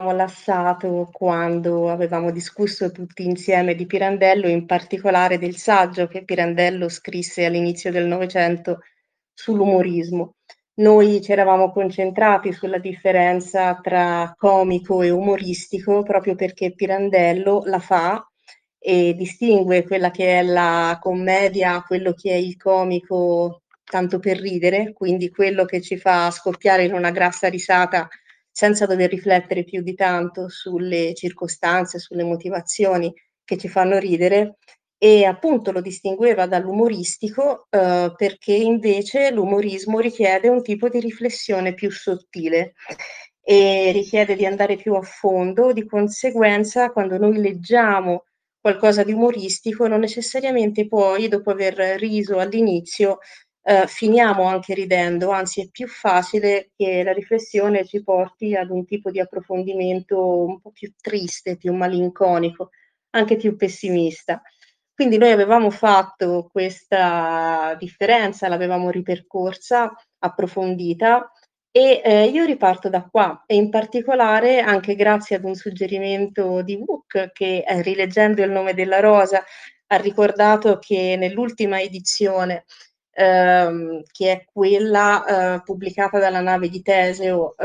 lasciato quando avevamo discusso tutti insieme di Pirandello, in particolare del saggio che Pirandello scrisse all'inizio del Novecento sull'umorismo. Noi ci eravamo concentrati sulla differenza tra comico e umoristico proprio perché Pirandello la fa e distingue quella che è la commedia, quello che è il comico tanto per ridere, quindi quello che ci fa scoppiare in una grassa risata senza dover riflettere più di tanto sulle circostanze, sulle motivazioni che ci fanno ridere, e appunto lo distingueva dall'umoristico perché invece l'umorismo richiede un tipo di riflessione più sottile e richiede di andare più a fondo, di conseguenza quando noi leggiamo qualcosa di umoristico non necessariamente poi dopo aver riso all'inizio finiamo anche ridendo, anzi è più facile che la riflessione ci porti ad un tipo di approfondimento un po' più triste, più malinconico, anche più pessimista. Quindi noi avevamo fatto questa differenza, l'avevamo ripercorsa, approfondita e io riparto da qua e in particolare anche grazie ad un suggerimento di Wook che rileggendo Il nome della rosa ha ricordato che nell'ultima edizione che è quella pubblicata dalla nave di Teseo,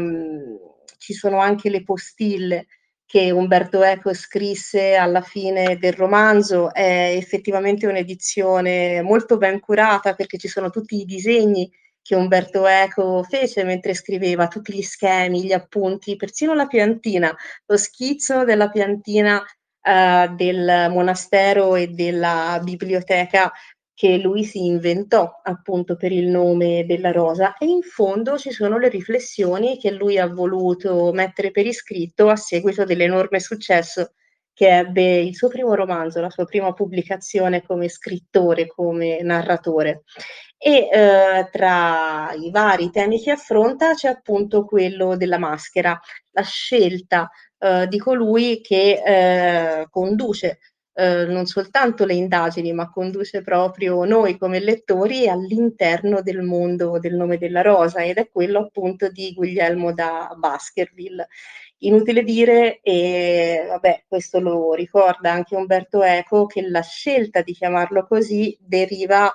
ci sono anche le postille che Umberto Eco scrisse alla fine del romanzo. È effettivamente un'edizione molto ben curata perché ci sono tutti i disegni che Umberto Eco fece mentre scriveva, tutti gli schemi, gli appunti, persino la piantina, lo schizzo della piantina del monastero e della biblioteca che lui si inventò appunto per il nome della rosa e in fondo ci sono le riflessioni che lui ha voluto mettere per iscritto a seguito dell'enorme successo che ebbe il suo primo romanzo, la sua prima pubblicazione come scrittore, come narratore. E tra i vari temi che affronta c'è appunto quello della maschera, la scelta di colui che conduce non soltanto le indagini, ma conduce proprio noi come lettori all'interno del mondo del nome della rosa ed è quello appunto di Guglielmo da Baskerville. Inutile dire, e vabbè, questo lo ricorda anche Umberto Eco, che la scelta di chiamarlo così deriva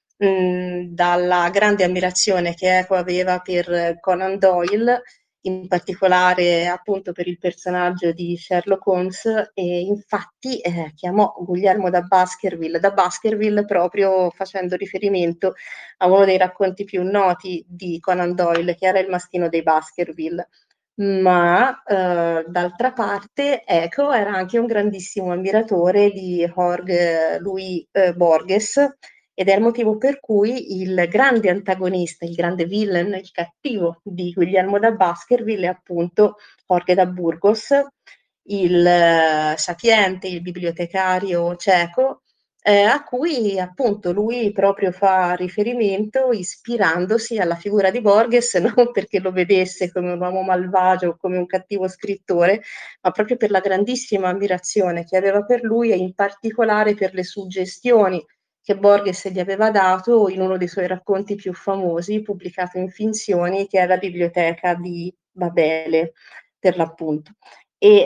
dalla grande ammirazione che Eco aveva per Conan Doyle, in particolare appunto per il personaggio di Sherlock Holmes e infatti chiamò Guglielmo da Baskerville proprio facendo riferimento a uno dei racconti più noti di Conan Doyle che era Il mastino dei Baskerville. Ma d'altra parte Eco era anche un grandissimo ammiratore di Jorge Luis Borges ed è il motivo per cui il grande antagonista, il grande villain, il cattivo di Guglielmo da Baskerville è appunto Jorge da Burgos, il sapiente, il bibliotecario cieco, a cui appunto lui proprio fa riferimento ispirandosi alla figura di Borges, non perché lo vedesse come un uomo malvagio o come un cattivo scrittore, ma proprio per la grandissima ammirazione che aveva per lui e in particolare per le suggestioni che Borges gli aveva dato in uno dei suoi racconti più famosi, pubblicato in Finzioni, che è La biblioteca di Babele, per l'appunto. E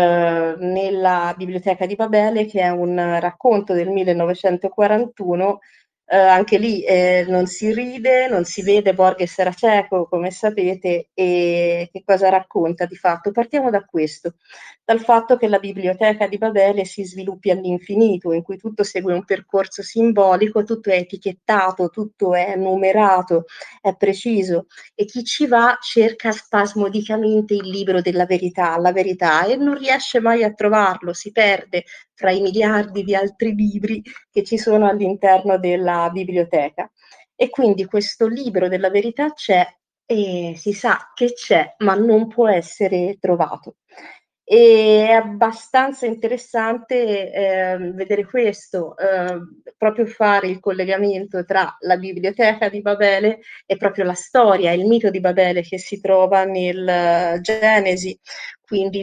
nella biblioteca di Babele, che è un racconto del 1941, anche lì non si ride, non si vede, Borges era cieco, come sapete, e che cosa racconta di fatto? Partiamo da questo, dal fatto che la biblioteca di Babele si sviluppi all'infinito, in cui tutto segue un percorso simbolico, tutto è etichettato, tutto è numerato, è preciso e chi ci va cerca spasmodicamente il libro della verità, la verità e non riesce mai a trovarlo, si perde tra i miliardi di altri libri che ci sono all'interno della biblioteca. E quindi questo libro della verità c'è e si sa che c'è, ma non può essere trovato. E è abbastanza interessante vedere questo, proprio fare il collegamento tra la biblioteca di Babele e proprio la storia, il mito di Babele che si trova nel Genesi, quindi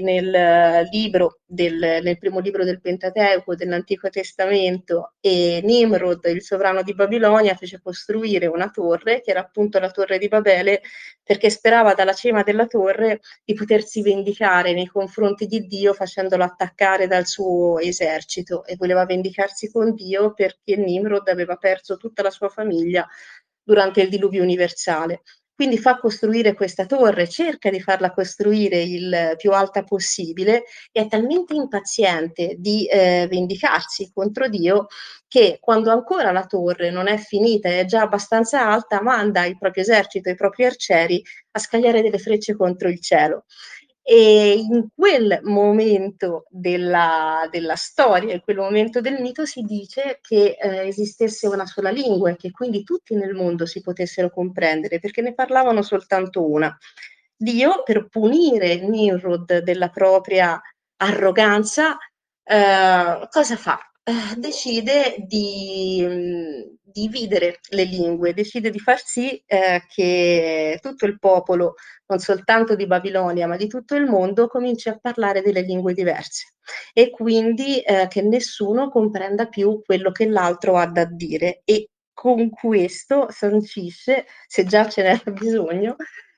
nel primo libro del Pentateuco, dell'Antico Testamento, e Nimrod, il sovrano di Babilonia, fece costruire una torre, che era appunto la Torre di Babele, perché sperava dalla cima della torre di potersi vendicare nei confronti di Dio facendolo attaccare dal suo esercito, e voleva vendicarsi con Dio perché Nimrod aveva perso tutta la sua famiglia durante il diluvio universale. Quindi fa costruire questa torre, cerca di farla costruire il più alta possibile, e è talmente impaziente di vendicarsi contro Dio che, quando ancora la torre non è finita e è già abbastanza alta, manda il proprio esercito, i propri arcieri a scagliare delle frecce contro il cielo. E in quel momento della storia, in quel momento del mito, si dice che esistesse una sola lingua e che quindi tutti nel mondo si potessero comprendere, perché ne parlavano soltanto una. Dio, per punire Nimrod della propria arroganza, cosa fa? Decide di dividere le lingue, decide di far sì che tutto il popolo, non soltanto di Babilonia, ma di tutto il mondo, cominci a parlare delle lingue diverse, e quindi che nessuno comprenda più quello che l'altro ha da dire, e con questo sancisce, se già ce n'era bisogno,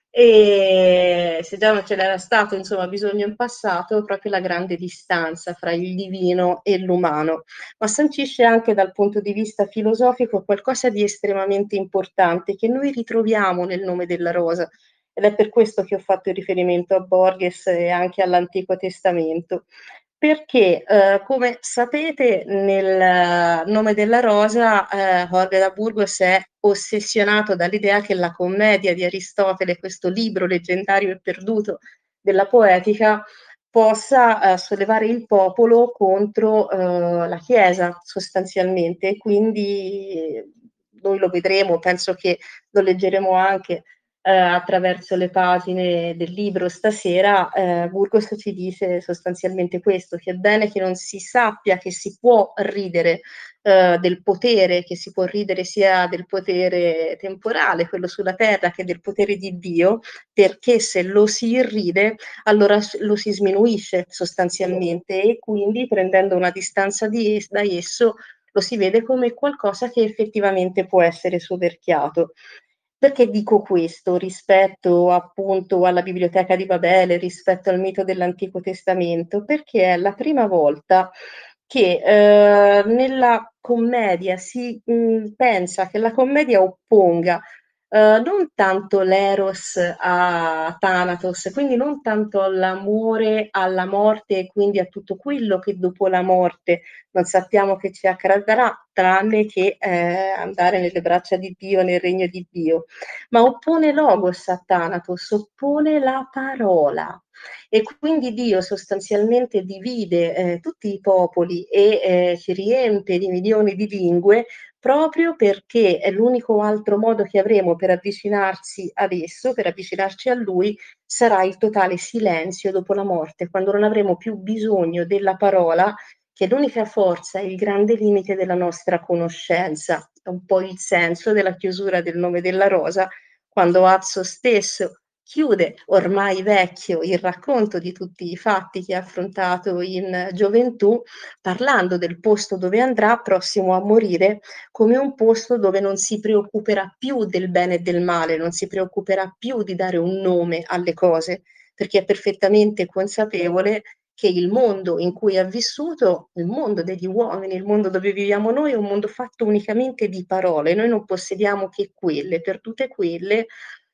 e se già non ce n'era stato, insomma, bisogno in passato, proprio la grande distanza fra il divino e l'umano, ma sancisce anche dal punto di vista filosofico qualcosa di estremamente importante che noi ritroviamo nel nome della rosa, ed è per questo che ho fatto il riferimento a Borges e anche all'Antico Testamento, perché come sapete nel nome della rosa Jorge da Burgos è ossessionato dall'idea che la commedia di Aristotele, questo libro leggendario e perduto della poetica, possa sollevare il popolo contro la Chiesa sostanzialmente, e quindi noi lo vedremo, penso che lo leggeremo anche attraverso le pagine del libro stasera. Burgos ci dice sostanzialmente questo, che è bene che non si sappia che si può ridere del potere, che si può ridere sia del potere temporale, quello sulla terra, che del potere di Dio, perché se lo si irride allora lo si sminuisce sostanzialmente, e quindi, prendendo una distanza da esso, lo si vede come qualcosa che effettivamente può essere soverchiato. Perché dico questo rispetto appunto alla Biblioteca di Babele, rispetto al mito dell'Antico Testamento? Perché è la prima volta che nella commedia si pensa che la commedia opponga non tanto l'eros a Thanatos, quindi non tanto all'amore alla morte e quindi a tutto quello che dopo la morte non sappiamo che ci accadrà, tranne che andare nelle braccia di Dio, nel regno di Dio, ma oppone logos a Thanatos, oppone la parola. E quindi Dio sostanzialmente divide tutti i popoli e ci riempie di milioni di lingue, proprio perché è l'unico altro modo che avremo per avvicinarsi ad esso, per avvicinarci a lui, sarà il totale silenzio dopo la morte, quando non avremo più bisogno della parola, che è l'unica forza e il grande limite della nostra conoscenza. È un po' il senso della chiusura del nome della rosa, quando Azzo stesso chiude, ormai vecchio, il racconto di tutti i fatti che ha affrontato in gioventù, parlando del posto dove andrà prossimo a morire, come un posto dove non si preoccuperà più del bene e del male, non si preoccuperà più di dare un nome alle cose, perché è perfettamente consapevole che il mondo in cui ha vissuto, il mondo degli uomini, il mondo dove viviamo noi, è un mondo fatto unicamente di parole. Noi non possediamo che quelle, perdute quelle,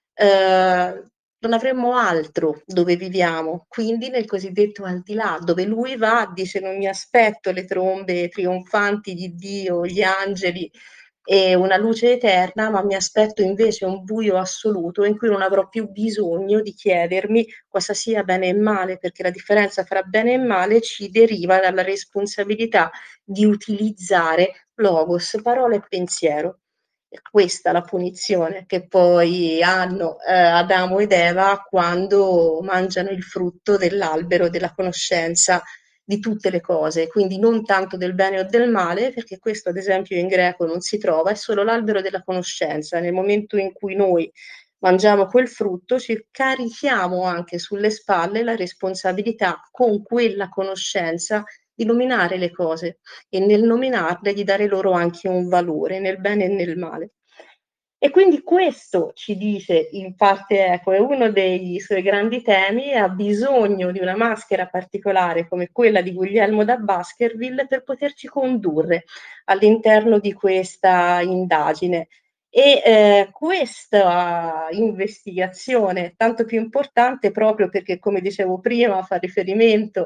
non avremmo altro dove viviamo. Quindi nel cosiddetto al di là, dove lui va, dice: non mi aspetto le trombe trionfanti di Dio, gli angeli e una luce eterna, ma mi aspetto invece un buio assoluto in cui non avrò più bisogno di chiedermi cosa sia bene e male, perché la differenza fra bene e male ci deriva dalla responsabilità di utilizzare logos, parola e pensiero. È questa la punizione che poi hanno Adamo ed Eva quando mangiano il frutto dell'albero della conoscenza di tutte le cose, quindi non tanto del bene o del male, perché questo ad esempio in greco non si trova, è solo l'albero della conoscenza. Nel momento in cui noi mangiamo quel frutto, ci carichiamo anche sulle spalle la responsabilità con quella conoscenza di nominare le cose e nel nominarle di dare loro anche un valore nel bene e nel male. E quindi questo ci dice in parte, ecco, è uno dei suoi grandi temi e ha bisogno di una maschera particolare come quella di Guglielmo da Baskerville per poterci condurre all'interno di questa indagine. E questa investigazione è tanto più importante proprio perché, come dicevo prima, fa riferimento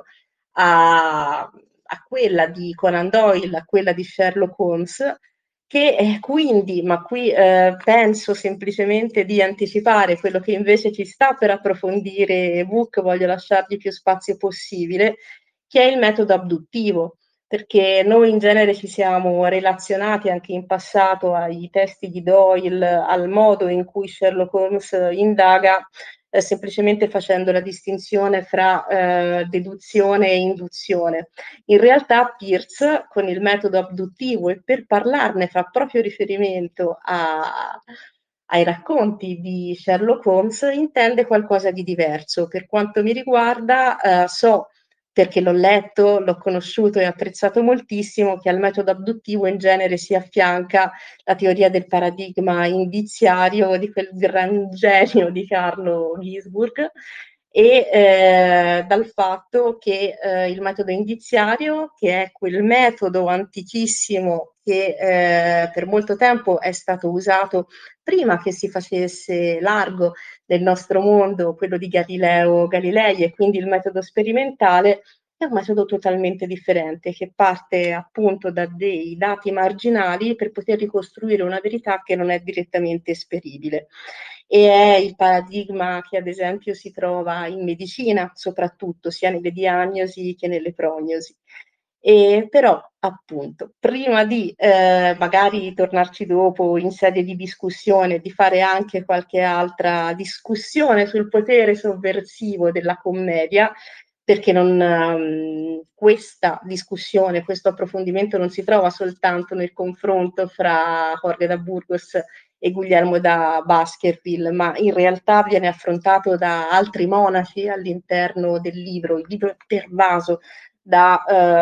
a quella di Conan Doyle, a quella di Sherlock Holmes, che quindi, ma qui penso semplicemente di anticipare quello che invece ci sta per approfondire Book, voglio lasciargli più spazio possibile, che è il metodo abduttivo, perché noi in genere ci siamo relazionati anche in passato ai testi di Doyle, al modo in cui Sherlock Holmes indaga, semplicemente facendo la distinzione fra deduzione e induzione. In realtà Pierce, con il metodo abduttivo e per parlarne, fa proprio riferimento ai racconti di Sherlock Holmes, intende qualcosa di diverso. Per quanto mi riguarda, so perché l'ho letto, l'ho conosciuto e apprezzato moltissimo, che al metodo abduttivo in genere si affianca la teoria del paradigma indiziario di quel gran genio di Carlo Ginzburg e dal fatto che il metodo indiziario, che è quel metodo antichissimo che per molto tempo è stato usato prima che si facesse largo nel nostro mondo, quello di Galileo Galilei e quindi il metodo sperimentale, è un metodo totalmente differente che parte appunto da dei dati marginali per poter ricostruire una verità che non è direttamente esperibile. E è il paradigma che ad esempio si trova in medicina, soprattutto sia nelle diagnosi che nelle prognosi. E però, appunto, prima di magari tornarci dopo in sede di discussione, di fare anche qualche altra discussione sul potere sovversivo della commedia, perché questa discussione, questo approfondimento non si trova soltanto nel confronto fra Jorge da Burgos e Guglielmo da Baskerville, ma in realtà viene affrontato da altri monaci all'interno del libro. Il libro è pervaso da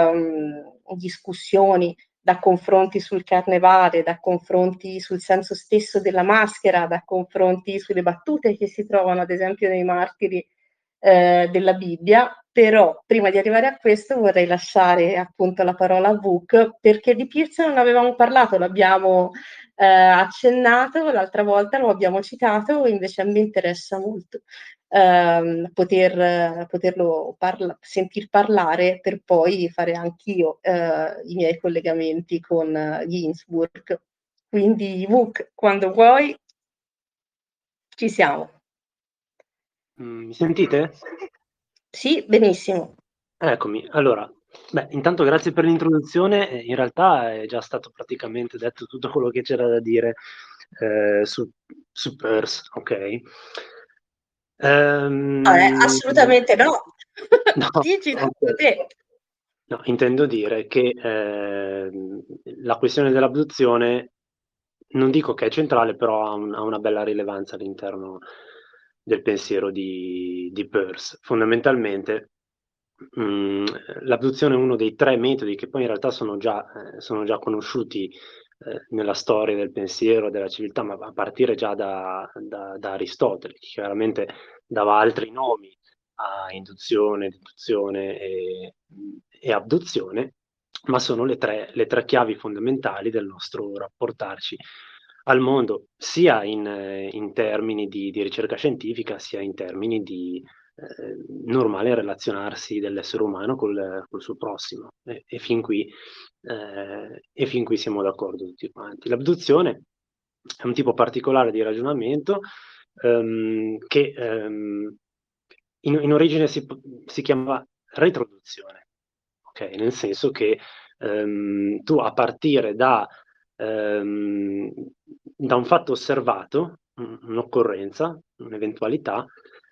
discussioni, da confronti sul carnevale, da confronti sul senso stesso della maschera, da confronti sulle battute che si trovano ad esempio nei martiri della Bibbia, però prima di arrivare a questo vorrei lasciare appunto la parola a Vuk perché di Pierce non avevamo parlato, l'abbiamo accennato l'altra volta, lo abbiamo citato, invece a me interessa molto poterlo sentir parlare per poi fare anch'io i miei collegamenti con Ginsburg. Quindi Vuk, quando vuoi, ci siamo. Mi sentite? Sì, benissimo. Eccomi. Allora, beh, intanto grazie per l'introduzione. In realtà è già stato praticamente detto tutto quello che c'era da dire su Peirce, ok? Ehm, Assolutamente no. no, Dici ok. tutto te. No, intendo dire che la questione dell'abduzione non dico che è centrale, però ha una bella rilevanza all'interno del pensiero di Peirce. Fondamentalmente, mh, l'abduzione è uno dei tre metodi che poi in realtà sono già conosciuti nella storia del pensiero, della civiltà, ma a partire già da Aristotele, che chiaramente dava altri nomi a induzione, deduzione e abduzione, ma sono le tre chiavi fondamentali del nostro rapportarci al mondo, sia in termini di ricerca scientifica, sia in termini di normale relazionarsi dell'essere umano col suo prossimo. E fin qui siamo d'accordo tutti quanti. L'abduzione è un tipo particolare di ragionamento che in origine si chiamava retroduzione, ok? Nel senso che tu a partire ehm, da un fatto osservato, un'occorrenza, un'eventualità,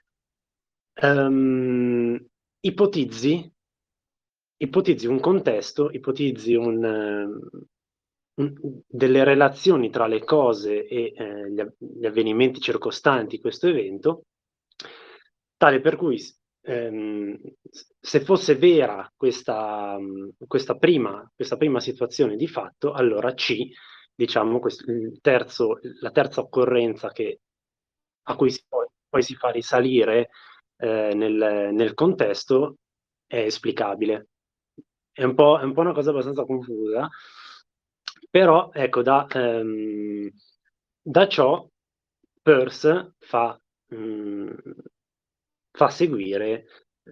ehm, ipotizzi, ipotizzi un contesto, ipotizzi delle relazioni tra le cose e gli avvenimenti circostanti questo evento, tale per cui se fosse vera questa prima situazione di fatto, allora C, diciamo, la terza occorrenza a cui poi si fa risalire nel contesto è esplicabile. È un po' una cosa abbastanza confusa, però ecco, da ciò Peirce mh, fa seguire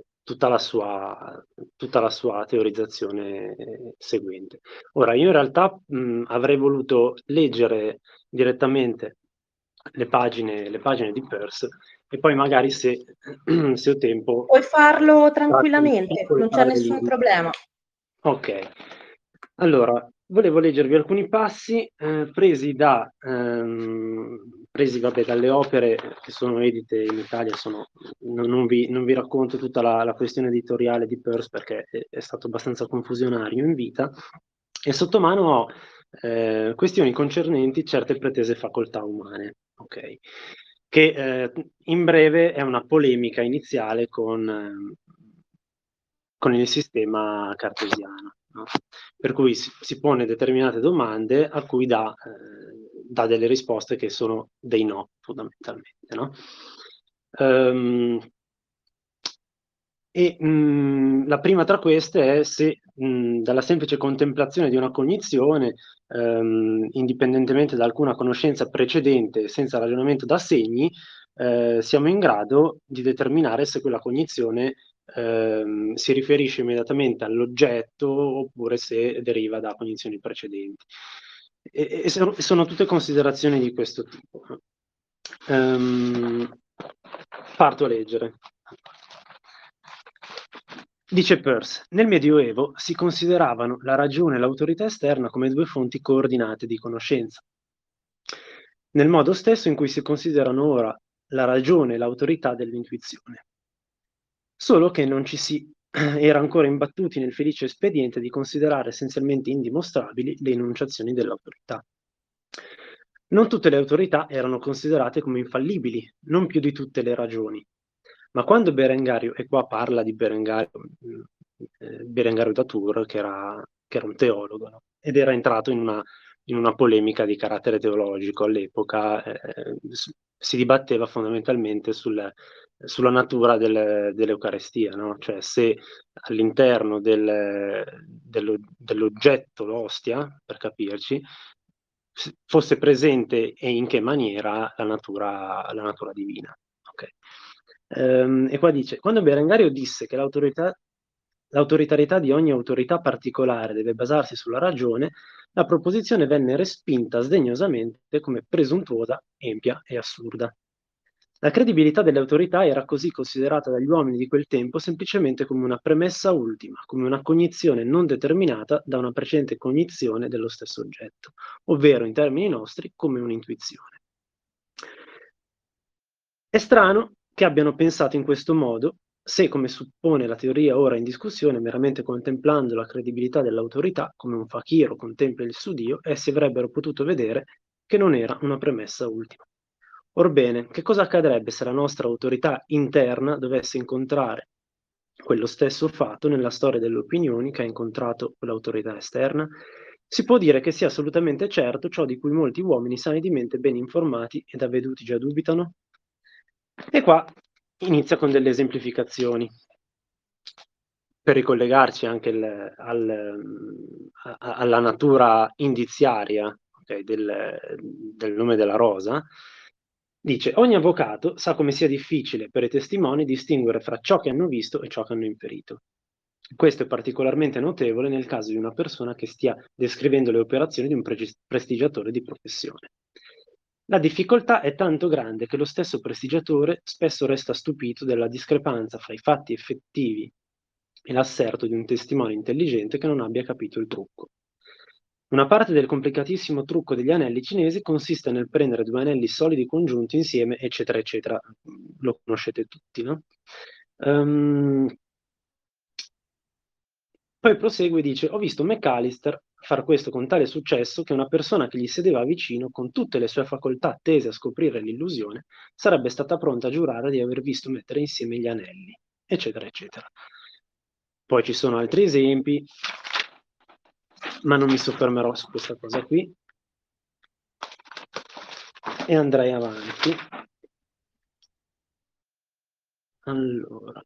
tutta la sua teorizzazione seguente. Ora, io in realtà avrei voluto leggere direttamente le pagine di Peirce e poi magari se ho tempo Puoi farlo tratto dei tranquillamente, piccoli non c'è nessun parallelismi. problema. Ok, allora volevo leggervi alcuni passi presi vabbè, dalle opere che sono edite in Italia. Non vi racconto tutta la questione editoriale di Peirce perché è stato abbastanza confusionario in vita, e sotto mano ho questioni concernenti certe pretese facoltà umane, ok? Che in breve è una polemica iniziale con il sistema cartesiano, no? Per cui si pone determinate domande a cui dà delle risposte che sono dei no, fondamentalmente, no? Ehm, la prima tra queste è se dalla semplice contemplazione di una cognizione, indipendentemente da alcuna conoscenza precedente, senza ragionamento da segni, siamo in grado di determinare se quella cognizione si riferisce immediatamente all'oggetto oppure se deriva da cognizioni precedenti. E sono tutte considerazioni di questo tipo. Parto a leggere. Dice Peirce, nel Medioevo si consideravano la ragione e l'autorità esterna come due fonti coordinate di conoscenza, nel modo stesso in cui si considerano ora la ragione e l'autorità dell'intuizione. Solo che non ci si era ancora imbattuti nel felice espediente di considerare essenzialmente indimostrabili le enunciazioni dell'autorità. Non tutte le autorità erano considerate come infallibili, non più di tutte le ragioni. Ma quando Berengario, e qua parla di Berengario da Tours, che era un teologo, no? Ed era entrato in una polemica di carattere teologico all'epoca, si dibatteva fondamentalmente sulla natura dell'Eucarestia, no? Cioè se all'interno dell'oggetto, l'ostia, per capirci, fosse presente e in che maniera la natura divina. Okay. E qua dice, quando Berengario disse che l'autoritarietà di ogni autorità particolare deve basarsi sulla ragione, la proposizione venne respinta sdegnosamente come presuntuosa, empia e assurda. La credibilità delle autorità era così considerata dagli uomini di quel tempo semplicemente come una premessa ultima, come una cognizione non determinata da una precedente cognizione dello stesso oggetto, ovvero in termini nostri come un'intuizione. È strano che abbiano pensato in questo modo, se, come suppone la teoria ora in discussione, meramente contemplando la credibilità dell'autorità, come un fakiro contempla il suo Dio, essi avrebbero potuto vedere che non era una premessa ultima. Orbene, che cosa accadrebbe se la nostra autorità interna dovesse incontrare quello stesso fatto nella storia delle opinioni che ha incontrato quell'autorità esterna? Si può dire che sia assolutamente certo ciò di cui molti uomini sani di mente ben informati ed avveduti già dubitano? E qua inizia con delle esemplificazioni per ricollegarci anche alla natura indiziaria, okay, del nome della rosa. Dice, ogni avvocato sa come sia difficile per i testimoni distinguere fra ciò che hanno visto e ciò che hanno inferito. Questo è particolarmente notevole nel caso di una persona che stia descrivendo le operazioni di un prestigiatore di professione. La difficoltà è tanto grande che lo stesso prestigiatore spesso resta stupito della discrepanza fra i fatti effettivi e l'asserto di un testimone intelligente che non abbia capito il trucco. Una parte del complicatissimo trucco degli anelli cinesi consiste nel prendere due anelli solidi congiunti insieme, eccetera, eccetera. Lo conoscete tutti, no? Poi prosegue e dice: ho visto McAllister far questo con tale successo che una persona che gli sedeva vicino, con tutte le sue facoltà tese a scoprire l'illusione, sarebbe stata pronta a giurare di aver visto mettere insieme gli anelli, eccetera, eccetera. Poi ci sono altri esempi, ma non mi soffermerò su questa cosa qui e andrei avanti. Allora,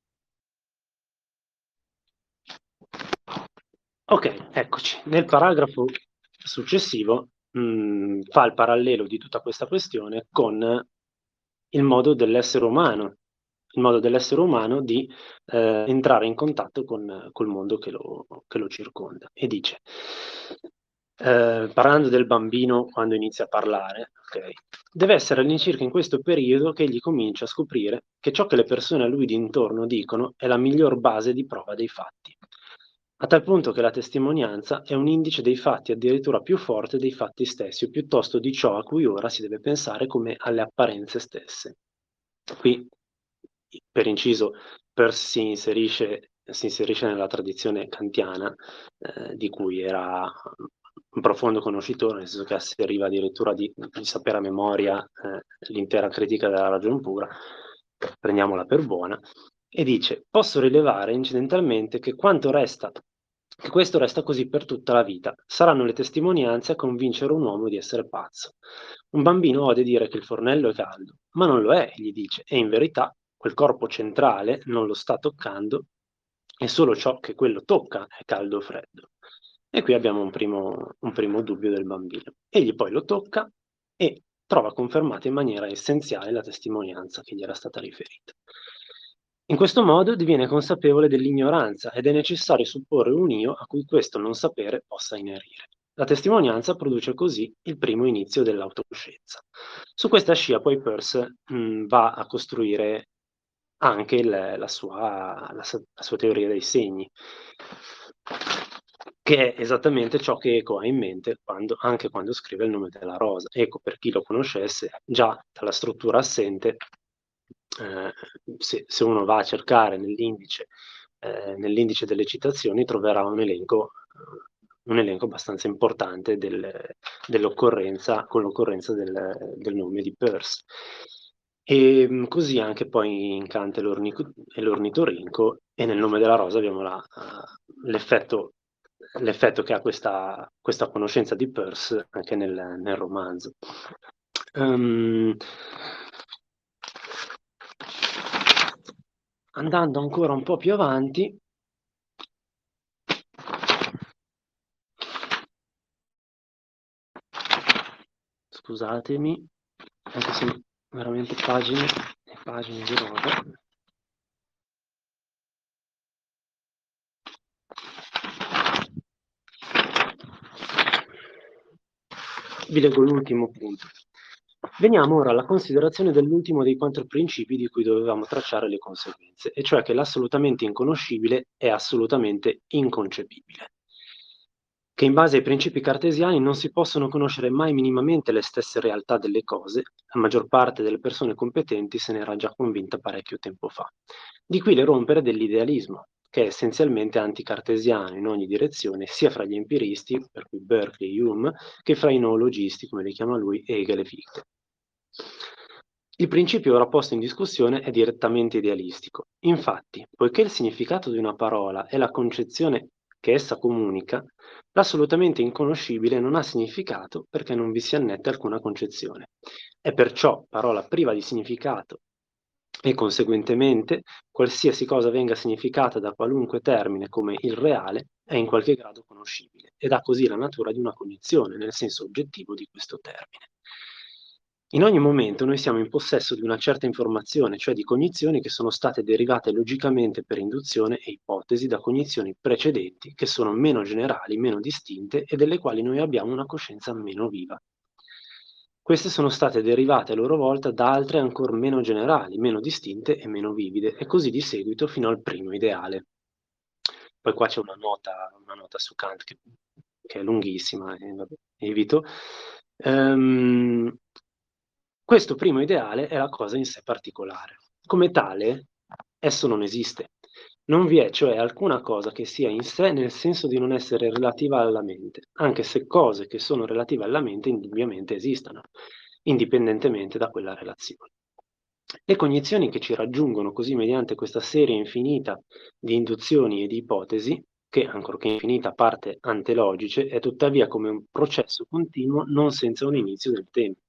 ok, eccoci. Nel paragrafo successivo fa il parallelo di tutta questa questione con il modo dell'essere umano, il modo dell'essere umano di entrare in contatto col mondo che lo circonda. E dice, parlando del bambino quando inizia a parlare, okay, deve essere all'incirca in questo periodo che egli comincia a scoprire che ciò che le persone a lui d'intorno dicono è la miglior base di prova dei fatti. A tal punto che la testimonianza è un indice dei fatti addirittura più forte dei fatti stessi, o piuttosto di ciò a cui ora si deve pensare come alle apparenze stesse. Qui, per inciso, Peirce si inserisce nella tradizione kantiana, di cui era un profondo conoscitore, nel senso che asseriva addirittura di sapere a memoria l'intera critica della ragion pura, prendiamola per buona, e dice: posso rilevare incidentalmente che questo resta così per tutta la vita. Saranno le testimonianze a convincere un uomo di essere pazzo. Un bambino ode dire che il fornello è caldo, ma non lo è, gli dice, e in verità quel corpo centrale non lo sta toccando, e solo ciò che quello tocca è caldo o freddo. E qui abbiamo un primo dubbio del bambino. Egli poi lo tocca e trova confermata in maniera essenziale la testimonianza che gli era stata riferita. In questo modo diviene consapevole dell'ignoranza ed è necessario supporre un io a cui questo non sapere possa inerire. La testimonianza produce così il primo inizio dell'autoscienza. Su questa scia poi Peirce va a costruire anche la sua teoria dei segni, che è esattamente ciò che Eco ha in mente anche quando scrive Il nome della rosa. Eco, per chi lo conoscesse, già dalla struttura assente, se uno va a cercare nell'indice delle citazioni, troverà un elenco abbastanza importante dell'occorrenza, con l'occorrenza del nome di Peirce. E così anche poi in Kant e l'ornitorinco, e nel nome della rosa abbiamo l'effetto che ha questa conoscenza di Peirce anche nel romanzo. Andando ancora un po' più avanti, scusatemi, anche se veramente pagine e pagine di roba. Vi leggo l'ultimo punto. Veniamo ora alla considerazione dell'ultimo dei 4 principi di cui dovevamo tracciare le conseguenze, e cioè che l'assolutamente inconoscibile è assolutamente inconcepibile. Che in base ai principi cartesiani non si possono conoscere mai minimamente le stesse realtà delle cose, la maggior parte delle persone competenti se n'era già convinta parecchio tempo fa. Di qui l'erompere dell'idealismo, che è essenzialmente anticartesiano in ogni direzione, sia fra gli empiristi, per cui Berkeley e Hume, che fra i noologisti, come li chiama lui, Hegel e Fichte. Il principio ora posto in discussione è direttamente idealistico. Infatti, poiché il significato di una parola è la concezione che essa comunica, l'assolutamente inconoscibile non ha significato perché non vi si annette alcuna concezione. È perciò parola priva di significato e conseguentemente qualsiasi cosa venga significata da qualunque termine come il reale è in qualche grado conoscibile ed ha così la natura di una cognizione nel senso oggettivo di questo termine. In ogni momento noi siamo in possesso di una certa informazione, cioè di cognizioni che sono state derivate logicamente per induzione e ipotesi da cognizioni precedenti che sono meno generali, meno distinte e delle quali noi abbiamo una coscienza meno viva. Queste sono state derivate a loro volta da altre ancor meno generali, meno distinte e meno vivide, e così di seguito fino al primo ideale. Poi qua c'è una nota su Kant che è lunghissima, e vabbè, evito. Questo primo ideale è la cosa in sé particolare. Come tale, esso non esiste. Non vi è cioè alcuna cosa che sia in sé nel senso di non essere relativa alla mente, anche se cose che sono relative alla mente indubbiamente esistono, indipendentemente da quella relazione. Le cognizioni che ci raggiungono così mediante questa serie infinita di induzioni e di ipotesi, che ancorché infinita parte antelogice, è tuttavia come un processo continuo non senza un inizio del tempo.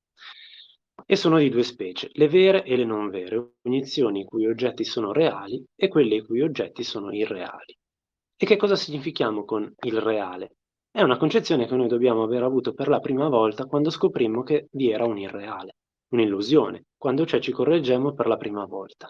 E sono di due specie, le vere e le non vere, cognizioni i cui oggetti sono reali e quelle i cui oggetti sono irreali. E che cosa significhiamo con il reale? È una concezione che noi dobbiamo aver avuto per la prima volta quando scoprimmo che vi era un irreale, un'illusione, quando cioè ci correggemmo per la prima volta.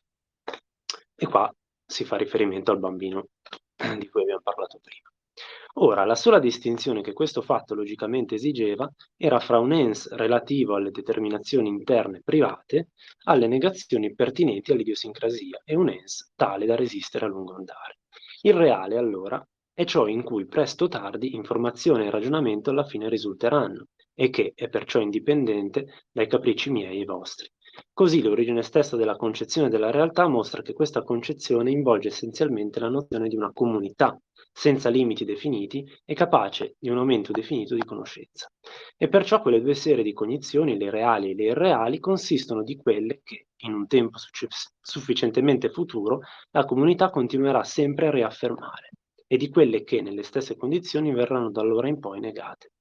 E qua si fa riferimento al bambino di cui abbiamo parlato prima. Ora, la sola distinzione che questo fatto logicamente esigeva era fra un ens relativo alle determinazioni interne private, alle negazioni pertinenti all'idiosincrasia, e un ens tale da resistere a lungo andare. Il reale, allora, è ciò in cui presto o tardi informazione e ragionamento alla fine risulteranno, e che è perciò indipendente dai capricci miei e vostri. Così l'origine stessa della concezione della realtà mostra che questa concezione involge essenzialmente la nozione di una comunità, senza limiti definiti e capace di un aumento definito di conoscenza. E perciò quelle due serie di cognizioni, le reali e le irreali, consistono di quelle che, in un tempo sufficientemente futuro, la comunità continuerà sempre a riaffermare, e di quelle che, nelle stesse condizioni, verranno da allora in poi negate.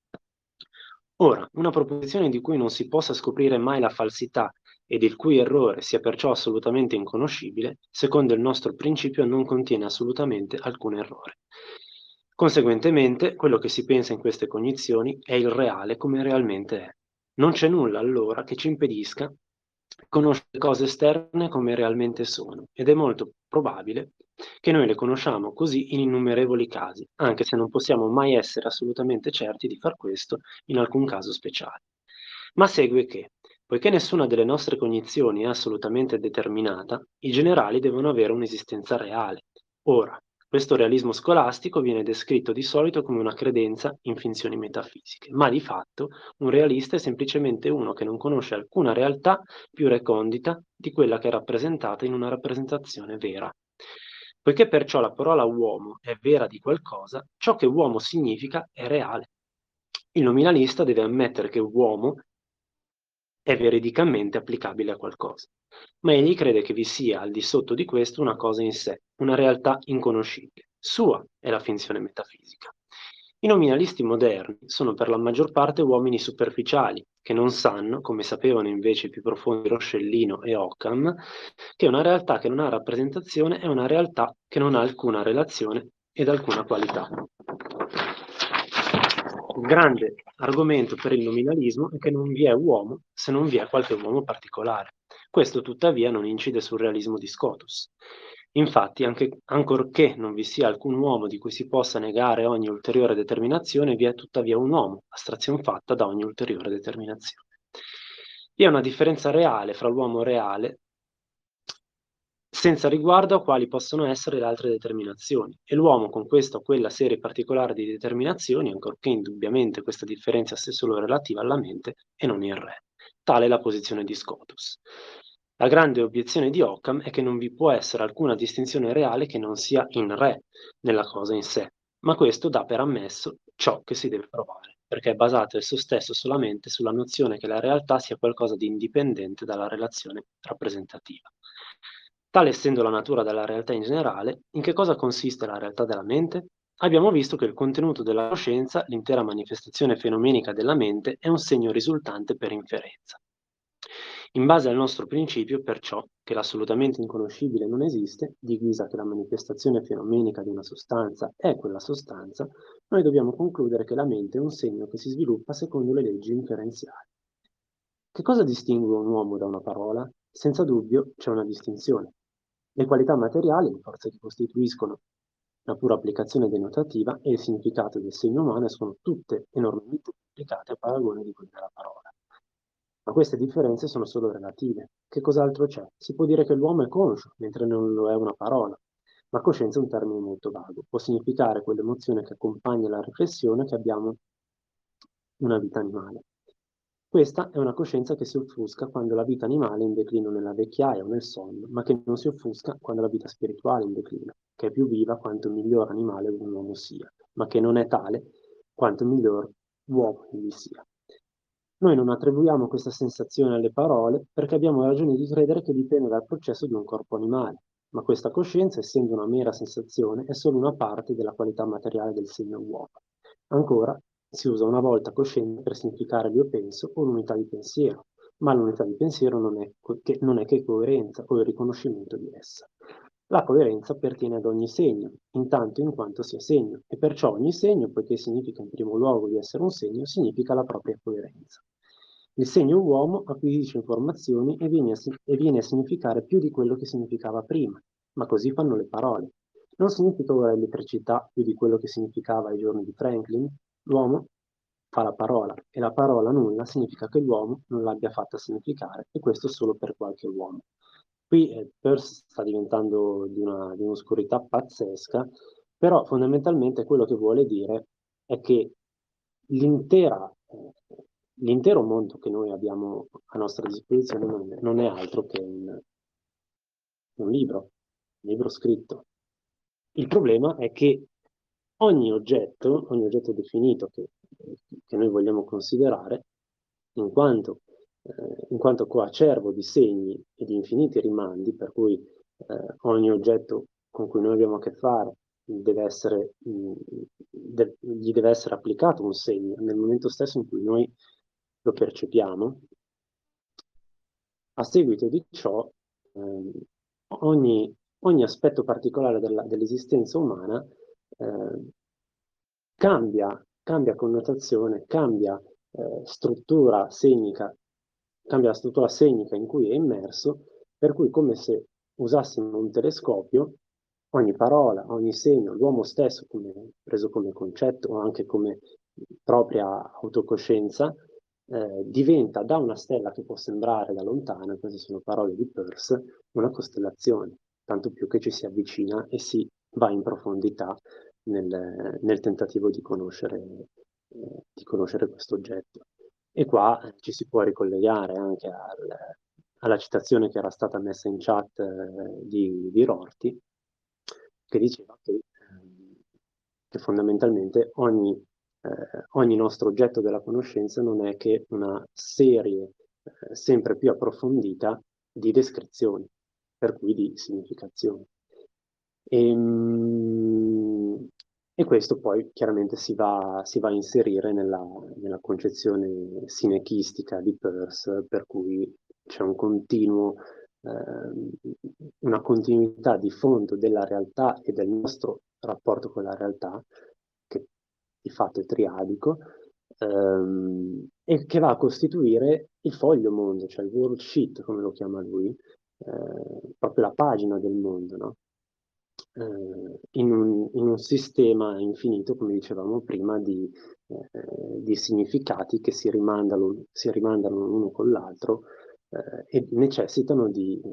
Ora, una proposizione di cui non si possa scoprire mai la falsità ed il cui errore sia perciò assolutamente inconoscibile, secondo il nostro principio non contiene assolutamente alcun errore. Conseguentemente, quello che si pensa in queste cognizioni è il reale come realmente è. Non c'è nulla allora che ci impedisca conoscere cose esterne come realmente sono, ed è molto probabile che noi le conosciamo così in innumerevoli casi, anche se non possiamo mai essere assolutamente certi di far questo in alcun caso speciale. Ma segue che, poiché nessuna delle nostre cognizioni è assolutamente determinata, i generali devono avere un'esistenza reale. Ora, questo realismo scolastico viene descritto di solito come una credenza in finzioni metafisiche, ma di fatto un realista è semplicemente uno che non conosce alcuna realtà più recondita di quella che è rappresentata in una rappresentazione vera. Poiché perciò la parola uomo è vera di qualcosa, ciò che uomo significa è reale. Il nominalista deve ammettere che uomo è veridicamente applicabile a qualcosa, ma egli crede che vi sia al di sotto di questo una cosa in sé, una realtà inconoscibile. Sua è la finzione metafisica. I nominalisti moderni sono per la maggior parte uomini superficiali, che non sanno, come sapevano invece i più profondi Rossellino e Occam, che una realtà che non ha rappresentazione è una realtà che non ha alcuna relazione ed alcuna qualità. Il grande argomento per il nominalismo è che non vi è uomo se non vi è qualche uomo particolare. Questo tuttavia non incide sul realismo di Scotus. Infatti, ancorché non vi sia alcun uomo di cui si possa negare ogni ulteriore determinazione, vi è tuttavia un uomo, astrazione fatta da ogni ulteriore determinazione. Vi è una differenza reale fra l'uomo reale senza riguardo a quali possono essere le altre determinazioni, e l'uomo con questa o quella serie particolare di determinazioni, ancorché indubbiamente questa differenza sia solo relativa alla mente e non il re. Tale è la posizione di Scotus. La grande obiezione di Occam è che non vi può essere alcuna distinzione reale che non sia in re nella cosa in sé, ma questo dà per ammesso ciò che si deve provare, perché è basato esso stesso solamente sulla nozione che la realtà sia qualcosa di indipendente dalla relazione rappresentativa. Tale essendo la natura della realtà in generale, in che cosa consiste la realtà della mente? Abbiamo visto che il contenuto della coscienza, l'intera manifestazione fenomenica della mente, è un segno risultante per inferenza. In base al nostro principio, perciò, che l'assolutamente inconoscibile non esiste, di guisa che la manifestazione fenomenica di una sostanza è quella sostanza, noi dobbiamo concludere che la mente è un segno che si sviluppa secondo le leggi inferenziali. Che cosa distingue un uomo da una parola? Senza dubbio c'è una distinzione. Le qualità materiali, le forze che costituiscono la pura applicazione denotativa e il significato del segno umano sono tutte enormemente applicate a paragone di quelle della parola. Ma queste differenze sono solo relative. Che cos'altro c'è? Si può dire che l'uomo è conscio, mentre non lo è una parola. Ma coscienza è un termine molto vago. Può significare quell'emozione che accompagna la riflessione che abbiamo una vita animale. Questa è una coscienza che si offusca quando la vita animale è in declino nella vecchiaia o nel sonno, ma che non si offusca quando la vita spirituale è in declino, che è più viva quanto miglior animale un uomo sia, ma che non è tale quanto miglior uomo egli sia. Noi non attribuiamo questa sensazione alle parole perché abbiamo ragione di credere che dipende dal processo di un corpo animale, ma questa coscienza, essendo una mera sensazione, è solo una parte della qualità materiale del segno uomo. Ancora, si usa una volta coscienza per significare l'io penso o l'unità di pensiero, ma l'unità di pensiero non è che coerenza o il riconoscimento di essa. La coerenza pertiene ad ogni segno, intanto in quanto sia segno, e perciò ogni segno, poiché significa in primo luogo di essere un segno, significa la propria coerenza. Il segno uomo acquisisce informazioni e viene a significare più di quello che significava prima, ma così fanno le parole. Non significa ora elettricità più di quello che significava ai giorni di Franklin. L'uomo fa la parola e la parola nulla significa che l'uomo non l'abbia fatta significare e questo solo per qualche uomo. Qui Peirce sta diventando di un'oscurità pazzesca, però fondamentalmente quello che vuole dire è che l'intera, l'intero mondo che noi abbiamo a nostra disposizione non è altro che un libro scritto. Il problema è che ogni oggetto definito che noi vogliamo considerare, in quanto coacervo di segni e di infiniti rimandi, per cui ogni oggetto con cui noi abbiamo a che fare gli deve essere applicato un segno nel momento stesso in cui noi lo percepiamo. A seguito di ciò, ehm, ogni, ogni aspetto particolare dell'esistenza umana eh, cambia connotazione, cambia la struttura segnica in cui è immerso, per cui come se usassimo un telescopio, ogni parola, ogni segno, l'uomo stesso preso come concetto o anche come propria autocoscienza, diventa da una stella che può sembrare da lontano, queste sono parole di Peirce, una costellazione, tanto più che ci si avvicina e si va in profondità nel tentativo di conoscere questo oggetto. E qua ci si può ricollegare anche alla citazione che era stata messa in chat di Rorty, che diceva che fondamentalmente ogni nostro oggetto della conoscenza non è che una serie sempre più approfondita di descrizioni, per cui di significazioni. E questo poi chiaramente si va a inserire nella concezione sinechistica di Peirce, per cui c'è una continuità di fondo della realtà e del nostro rapporto con la realtà, che di fatto è triadico, e che va a costituire il foglio mondo, cioè il worldsheet, come lo chiama lui, proprio la pagina del mondo, no? In un sistema infinito, come dicevamo prima, di significati che si rimandano l'uno con l'altro e necessitano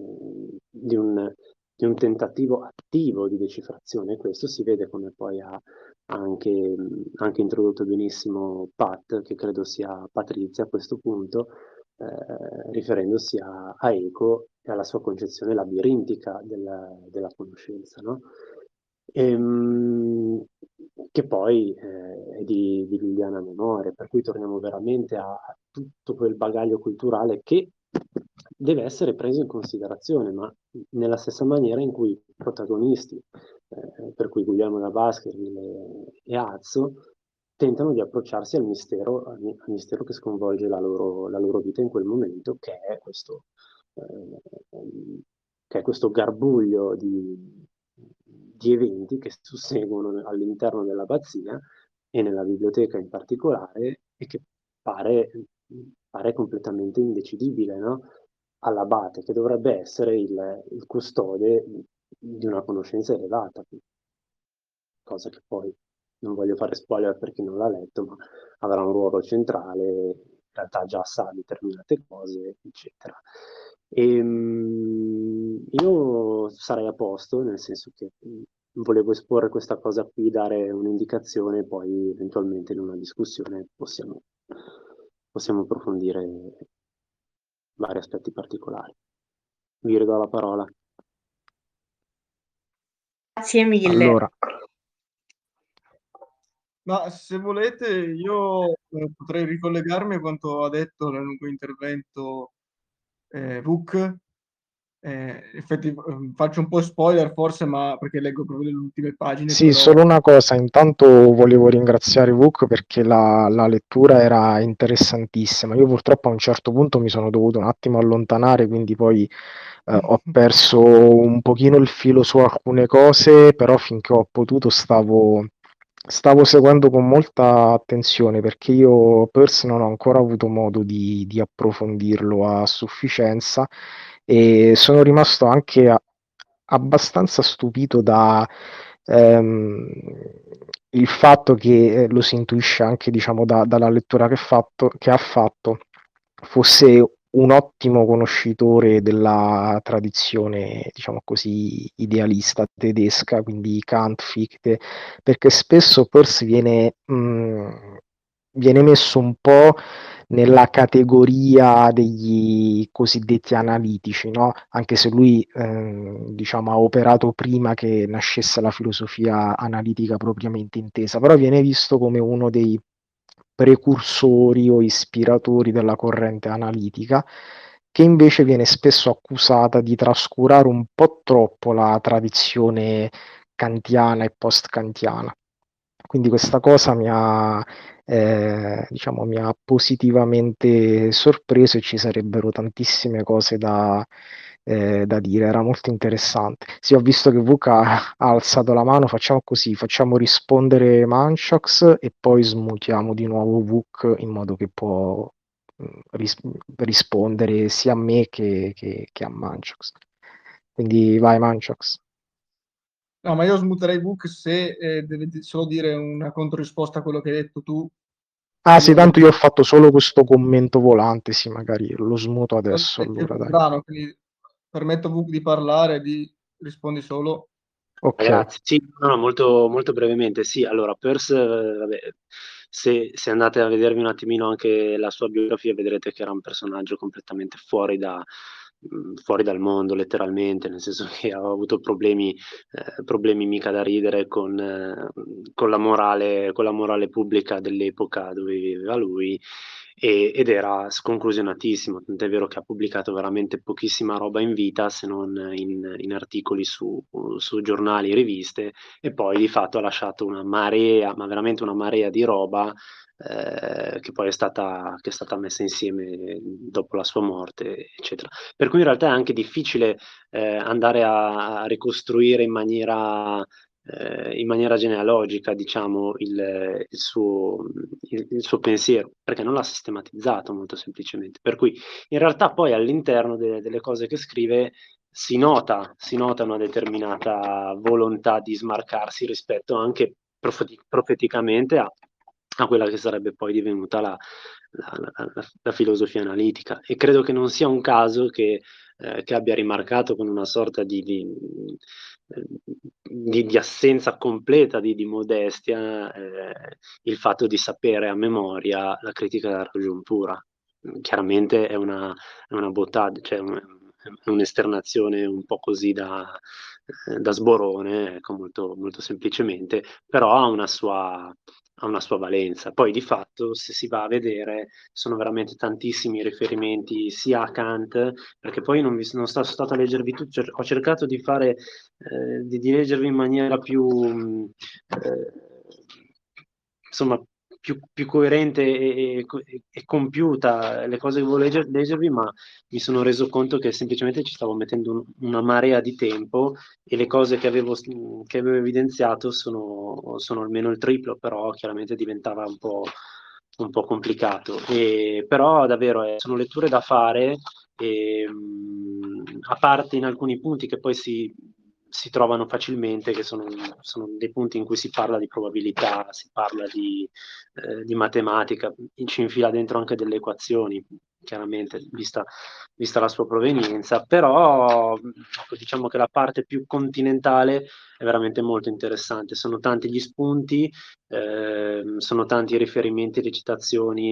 di un tentativo attivo di decifrazione. Questo si vede come poi ha anche introdotto benissimo Pat, che credo sia Patrizia a questo punto, riferendosi a Eco e alla sua concezione labirintica della conoscenza, no? Che poi è di Liliana Memore, per cui torniamo veramente a tutto quel bagaglio culturale che deve essere preso in considerazione, ma nella stessa maniera in cui i protagonisti, per cui Guglielmo da Baskerville e Azzo, tentano di approcciarsi al mistero che sconvolge la loro vita in quel momento, che è questo garbuglio di eventi che susseguono all'interno dell'abbazia e nella biblioteca in particolare e che pare, pare completamente indecidibile, no? All'abate, che dovrebbe essere il custode di una conoscenza elevata, cosa che poi non voglio fare spoiler per chi non l'ha letto, ma avrà un ruolo centrale, in realtà già sa determinate cose, eccetera. Io sarei a posto, nel senso che volevo esporre questa cosa qui, dare un'indicazione, poi eventualmente in una discussione possiamo approfondire vari aspetti particolari. Vi ridò la parola. Grazie mille. Allora, Ma se volete, io potrei ricollegarmi a quanto ha detto nel lungo intervento Vuk. Faccio un po' spoiler forse, ma perché leggo proprio le ultime pagine, sì, però solo una cosa, intanto volevo ringraziare Vuk perché la lettura era interessantissima. Io purtroppo a un certo punto mi sono dovuto un attimo allontanare, quindi poi ho perso un pochino il filo su alcune cose, però finché ho potuto stavo seguendo con molta attenzione perché io Perse non ho ancora avuto modo di approfondirlo a sufficienza e sono rimasto anche abbastanza stupito da ehm, il fatto che lo si intuisce anche diciamo dalla lettura che ha fatto fosse un ottimo conoscitore della tradizione, diciamo così, idealista tedesca, quindi Kant, Fichte, perché spesso Peirce viene messo un po' nella categoria degli cosiddetti analitici, no? Anche se lui diciamo, ha operato prima che nascesse la filosofia analitica propriamente intesa, però viene visto come uno dei precursori o ispiratori della corrente analitica, che invece viene spesso accusata di trascurare un po' troppo la tradizione kantiana e post-kantiana. Quindi questa cosa diciamo, mi ha positivamente sorpreso e ci sarebbero tantissime cose da dire, era molto interessante. Sì, ho visto che Vuka ha alzato la mano, facciamo così, facciamo rispondere Manchox e poi smutiamo di nuovo Vuk in modo che può rispondere sia a me che a Manchox. Quindi vai Manchox. no, ma io smuterei Vuk se deve solo dire una controrisposta a quello che hai detto tu. Ah sì, Io tanto io ho fatto solo questo commento volante, sì, magari lo smuto adesso è allora, più dai. brano, quindi permetto a Vuk di parlare, rispondi solo. Ok. Grazie. Sì, no, molto, molto brevemente. Sì, allora, Peirce, vabbè, se andate a vedervi un attimino anche la sua biografia, vedrete che era un personaggio completamente fuori dal mondo, letteralmente, nel senso che aveva avuto problemi mica da ridere con con la morale pubblica dell'epoca dove viveva lui. Ed era sconclusionatissimo, tant'è vero che ha pubblicato veramente pochissima roba in vita, se non in articoli su giornali e riviste, e poi di fatto ha lasciato una marea, ma veramente una marea di roba che poi che è stata messa insieme dopo la sua morte, eccetera. Per cui in realtà è anche difficile andare a ricostruire in maniera genealogica, diciamo, il suo pensiero, perché non l'ha sistematizzato molto semplicemente. Per cui in realtà poi all'interno delle cose che scrive si nota una determinata volontà di smarcarsi rispetto anche profeticamente a quella che sarebbe poi divenuta la filosofia analitica. E credo che non sia un caso che abbia rimarcato con una sorta di assenza completa di modestia il fatto di sapere a memoria la critica della ragion pura. Chiaramente è una bottata, cioè è un'esternazione un po' così da sborone, ecco, molto, molto semplicemente, però ha una sua valenza. Poi di fatto, se si va a vedere, sono veramente tantissimi riferimenti sia a Kant, perché poi non sono stato a leggervi tutto, ho cercato di fare, di leggervi in maniera insomma, più coerente e compiuta le cose che volevo leggervi, ma mi sono reso conto che semplicemente ci stavo mettendo una marea di tempo e le cose che avevo evidenziato sono almeno il triplo, però chiaramente diventava un po' complicato. Però davvero sono letture da fare, a parte in alcuni punti che poi si trovano facilmente, che sono dei punti in cui si parla di probabilità, si parla di matematica, ci infila dentro anche delle equazioni chiaramente vista la sua provenienza, però diciamo che la parte più continentale è veramente molto interessante. Sono tanti gli spunti, sono tanti i riferimenti e le citazioni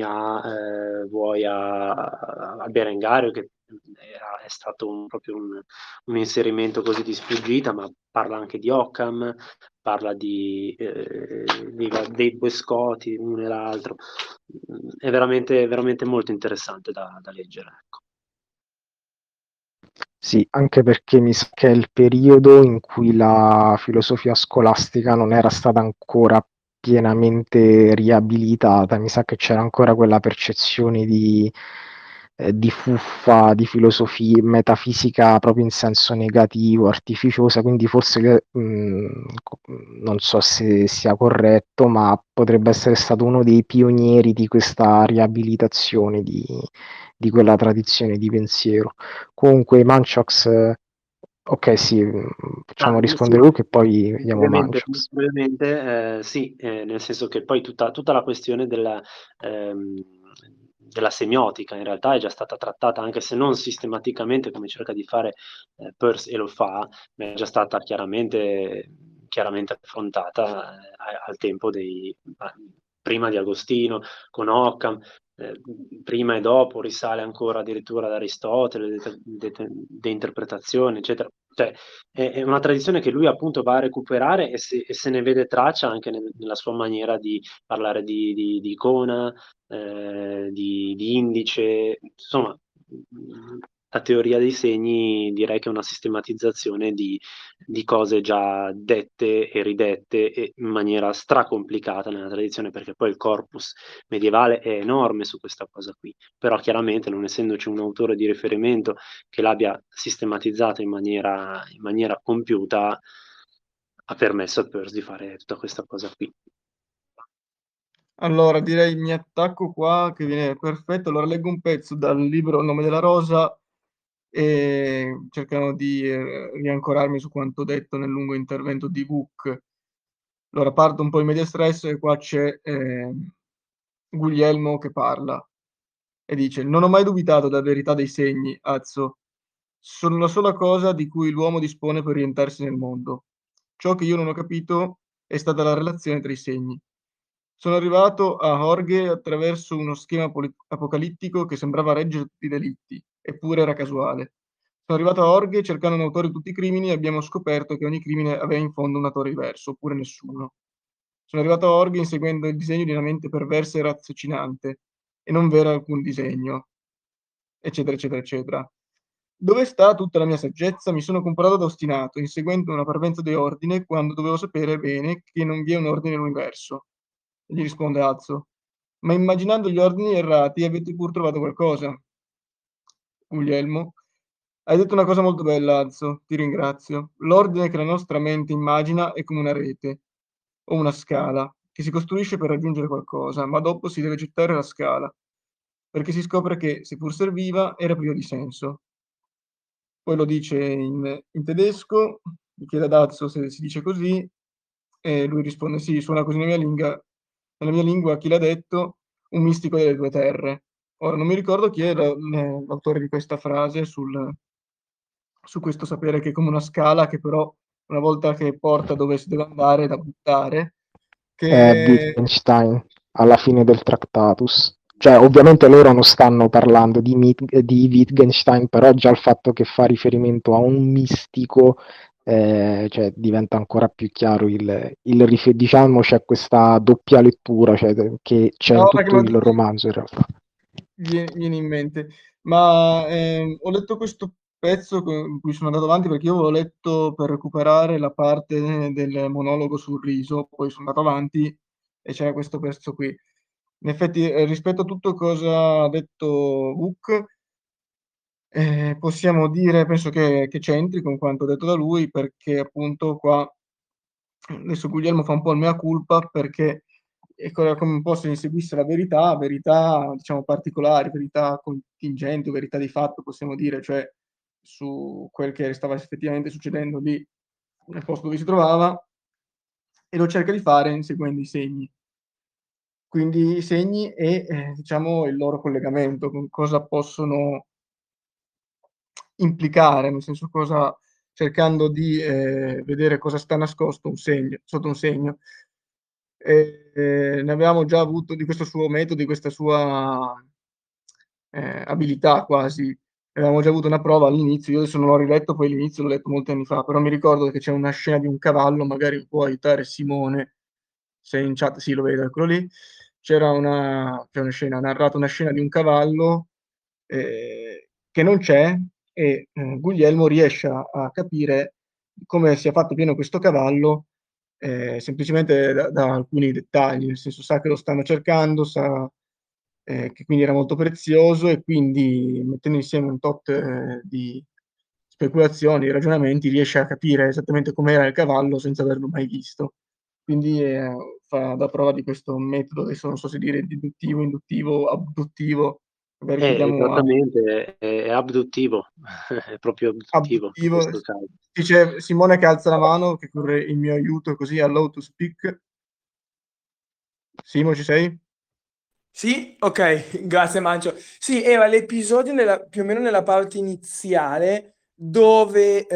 a Berengario, che è stato proprio un inserimento così di sfuggita, ma parla anche di Occam, parla dei due Scoti, uno e l'altro. È veramente molto interessante da leggere. Ecco. Sì, anche perché mi sa che è il periodo in cui la filosofia scolastica non era stata ancora pienamente riabilitata, mi sa che c'era ancora quella percezione di fuffa, di filosofia, metafisica proprio in senso negativo, artificiosa, quindi forse non so se sia corretto, ma potrebbe essere stato uno dei pionieri di questa riabilitazione di quella tradizione di pensiero. Comunque, Manchox, ok, sì, facciamo rispondere Sì, Luke e poi vediamo brevemente, Manchox. sì, nel senso che poi tutta la questione ehm, della semiotica in realtà è già stata trattata, anche se non sistematicamente come cerca di fare Peirce, e lo fa, ma è già stata chiaramente affrontata al tempo prima di Agostino, con Occam, eh, prima e dopo risale ancora addirittura ad Aristotele, deinterpretazione, eccetera. Cioè, è una tradizione che lui appunto va a recuperare e se ne vede traccia anche nella sua maniera di parlare di icona, di indice, insomma, la teoria dei segni direi che è una sistematizzazione di cose già dette e ridette e in maniera stracomplicata nella tradizione, perché poi il corpus medievale è enorme su questa cosa qui, però chiaramente non essendoci un autore di riferimento che l'abbia sistematizzata in maniera compiuta, ha permesso a Peirce di fare tutta questa cosa qui. Allora, direi mi attacco qua che viene perfetto. Allora, leggo un pezzo dal libro Il nome della rosa e cercano di riancorarmi su quanto detto nel lungo intervento di Book. Allora, parto un po' in media stress e qua c'è Guglielmo che parla e dice: Non ho mai dubitato della verità dei segni, Azzo. Sono la sola cosa di cui l'uomo dispone per orientarsi nel mondo. Ciò che io non ho capito è stata la relazione tra i segni. Sono arrivato a Jorge attraverso uno schema apocalittico che sembrava reggere tutti i delitti, eppure era casuale. Sono arrivato a Jorge cercando un autore di tutti i crimini e abbiamo scoperto che ogni crimine aveva in fondo un autore diverso, oppure nessuno. Sono arrivato a Jorge inseguendo il disegno di una mente perversa e raziocinante, e non v'era alcun disegno, eccetera, eccetera, eccetera. Dove sta tutta la mia saggezza? Mi sono comportato da ostinato, inseguendo una parvenza di ordine, quando dovevo sapere bene che non vi è un ordine nell'universo. E gli risponde Azzo: Ma immaginando gli ordini errati avete pur trovato qualcosa. Guglielmo: Hai detto una cosa molto bella, Azzo, ti ringrazio. L'ordine che la nostra mente immagina è come una rete o una scala che si costruisce per raggiungere qualcosa, ma dopo si deve gettare la scala, perché si scopre che, seppur serviva, era priva di senso. Poi lo dice in tedesco, gli chiede ad Azzo se si dice così, e lui risponde: Sì, suona così nella mia lingua chi l'ha detto, un mistico delle due terre. Ora non mi ricordo chi è l'autore di questa frase su questo sapere che è come una scala che però una volta che porta dove si deve andare è da buttare, che Wittgenstein alla fine del Tractatus. Cioè, ovviamente loro non stanno parlando di Wittgenstein, però già il fatto che fa riferimento a un mistico, cioè, diventa ancora più chiaro diciamo, c'è questa doppia lettura, cioè, che c'è in ora che me tutto lo il dici romanzo in realtà. viene in mente. Ma ho letto questo pezzo in cui sono andato avanti perché io avevo letto per recuperare la parte del monologo sul riso, poi sono andato avanti e c'era questo pezzo qui. In effetti, rispetto a tutto cosa ha detto Book, possiamo dire, penso che c'entri con quanto detto da lui, perché appunto qua adesso Guglielmo fa un po' il mea culpa perché è come un po' se ne seguisse la verità, verità diciamo particolari, verità contingenti o verità di fatto possiamo dire, cioè su quel che stava effettivamente succedendo lì nel posto dove si trovava, e lo cerca di fare inseguendo i segni. quindi i segni e diciamo il loro collegamento, con cosa possono implicare, nel senso cosa, cercando di vedere cosa sta nascosto sotto un segno. Ne avevamo già avuto di questo suo metodo, di questa sua abilità quasi. Avevamo già avuto una prova all'inizio, io adesso non l'ho riletto, poi l'inizio l'ho letto molti anni fa, però mi ricordo che c'è una scena di un cavallo, magari può aiutare Simone, se in chat, sì, lo vedo, eccolo lì. C'è una scena, ha narrato una scena di un cavallo che non c'è e Guglielmo riesce a capire come sia fatto pieno questo cavallo semplicemente da alcuni dettagli, nel senso sa che lo stanno cercando, sa che quindi era molto prezioso e quindi mettendo insieme un tot di speculazioni, ragionamenti, riesce a capire esattamente com'era il cavallo senza averlo mai visto. Quindi fa da prova di questo metodo, adesso non so se dire deduttivo, induttivo, abduttivo, magari chiediamo a Esattamente, è abduttivo, è proprio abduttivo in abduttivo. questo caso. Dice Simone che alza la mano, che corre in mio aiuto così allow to speak. Simo, ci sei? Sì, ok, grazie Mancio. Sì, era l'episodio più o meno nella parte iniziale dove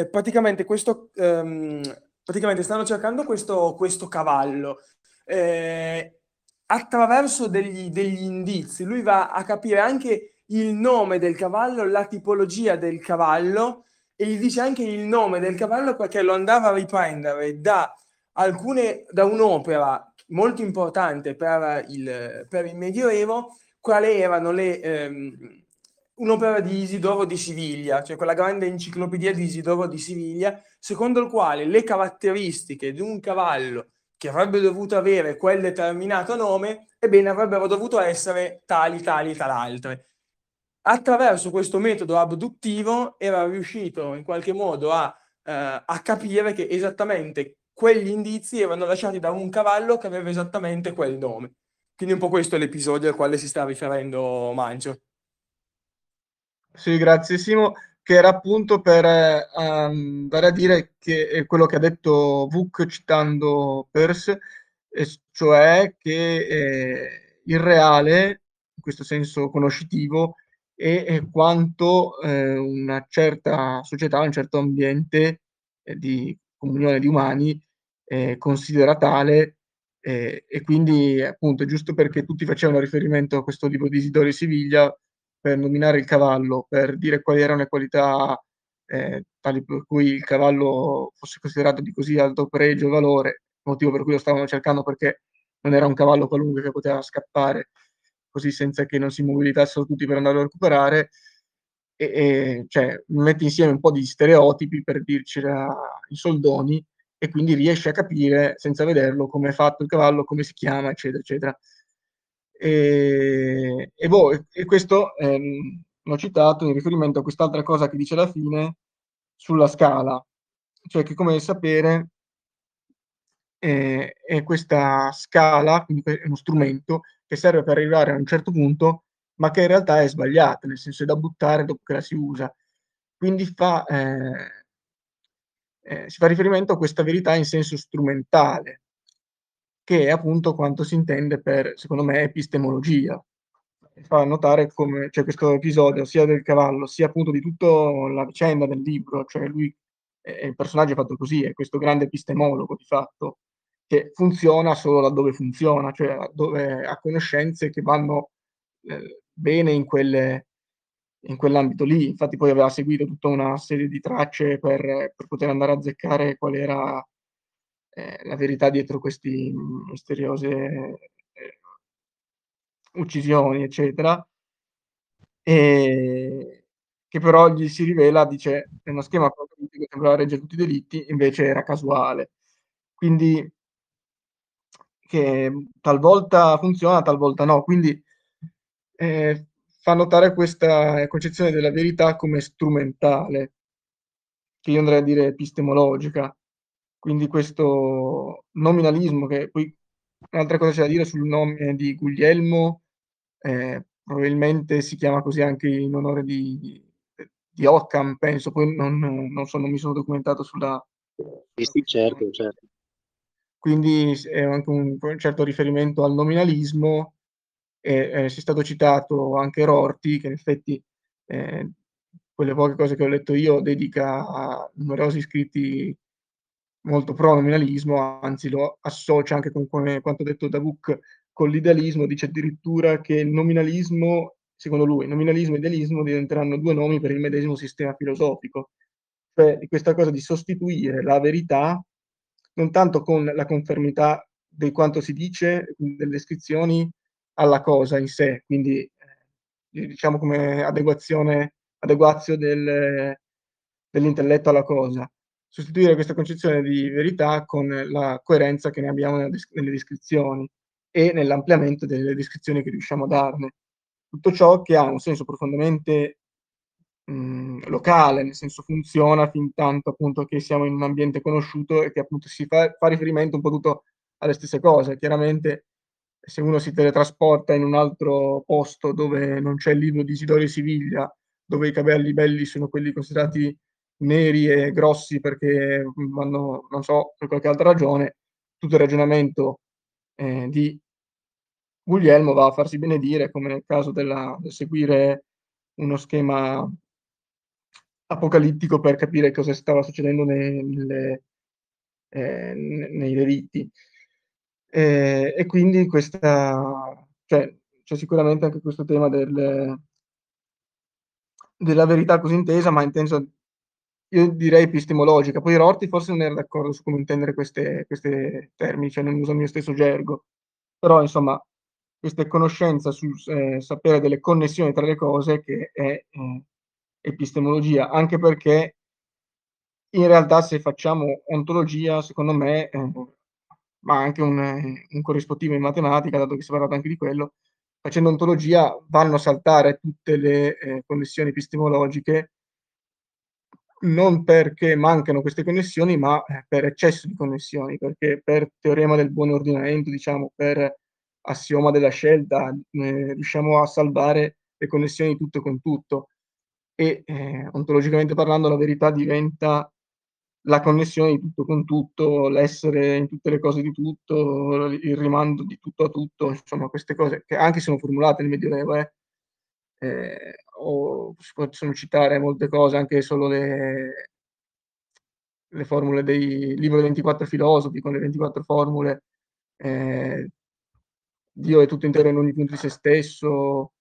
praticamente stanno cercando questo cavallo. Eh, Attraverso degli indizi, lui va a capire anche il nome del cavallo, la tipologia del cavallo e gli dice anche il nome del cavallo perché lo andava a riprendere da un'opera molto importante per il Medioevo, quali erano un'opera di Isidoro di Siviglia, cioè quella grande enciclopedia di Isidoro di Siviglia, secondo il quale le caratteristiche di un cavallo che avrebbe dovuto avere quel determinato nome, ebbene avrebbero dovuto essere tali, tali, talaltre. Attraverso questo metodo abduttivo era riuscito in qualche modo a capire che esattamente quegli indizi erano lasciati da un cavallo che aveva esattamente quel nome. Quindi un po' questo è l'episodio al quale si sta riferendo Mancio. Sì, grazie Simo, che era appunto per andare a dire che è quello che ha detto Vuk citando Peirce, cioè che il reale, in questo senso conoscitivo, è quanto una certa società, un certo ambiente di comunione di umani considera tale e quindi appunto giusto perché tutti facevano riferimento a questo libro di Isidoro Siviglia per nominare il cavallo, per dire quali erano le qualità tali per cui il cavallo fosse considerato di così alto pregio e valore, motivo per cui lo stavano cercando perché non era un cavallo qualunque che poteva scappare così senza che non si mobilitassero tutti per andarlo a recuperare, cioè mette insieme un po' di stereotipi per dirci i soldoni e quindi riesce a capire senza vederlo come è fatto il cavallo, come si chiama, eccetera, eccetera. E questo l'ho citato in riferimento a quest'altra cosa che dice alla fine sulla scala, cioè che come sapere è questa scala, quindi è uno strumento che serve per arrivare a un certo punto, ma che in realtà è sbagliata, nel senso è da buttare dopo che la si usa. Quindi si fa riferimento a questa verità in senso strumentale, che è appunto quanto si intende per, secondo me, epistemologia. Fa notare come c'è questo episodio sia del cavallo, sia appunto di tutta la vicenda del libro, cioè lui, il personaggio è fatto così, è questo grande epistemologo di fatto, che funziona solo laddove funziona, cioè dove ha conoscenze che vanno bene in quell'ambito lì. Infatti poi aveva seguito tutta una serie di tracce per poter andare a azzeccare qual era la verità dietro queste misteriose uccisioni, eccetera, e che però gli si rivela, dice, è uno schema che sembrava reggere tutti i delitti, invece era casuale. Quindi che talvolta funziona, talvolta no. Quindi fa notare questa concezione della verità come strumentale, che io andrei a dire epistemologica. Quindi questo nominalismo, che poi un'altra cosa c'è da dire sul nome di Guglielmo, probabilmente si chiama così anche in onore di Occam, penso, poi non mi sono documentato sulla Sì, sì, certo, certo. quindi è anche un certo riferimento al nominalismo. Si è stato citato anche Rorty, che in effetti quelle poche cose che ho letto io dedica a numerosi scritti molto pro nominalismo, anzi lo associa anche con quanto detto da Book con l'idealismo, dice addirittura che il nominalismo, secondo lui, nominalismo e idealismo diventeranno due nomi per il medesimo sistema filosofico, cioè di questa cosa di sostituire la verità non tanto con la confermità di quanto si dice delle descrizioni alla cosa in sé, quindi diciamo come adeguazio dell'intelletto alla cosa. Sostituire questa concezione di verità con la coerenza che ne abbiamo nelle descrizioni e nell'ampliamento delle descrizioni che riusciamo a darne. Tutto ciò che ha un senso profondamente locale, nel senso funziona fin tanto appunto che siamo in un ambiente conosciuto e che appunto si fa riferimento un po' tutto alle stesse cose. Chiaramente se uno si teletrasporta in un altro posto dove non c'è il libro di Isidoro Siviglia, dove i capelli belli sono quelli considerati neri e grossi perché vanno, non so, per qualche altra ragione, tutto il ragionamento di Guglielmo va a farsi benedire, come nel caso del seguire uno schema apocalittico per capire cosa stava succedendo nei delitti. E quindi c'è sicuramente anche questo tema della verità così intesa, ma intesa, io direi epistemologica. Poi Rorty forse non era d'accordo su come intendere queste termini, cioè non usa il mio stesso gergo. Però, insomma, questa conoscenza sul sapere delle connessioni tra le cose che è epistemologia, anche perché in realtà se facciamo ontologia, secondo me, ma anche un corrispettivo in matematica, dato che si è parlato anche di quello, facendo ontologia vanno a saltare tutte le connessioni epistemologiche, non perché mancano queste connessioni, ma per eccesso di connessioni, perché per teorema del buon ordinamento, diciamo, per assioma della scelta, riusciamo a salvare le connessioni tutto con tutto. E ontologicamente parlando la verità diventa la connessione di tutto con tutto, l'essere in tutte le cose di tutto, il rimando di tutto a tutto, insomma queste cose che anche sono formulate nel Medioevo, o si possono citare molte cose, anche solo le formule del libro dei 24 filosofi, con le 24 formule, Dio è tutto intero in ogni punto di se stesso,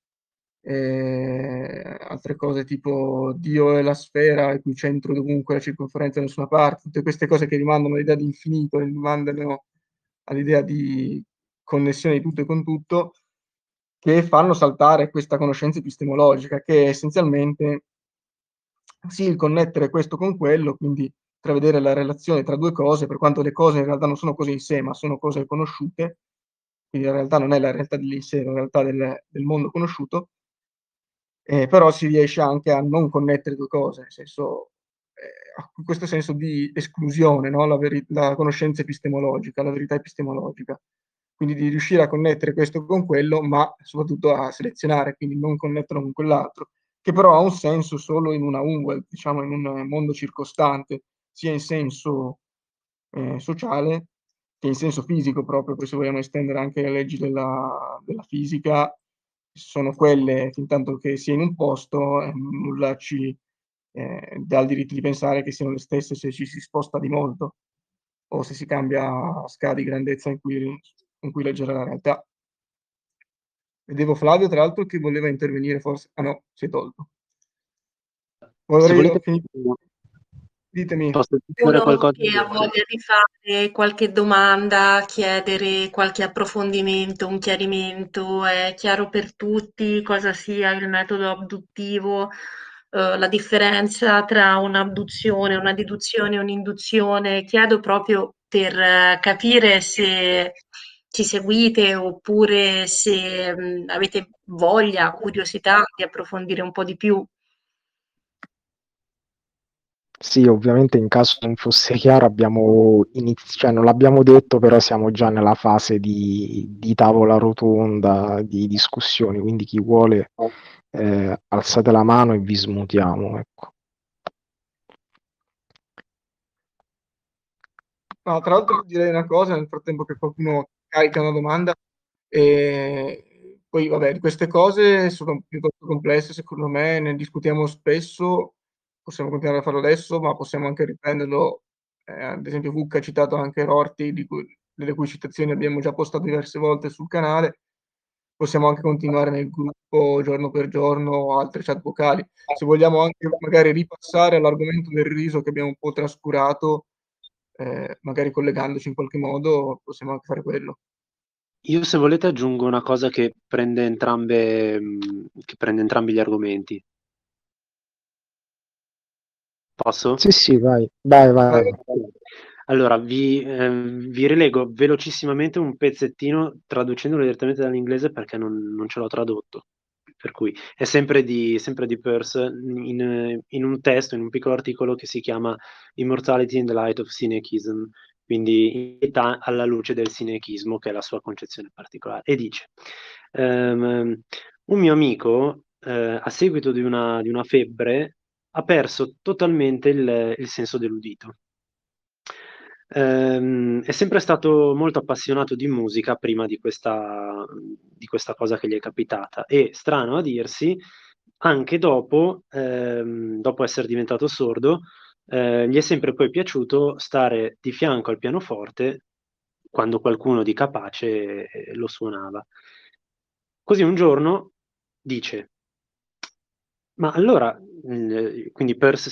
altre cose tipo Dio è la sfera, il cui centro dovunque, la circonferenza da nessuna parte, tutte queste cose che rimandano all'idea di infinito, rimandano all'idea di connessione di tutto e con tutto, che fanno saltare questa conoscenza epistemologica, che è essenzialmente sì il connettere questo con quello, quindi travedere la relazione tra due cose, per quanto le cose in realtà non sono cose in sé, ma sono cose conosciute, quindi in realtà non è la realtà dell'in-sé, è la realtà del mondo conosciuto, però si riesce anche a non connettere due cose, nel senso, questo senso di esclusione, no? La conoscenza epistemologica, la verità epistemologica. Quindi di riuscire a connettere questo con quello, ma soprattutto a selezionare, quindi non connetterlo con quell'altro, che però ha un senso solo in una Umwelt, diciamo in un mondo circostante, sia in senso sociale che in senso fisico proprio, poi se vogliamo estendere anche le leggi della fisica, sono quelle, fin tanto che sia in un posto, nulla ci dà il diritto di pensare che siano le stesse se ci si sposta di molto o se si cambia scala di grandezza in cui leggere la realtà. Vedevo Flavio, tra l'altro, che voleva intervenire forse. Ah no, si è tolto. Se Ho volete, finito. Ditemi. posso dire Uno qualcosa? che ha voglia di fare qualche domanda, chiedere qualche approfondimento, un chiarimento, è chiaro per tutti cosa sia il metodo abduttivo, la differenza tra un'abduzione, una deduzione e un'induzione. Chiedo proprio per capire se ci seguite oppure se avete voglia, curiosità di approfondire un po' di più. Sì, ovviamente in caso non fosse chiaro cioè non l'abbiamo detto, però siamo già nella fase di tavola rotonda, di discussioni, quindi chi vuole alzate la mano e vi smutiamo, ecco. Ma tra l'altro direi una cosa, nel frattempo che qualcuno carica una domanda, poi vabbè, di queste cose sono piuttosto complesse, secondo me, ne discutiamo spesso, possiamo continuare a farlo adesso, ma possiamo anche riprenderlo, ad esempio Vuc ha citato anche Rorty, delle cui citazioni abbiamo già postato diverse volte sul canale, possiamo anche continuare nel gruppo giorno per giorno o altre chat vocali. Se vogliamo anche magari ripassare all'argomento del riso che abbiamo un po' trascurato, magari collegandoci in qualche modo, possiamo anche fare quello. Io, se volete, aggiungo una cosa che prende entrambi gli argomenti. Posso? Sì, sì, vai, vai, Vai. vai. Allora, vi rilego velocissimamente un pezzettino traducendolo direttamente dall'inglese perché non ce l'ho tradotto. Per cui è sempre di Peirce in un testo, in un piccolo articolo che si chiama Immortality in the Light of Synechism, quindi età alla luce del sinechismo, che è la sua concezione particolare. E dice, un mio amico, a seguito di una febbre, ha perso totalmente il senso dell'udito. È sempre stato molto appassionato di musica prima di questa cosa che gli è capitata e, strano a dirsi, anche dopo essere diventato sordo, gli è sempre poi piaciuto stare di fianco al pianoforte quando qualcuno di capace lo suonava. Così un giorno dice: ma allora, quindi Peirce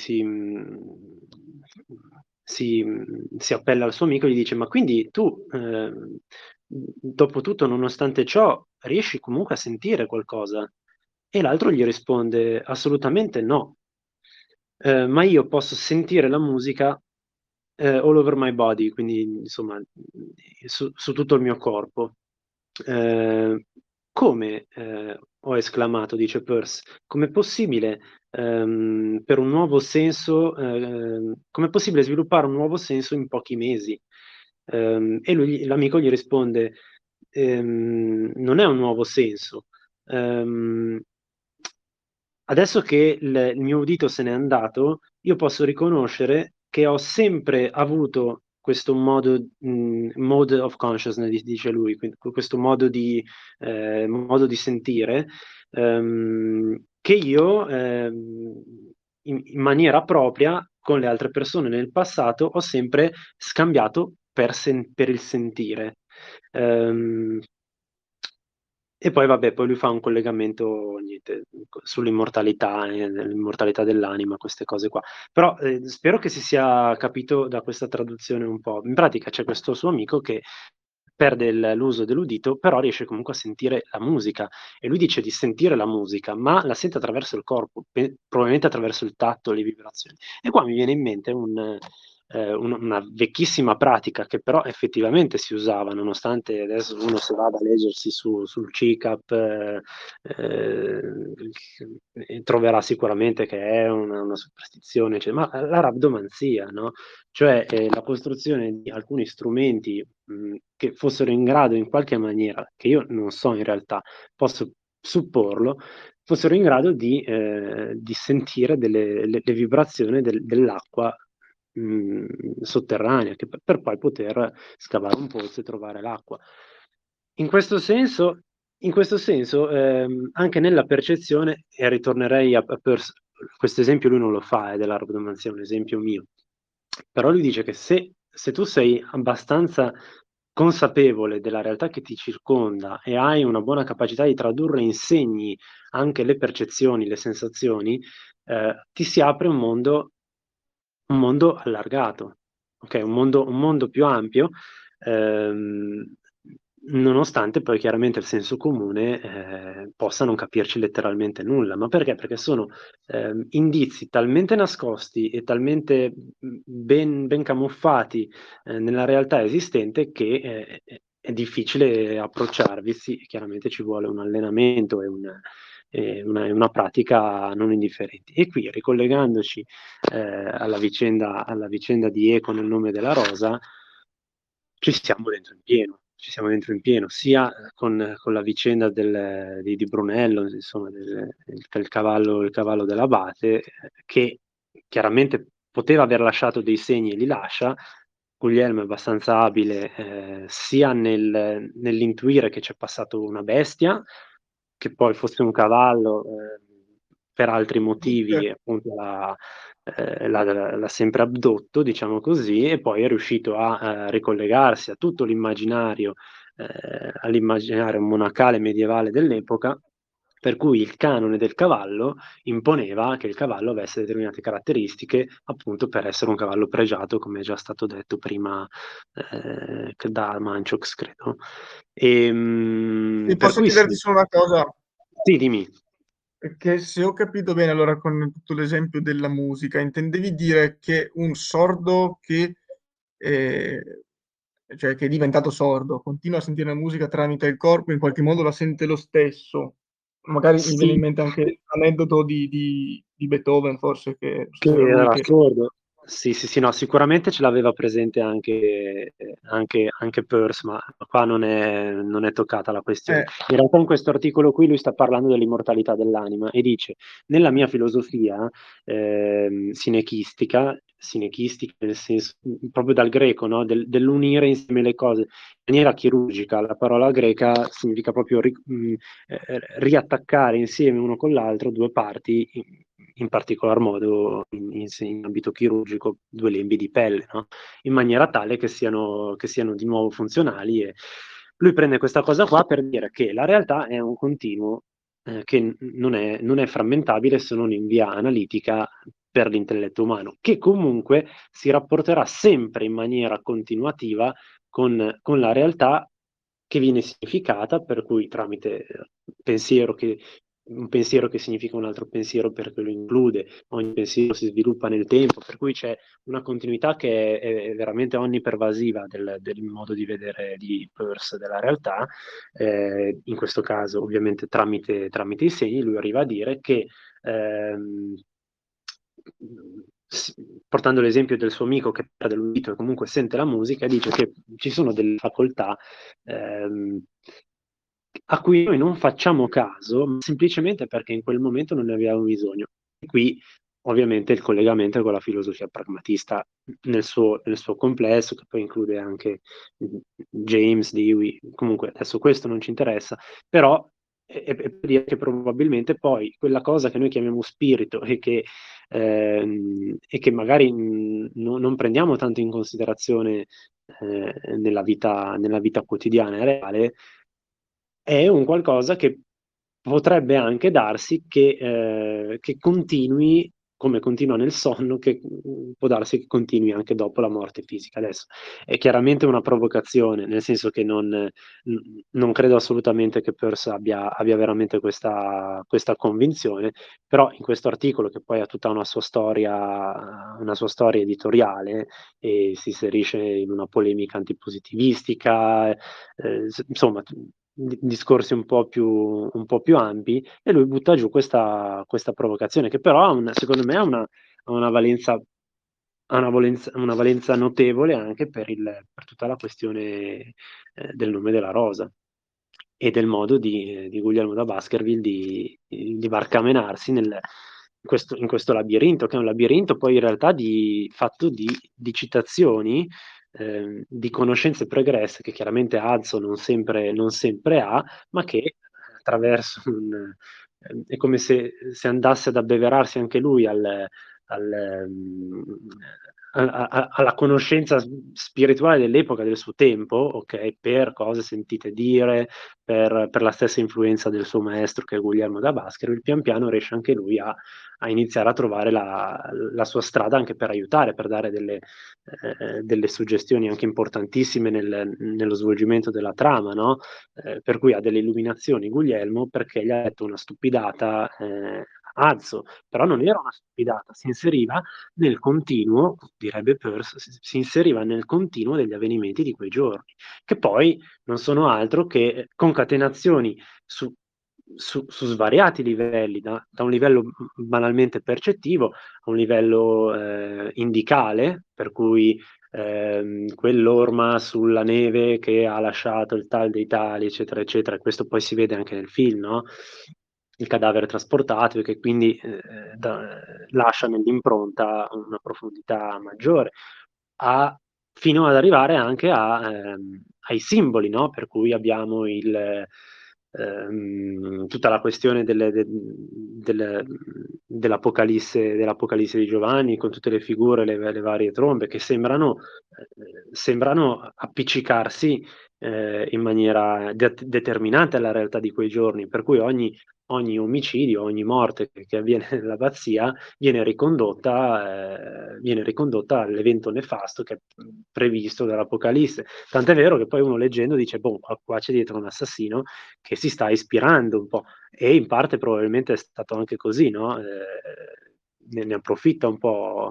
si appella al suo amico e gli dice: ma quindi tu, dopo tutto, nonostante ciò, riesci comunque a sentire qualcosa? E l'altro gli risponde: assolutamente no. Ma io posso sentire la musica all over my body, quindi insomma su tutto il mio corpo. Eh, come? Ho esclamato, dice Peirce, com'è possibile per un nuovo senso, com'è possibile sviluppare un nuovo senso in pochi mesi? E l'amico gli risponde: non è un nuovo senso. Ehm, Adesso che il mio udito se n'è andato, io posso riconoscere che ho sempre avuto questo mode of consciousness, dice lui, quindi questo modo di sentire, che io, in maniera propria, con le altre persone nel passato, ho sempre scambiato per il sentire. Ehm, e poi, vabbè, poi lui fa un collegamento, niente, sull'immortalità, l'immortalità dell'anima, queste cose qua. Però spero che si sia capito da questa traduzione un po'. In pratica c'è questo suo amico che perde l'uso dell'udito, però riesce comunque a sentire la musica. E lui dice di sentire la musica, ma la sente attraverso il corpo, probabilmente attraverso il tatto, le vibrazioni. E qua mi viene in mente una vecchissima pratica che però effettivamente si usava, nonostante adesso uno se vada a leggersi sul CICAP, troverà sicuramente che è una superstizione, ma la rabdomanzia, no? Cioè la costruzione di alcuni strumenti che fossero in grado in qualche maniera, che io non so in realtà, posso supporlo, fossero in grado di sentire le vibrazioni dell'acqua sotterranea, per poi poter scavare un pozzo e trovare l'acqua. In questo senso, anche nella percezione, e ritornerei questo esempio lui non lo fa, è della robomanzia, è un esempio mio, però lui dice che se tu sei abbastanza consapevole della realtà che ti circonda e hai una buona capacità di tradurre in segni anche le percezioni, le sensazioni, ti si apre un mondo allargato, ok? Un mondo più ampio, ehm, nonostante poi chiaramente il senso comune possa non capirci letteralmente nulla. Ma perché? Perché sono indizi talmente nascosti e talmente ben camuffati nella realtà esistente che è difficile approcciarvi. Sì, chiaramente ci vuole un allenamento e una pratica non indifferenti. E qui, ricollegandoci alla vicenda di Eco nel nome della rosa, ci siamo dentro in pieno, sia con la vicenda di Brunello, insomma, il cavallo dell'abate, che chiaramente poteva aver lasciato dei segni e li lascia, Guglielmo è abbastanza abile sia nell'intuire che c'è passato una bestia, che poi fosse un cavallo, per altri motivi, appunto l'ha sempre abdotto, diciamo così, e poi è riuscito a ricollegarsi a tutto l'immaginario, all'immaginario monacale medievale dell'epoca, per cui il canone del cavallo imponeva che il cavallo avesse determinate caratteristiche, appunto per essere un cavallo pregiato, come è già stato detto prima da Manchiox, credo. E Per posso cui chiederti sì. solo una cosa? Sì, dimmi. Che se ho capito bene, allora con tutto l'esempio della musica, intendevi dire che un sordo eh, cioè che è diventato sordo, continua a sentire la musica tramite il corpo, in qualche modo la sente lo stesso. Magari mi viene in Sì, mente anche l'aneddoto di Beethoven, forse, che non so che se era lui era che... sordo. Sì, sì, sì, no, sicuramente ce l'aveva presente anche Peirce, ma qua non è toccata la questione. Eh, In realtà in questo articolo qui lui sta parlando dell'immortalità dell'anima e dice, nella mia filosofia sinechistica nel senso, proprio dal greco, no? Dell'unire insieme le cose in maniera chirurgica, la parola greca significa proprio riattaccare insieme uno con l'altro due parti, in particolar modo in ambito chirurgico, due lembi di pelle, no? In maniera tale che siano di nuovo funzionali. E lui prende questa cosa qua per dire che la realtà è un continuo che non è frammentabile se non in via analitica per l'intelletto umano, che comunque si rapporterà sempre in maniera continuativa con la realtà che viene significata, per cui tramite un pensiero che significa un altro pensiero perché lo include, ogni pensiero si sviluppa nel tempo, per cui c'è una continuità che è veramente onnipervasiva del modo di vedere di Peirce della realtà. In questo caso ovviamente tramite i segni lui arriva a dire che ehm, portando l'esempio del suo amico che perde l'udito e comunque sente la musica, dice che ci sono delle facoltà ehm, a cui noi non facciamo caso, ma semplicemente perché in quel momento non ne abbiamo bisogno. E qui ovviamente il collegamento è con la filosofia pragmatista nel suo complesso, che poi include anche James, Dewey, comunque adesso questo non ci interessa, però è per dire che probabilmente poi quella cosa che noi chiamiamo spirito e che magari non prendiamo tanto in considerazione nella vita quotidiana e reale, è un qualcosa che potrebbe anche darsi che continui come continua nel sonno, che può darsi che continui anche dopo la morte fisica. Adesso è chiaramente una provocazione, nel senso che non credo assolutamente che Peirce abbia veramente questa convinzione, però in questo articolo, che poi ha tutta una sua storia editoriale e si inserisce in una polemica antipositivistica, insomma, discorsi un po' più ampi, e lui butta giù questa provocazione, che però secondo me ha una valenza notevole anche per tutta la questione del nome della rosa e del modo di Guglielmo da Baskerville di barcamenarsi in questo labirinto, che è un labirinto poi in realtà fatto di citazioni, di conoscenze pregresse che chiaramente Azzo non sempre ha, ma che attraverso è come se andasse ad abbeverarsi anche lui al, ehm, alla conoscenza spirituale dell'epoca, del suo tempo, ok, per cose sentite dire, per la stessa influenza del suo maestro che è Guglielmo da Baskerville, pian piano riesce anche lui a iniziare a trovare la sua strada anche per aiutare, per dare delle suggestioni anche importantissime nello svolgimento della trama, no? Per cui ha delle illuminazioni Guglielmo perché gli ha detto una stupidata Azzo, però non era una stupidata, si inseriva nel continuo, direbbe Peirce, si inseriva nel continuo degli avvenimenti di quei giorni, che poi non sono altro che concatenazioni su svariati livelli, da un livello banalmente percettivo a un livello indicale, per cui quell'orma sulla neve che ha lasciato il tal dei tali, eccetera, eccetera. Questo poi si vede anche nel film, no? Il cadavere trasportato e che quindi lascia nell'impronta una profondità maggiore. A fino ad arrivare anche ai simboli, no? Per cui abbiamo tutta la questione dell'Apocalisse di Giovanni, con tutte le figure, le varie trombe, che sembrano appiccicarsi in maniera determinante alla realtà di quei giorni, per cui ogni omicidio, ogni morte che avviene nell'abbazia viene ricondotta all'evento nefasto che è previsto dall'Apocalisse. Tant'è vero che poi uno leggendo dice, boh, qua c'è dietro un assassino che si sta ispirando un po', e in parte probabilmente è stato anche così, no? Ne approfitta un po'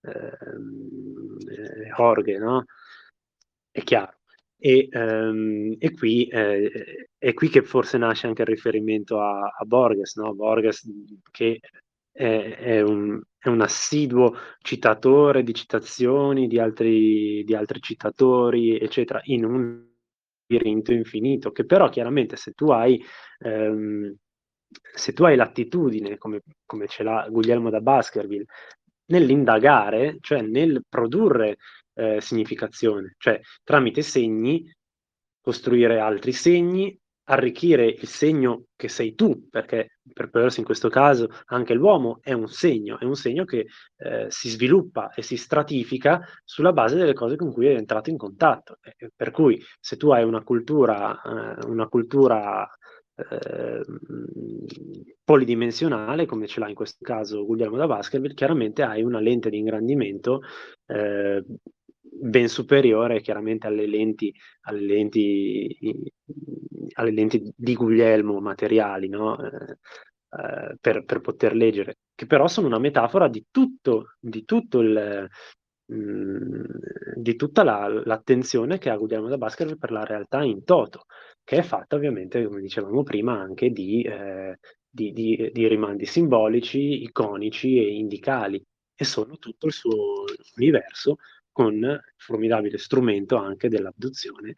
Jorge, no? È chiaro. E qui è qui che forse nasce anche il riferimento a Borges, no? Borges che è un assiduo citatore di citazioni di altri citatori, eccetera, in un labirinto infinito, che però chiaramente se tu hai l'attitudine, come ce l'ha Guglielmo da Baskerville, nell'indagare, cioè nel produrre significazione, cioè tramite segni costruire altri segni, arricchire il segno che sei tu, perché per Peirce in questo caso anche l'uomo è un segno che si sviluppa e si stratifica sulla base delle cose con cui è entrato in contatto. Per cui se tu hai una cultura polidimensionale, come ce l'ha in questo caso Guglielmo da Baskerville, chiaramente hai una lente di ingrandimento ben superiore chiaramente alle lenti di Guglielmo materiali, no? Per poter leggere, che però sono una metafora di tutta l'attenzione che ha Guglielmo da Baskerville per la realtà in toto, che è fatta ovviamente, come dicevamo prima, anche di rimandi simbolici, iconici e indicali, e sono tutto il suo universo, con il formidabile strumento anche dell'abduzione,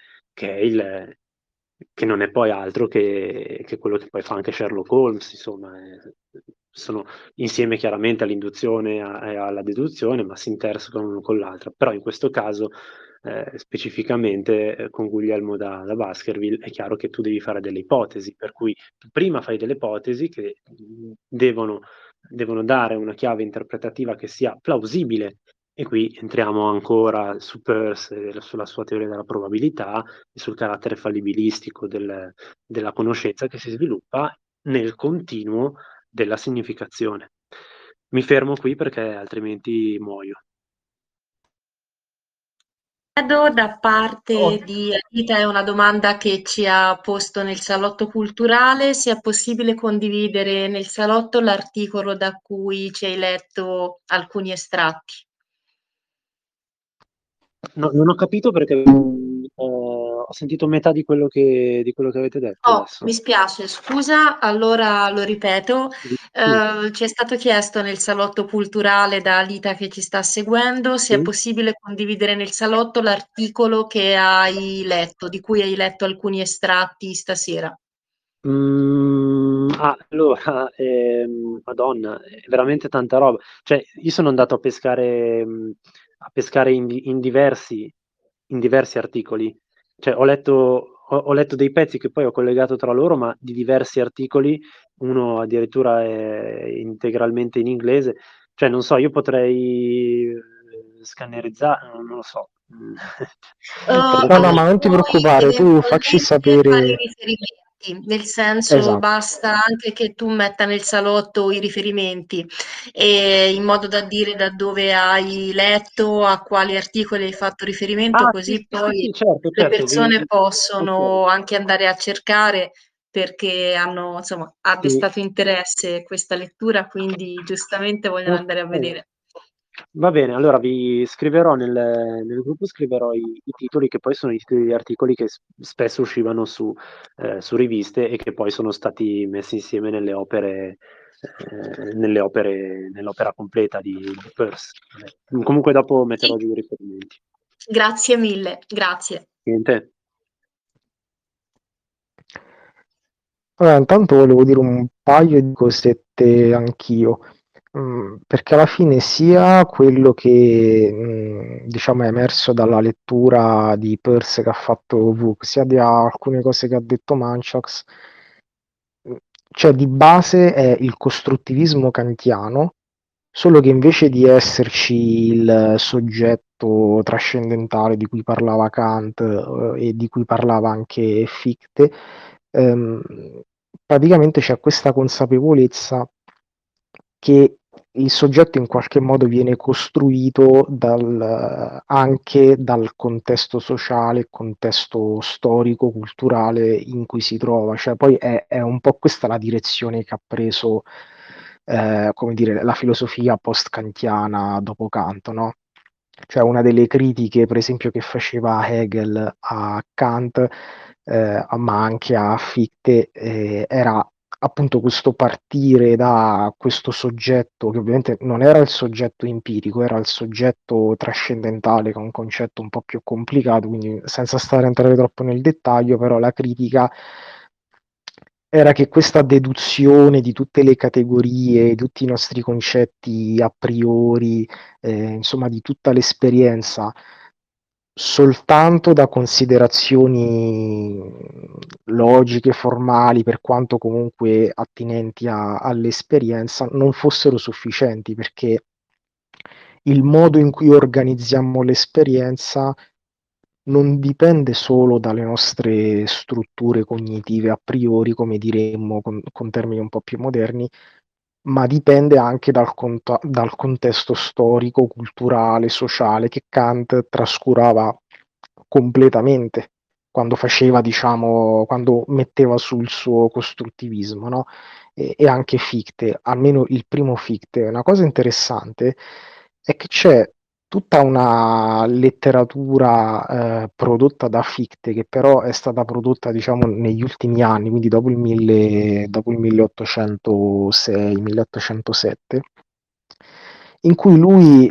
che non è poi altro che quello che poi fa anche Sherlock Holmes, insomma, sono insieme chiaramente all'induzione e alla deduzione, ma si intersecano l'uno con l'altro. Però in questo caso, specificamente con Guglielmo da Baskerville, è chiaro che tu devi fare delle ipotesi, per cui tu prima fai delle ipotesi che devono dare una chiave interpretativa che sia plausibile. E qui entriamo ancora su Peirce, sulla sua teoria della probabilità e sul carattere fallibilistico della conoscenza che si sviluppa nel continuo della significazione. Mi fermo qui perché altrimenti muoio. Chiedo da parte di Anita, è una domanda che ci ha posto nel salotto culturale, se è possibile condividere nel salotto l'articolo da cui ci hai letto alcuni estratti. No, non ho capito perché ho sentito metà di quello che avete detto adesso. Mi spiace, scusa, allora lo ripeto. Sì. Ci è stato chiesto nel salotto culturale da Alita che ci sta seguendo se è Sì. possibile condividere nel salotto l'articolo che hai letto, di cui hai letto alcuni estratti stasera. Allora, Madonna, è veramente tanta roba. Cioè, io sono andato a pescare in diversi articoli. Cioè, ho letto dei pezzi che poi ho collegato tra loro, ma di diversi articoli, uno addirittura è integralmente in inglese. Cioè, non so, io potrei scannerizzare, non lo so. No, ma non ti preoccupare, tu facci Fare i sapere. riferimenti, nel senso Esatto. basta anche che tu metta nel salotto i riferimenti in modo da dire da dove hai letto, a quali articoli hai fatto riferimento, così poi certo, le certo. persone Ok. possono anche andare a cercare perché hanno, insomma, ha Sì. destato interesse questa lettura, quindi giustamente vogliono andare a vedere. Va bene, allora vi scriverò nel gruppo, scriverò i titoli, che poi sono i titoli degli articoli che spesso uscivano su riviste e che poi sono stati messi insieme nell'opera completa di Peirce. Comunque dopo metterò giù i riferimenti. Grazie mille, grazie. Niente. Allora, intanto volevo dire un paio di cosette anch'io. perché alla fine sia quello che diciamo è emerso dalla lettura di Peirce che ha fatto Vuk, sia di alcune cose che ha detto Manchax, cioè di base è il costruttivismo kantiano, solo che invece di esserci il soggetto trascendentale di cui parlava Kant e di cui parlava anche Fichte, ehm, praticamente c'è questa consapevolezza che il soggetto in qualche modo viene costruito anche dal contesto sociale, contesto storico, culturale in cui si trova. Cioè, poi è un po' questa la direzione che ha preso, come dire, la filosofia post-kantiana dopo Kant, no? Cioè una delle critiche, per esempio, che faceva Hegel a Kant, ma anche a Fichte, era appunto questo partire da questo soggetto che ovviamente non era il soggetto empirico, era il soggetto trascendentale, che è un concetto un po' più complicato, quindi senza stare a entrare troppo nel dettaglio, però la critica era che questa deduzione di tutte le categorie, tutti i nostri concetti a priori, insomma di tutta l'esperienza, soltanto da considerazioni logiche, formali, per quanto comunque attinenti all'esperienza, non fossero sufficienti, perché il modo in cui organizziamo l'esperienza non dipende solo dalle nostre strutture cognitive a priori, come diremmo con termini un po' più moderni, ma dipende anche dal contesto storico, culturale, sociale che Kant trascurava completamente quando faceva, diciamo, quando metteva sul suo costruttivismo, no? E anche Fichte, almeno il primo Fichte. Una cosa interessante è che c'è tutta una letteratura prodotta da Fichte, che però è stata prodotta, diciamo, negli ultimi anni, quindi dopo il 1806-1807, in cui lui,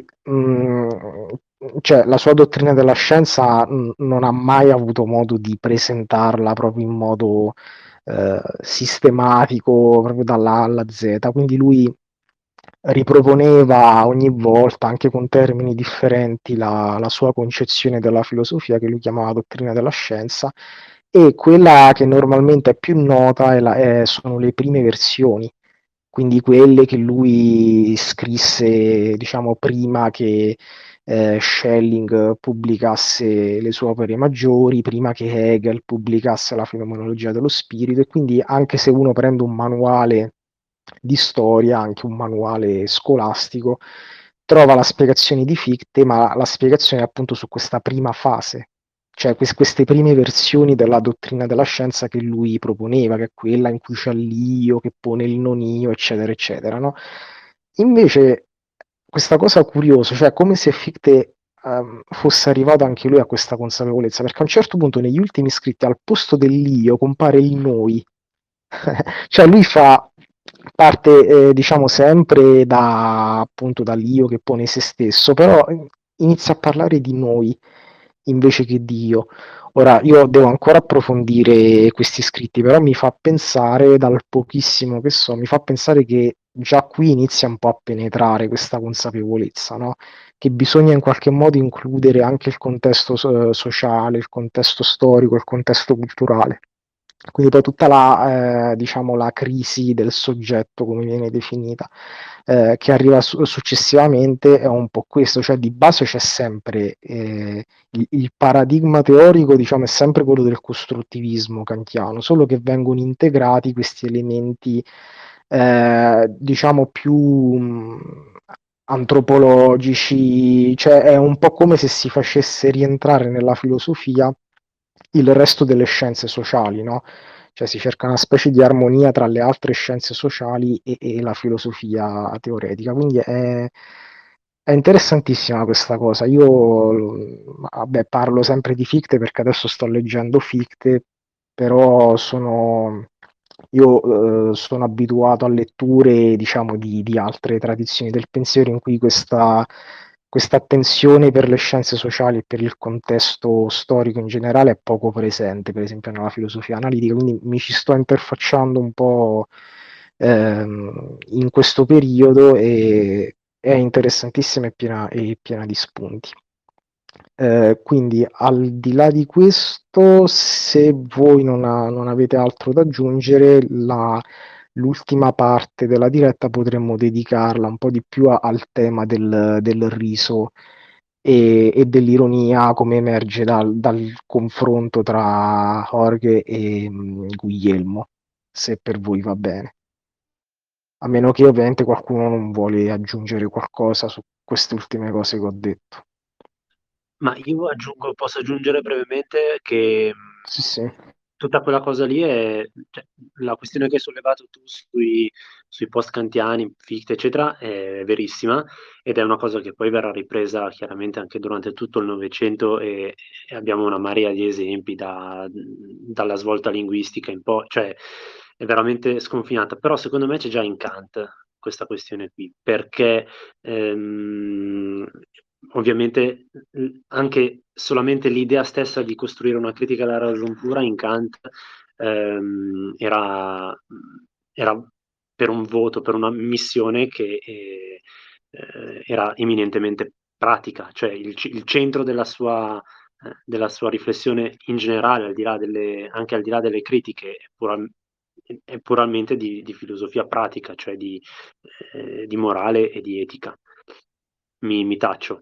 cioè la sua dottrina della scienza non ha mai avuto modo di presentarla proprio in modo sistematico, proprio dalla A alla Z, quindi lui riproponeva ogni volta, anche con termini differenti, la sua concezione della filosofia, che lui chiamava dottrina della scienza, e quella che normalmente è più nota sono le prime versioni, quindi quelle che lui scrisse, diciamo, prima che Schelling pubblicasse le sue opere maggiori, prima che Hegel pubblicasse la fenomenologia dello spirito, e quindi anche se uno prende un manuale di storia, anche un manuale scolastico, trova la spiegazione di Fichte, ma la spiegazione è appunto su questa prima fase, cioè queste prime versioni della dottrina della scienza che lui proponeva, che è quella in cui c'è l'io, che pone il non io, eccetera, eccetera, no? Invece, questa cosa curiosa, cioè come se Fichte fosse arrivato anche lui a questa consapevolezza, perché a un certo punto negli ultimi scritti al posto dell'io compare il noi, cioè lui fa parte, diciamo, sempre appunto dall'io che pone se stesso, però inizia a parlare di noi invece che di io. Ora, io devo ancora approfondire questi scritti, però mi fa pensare, dal pochissimo che so, mi fa pensare che già qui inizia un po' a penetrare questa consapevolezza, no? Che bisogna in qualche modo includere anche il contesto sociale, il contesto storico, il contesto culturale. Quindi poi tutta diciamo, la crisi del soggetto, come viene definita, che arriva successivamente, è un po' questo, cioè di base c'è sempre il paradigma teorico, diciamo, è sempre quello del costruttivismo kantiano, solo che vengono integrati questi elementi, diciamo, più antropologici, cioè è un po' come se si facesse rientrare nella filosofia il resto delle scienze sociali, no? Cioè si cerca una specie di armonia tra le altre scienze sociali e la filosofia teoretica, quindi è interessantissima questa cosa. Io, vabbè, parlo sempre di Fichte perché adesso sto leggendo Fichte, però io sono abituato a letture, diciamo, di altre tradizioni del pensiero in cui questa attenzione per le scienze sociali e per il contesto storico in generale è poco presente, per esempio nella filosofia analitica, quindi mi ci sto interfacciando un po' in questo periodo e è interessantissima e piena di spunti. Quindi al di là di questo, se voi non avete altro da aggiungere, l'ultima parte della diretta potremmo dedicarla un po' di più al tema del riso e dell'ironia come emerge dal confronto tra Jorge e Guglielmo, se per voi va bene. A meno che ovviamente qualcuno non vuole aggiungere qualcosa su queste ultime cose che ho detto. Ma io posso aggiungere brevemente che Sì, sì. tutta quella cosa lì è, cioè, la questione che hai sollevato tu sui post kantiani, Fichte, eccetera, è verissima ed è una cosa che poi verrà ripresa chiaramente anche durante tutto il Novecento e abbiamo una marea di esempi dalla svolta linguistica in poi, cioè è veramente sconfinata, però secondo me c'è già in Kant questa questione qui, perché ovviamente anche solamente l'idea stessa di costruire una critica alla ragion pura in Kant era per un voto, per una missione che era eminentemente pratica, cioè il centro della sua riflessione in generale, anche al di là delle critiche, è puramente di filosofia pratica, cioè di morale e di etica. Mi taccio.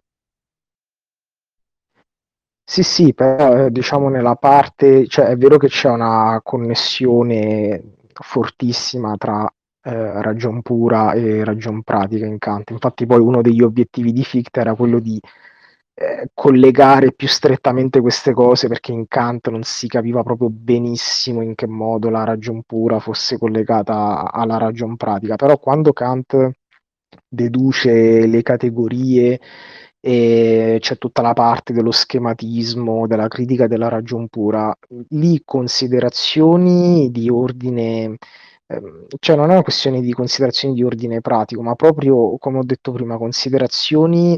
Sì, sì, però diciamo nella parte, cioè è vero che c'è una connessione fortissima tra ragion pura e ragion pratica in Kant. Infatti poi uno degli obiettivi di Fichte era quello di collegare più strettamente queste cose perché in Kant non si capiva proprio benissimo in che modo la ragion pura fosse collegata alla ragion pratica. Però quando Kant deduce le categorie e c'è tutta la parte dello schematismo, della critica della ragion pura, lì considerazioni di ordine, cioè non è una questione di considerazioni di ordine pratico, ma proprio, come ho detto prima, considerazioni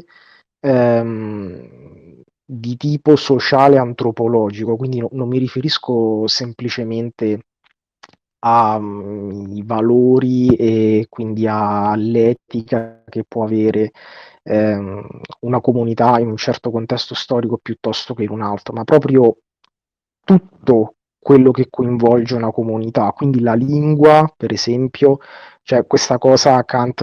di tipo sociale antropologico, quindi non mi riferisco semplicemente ai valori e quindi all'etica che può avere una comunità in un certo contesto storico piuttosto che in un altro, ma proprio tutto quello che coinvolge una comunità, quindi la lingua, per esempio, cioè questa cosa Kant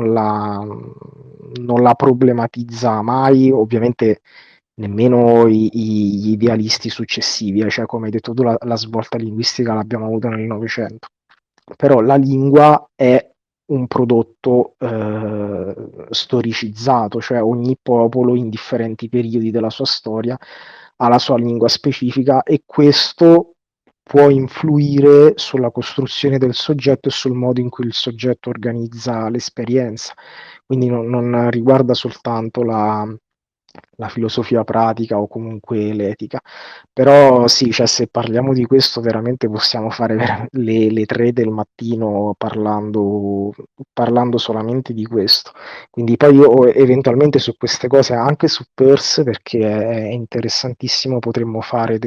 non la problematizza mai, ovviamente nemmeno gli idealisti successivi, cioè come hai detto tu la svolta linguistica l'abbiamo avuta nel Novecento, però la lingua è un prodotto storicizzato, cioè ogni popolo in differenti periodi della sua storia ha la sua lingua specifica e questo può influire sulla costruzione del soggetto e sul modo in cui il soggetto organizza l'esperienza. Quindi non riguarda soltanto la filosofia pratica o comunque l'etica. Però sì, cioè, se parliamo di questo veramente possiamo fare le 3 del mattino parlando solamente di questo. Quindi poi io eventualmente su queste cose, anche su Peirce, perché è interessantissimo, potremmo fare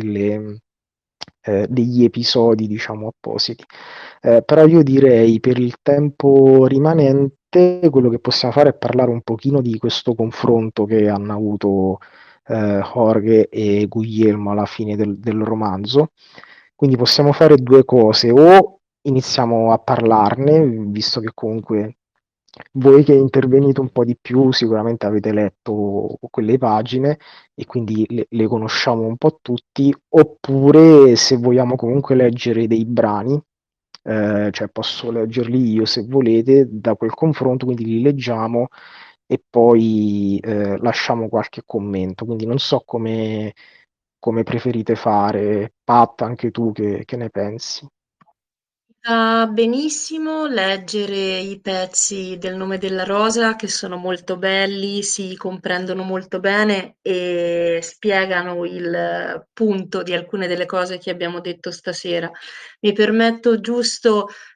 degli episodi, diciamo, appositi. Però io direi per il tempo rimanente quello che possiamo fare è parlare un pochino di questo confronto che hanno avuto Jorge e Guglielmo alla fine del romanzo. Quindi possiamo fare due cose, o iniziamo a parlarne, visto che comunque voi che intervenite un po' di più sicuramente avete letto quelle pagine e quindi le conosciamo un po' tutti, oppure se vogliamo comunque leggere dei brani, cioè posso leggerli io se volete da quel confronto, quindi li leggiamo e poi lasciamo qualche commento. Quindi non so come preferite fare. Pat, anche tu che ne pensi? Va benissimo leggere i pezzi del Nome della Rosa che sono molto belli, si comprendono molto bene e spiegano il punto di alcune delle cose che abbiamo detto stasera. Mi permetto giusto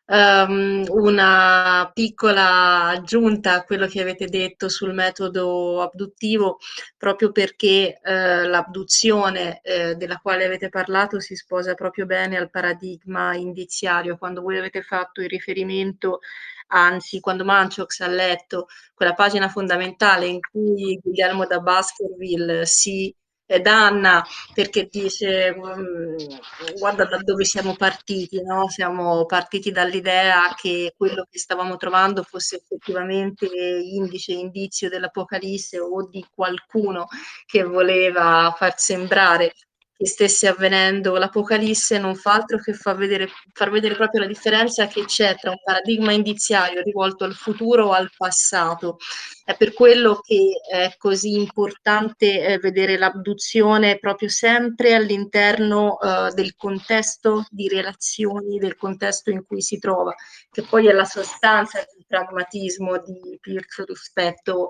Una piccola aggiunta a quello che avete detto sul metodo abduttivo, proprio perché l'abduzione della quale avete parlato si sposa proprio bene al paradigma indiziario. Quando voi avete fatto il riferimento, anzi, quando Manchiox ha letto quella pagina fondamentale in cui Guglielmo da Baskerville si danna perché dice guarda da dove siamo partiti, no? Siamo partiti dall'idea che quello che stavamo trovando fosse effettivamente indice, indizio dell'Apocalisse o di qualcuno che voleva far sembrare che stesse avvenendo l'Apocalisse, non fa altro che far vedere proprio la differenza che c'è tra un paradigma indiziario rivolto al futuro o al passato. È per quello che è così importante vedere l'abduzione proprio sempre all'interno del contesto di relazioni, del contesto in cui si trova, che poi è la sostanza del pragmatismo di Peirce rispetto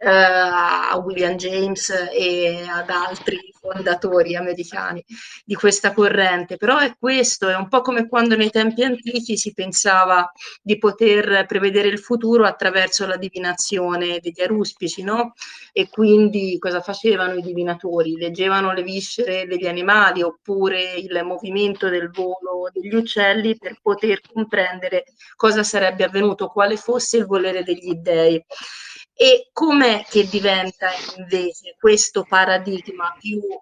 a William James e ad altri fondatori americani di questa corrente. Però è questo, è un po' come quando nei tempi antichi si pensava di poter prevedere il futuro attraverso la divinazione degli aruspici, no? E quindi cosa facevano i divinatori? Leggevano le viscere degli animali oppure il movimento del volo degli uccelli per poter comprendere cosa sarebbe avvenuto, quale fosse il volere degli dei. E com'è che diventa invece questo paradigma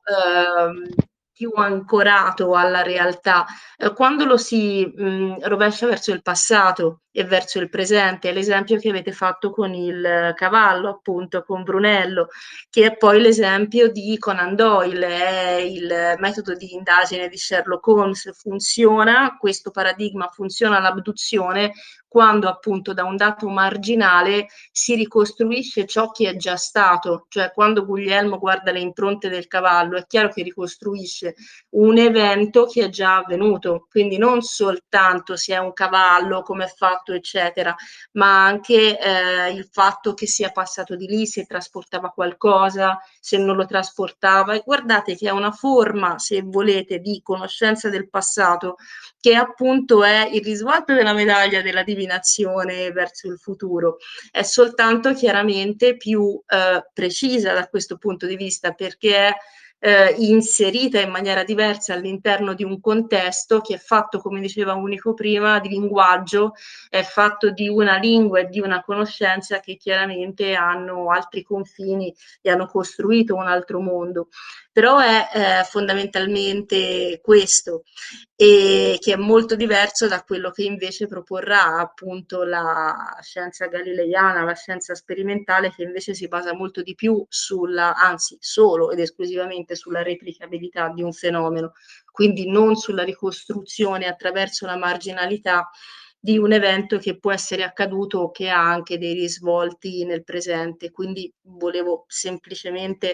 più ancorato alla realtà? Quando lo si rovescia verso il passato e verso il presente, l'esempio che avete fatto con il cavallo, appunto, con Brunello, che è poi l'esempio di Conan Doyle, è il metodo di indagine di Sherlock Holmes, funziona, questo paradigma funziona l'abduzione quando appunto da un dato marginale si ricostruisce ciò che è già stato, cioè quando Guglielmo guarda le impronte del cavallo è chiaro che ricostruisce un evento che è già avvenuto, quindi non soltanto se è un cavallo, come è fatto, eccetera, ma anche il fatto che sia passato di lì, se trasportava qualcosa, se non lo trasportava. E guardate che è una forma, se volete, di conoscenza del passato che appunto è il risvolto della medaglia della divinazione verso il futuro. È soltanto chiaramente più precisa da questo punto di vista perché è inserita in maniera diversa all'interno di un contesto che è fatto, come diceva Unico prima, di linguaggio, è fatto di una lingua e di una conoscenza che chiaramente hanno altri confini e hanno costruito un altro mondo. Però è fondamentalmente questo, e che è molto diverso da quello che invece proporrà appunto la scienza galileiana, la scienza sperimentale, che invece si basa molto di più sulla, anzi solo ed esclusivamente sulla replicabilità di un fenomeno, quindi non sulla ricostruzione attraverso la marginalità di un evento che può essere accaduto o che ha anche dei risvolti nel presente. Quindi volevo semplicemente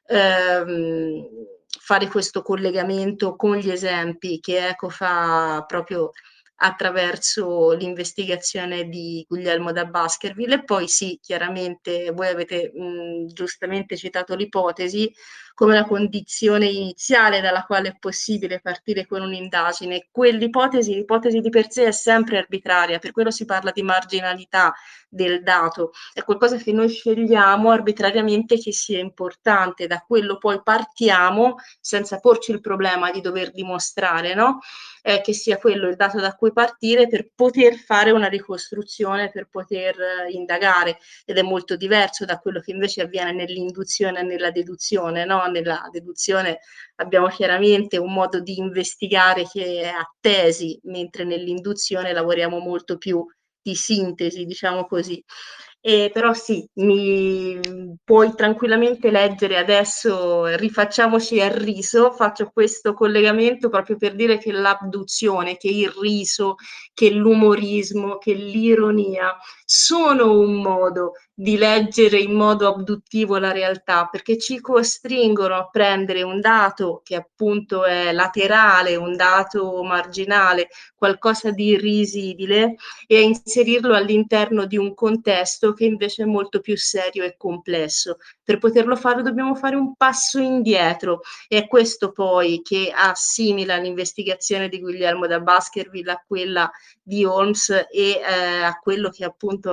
fare questo collegamento con gli esempi che Eco fa proprio attraverso l'investigazione di Guglielmo da Baskerville. E poi sì, chiaramente voi avete giustamente citato l'ipotesi come la condizione iniziale dalla quale è possibile partire con un'indagine. L'ipotesi di per sé è sempre arbitraria, per quello si parla di marginalità del dato, è qualcosa che noi scegliamo arbitrariamente che sia importante, da quello poi partiamo senza porci il problema di dover dimostrare, no? Che sia quello il dato da cui partire per poter fare una ricostruzione, per poter indagare, ed è molto diverso da quello che invece avviene nell'induzione e nella deduzione, no? Nella deduzione abbiamo chiaramente un modo di investigare che è a tesi, mentre nell'induzione lavoriamo molto più di sintesi, diciamo così. Però sì, mi puoi tranquillamente leggere adesso, rifacciamoci al riso, faccio questo collegamento proprio per dire che l'abduzione, che il riso, che l'umorismo, che l'ironia sono un modo di leggere in modo abduttivo la realtà, perché ci costringono a prendere un dato che appunto è laterale, un dato marginale, qualcosa di irrisibile, e a inserirlo all'interno di un contesto che invece è molto più serio e complesso. Per poterlo fare dobbiamo fare un passo indietro, e è questo poi che assimila l'investigazione di Guglielmo da Baskerville a quella di Holmes e a quello che appunto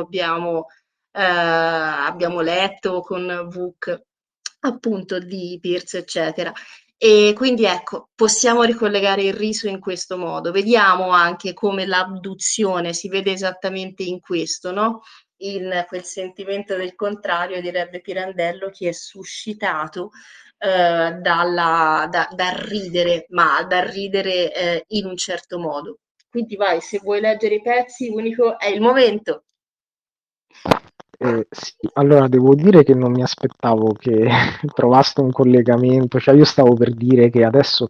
abbiamo letto con Book, appunto di Pierce, eccetera. E quindi ecco, possiamo ricollegare il riso in questo modo. Vediamo anche come l'abduzione si vede esattamente in questo, no? In quel sentimento del contrario, direbbe Pirandello, che è suscitato dal ridere, ma dal ridere in un certo modo. Quindi vai, se vuoi leggere i pezzi, unico è il momento. Sì, allora devo dire che non mi aspettavo che trovaste un collegamento, cioè io stavo per dire che adesso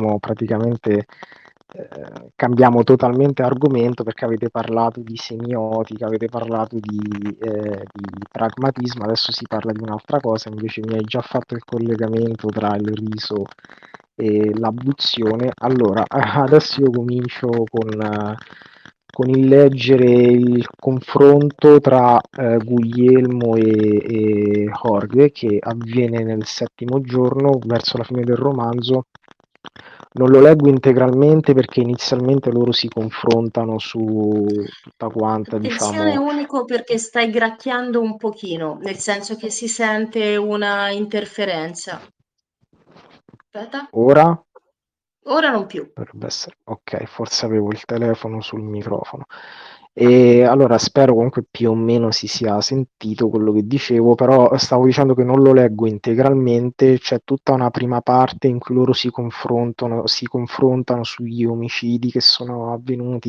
cambiamo totalmente argomento perché avete parlato di semiotica, avete parlato di pragmatismo, adesso si parla di un'altra cosa, invece mi hai già fatto il collegamento tra il riso e l'abduzione. Allora, adesso io comincio con il leggere il confronto tra Guglielmo e Jorge, che avviene nel settimo giorno, verso la fine del romanzo. Non lo leggo integralmente perché inizialmente loro si confrontano su tutta quanta, Attenzione diciamo. unico perché stai gracchiando un pochino, nel senso che si sente una interferenza. Aspetta, Ora ora non più. dovrebbe essere ok, forse avevo il telefono sul microfono. E allora spero comunque più o meno si sia sentito quello che dicevo, però stavo dicendo che non lo leggo integralmente, c'è tutta una prima parte in cui loro si confrontano sugli omicidi che sono avvenuti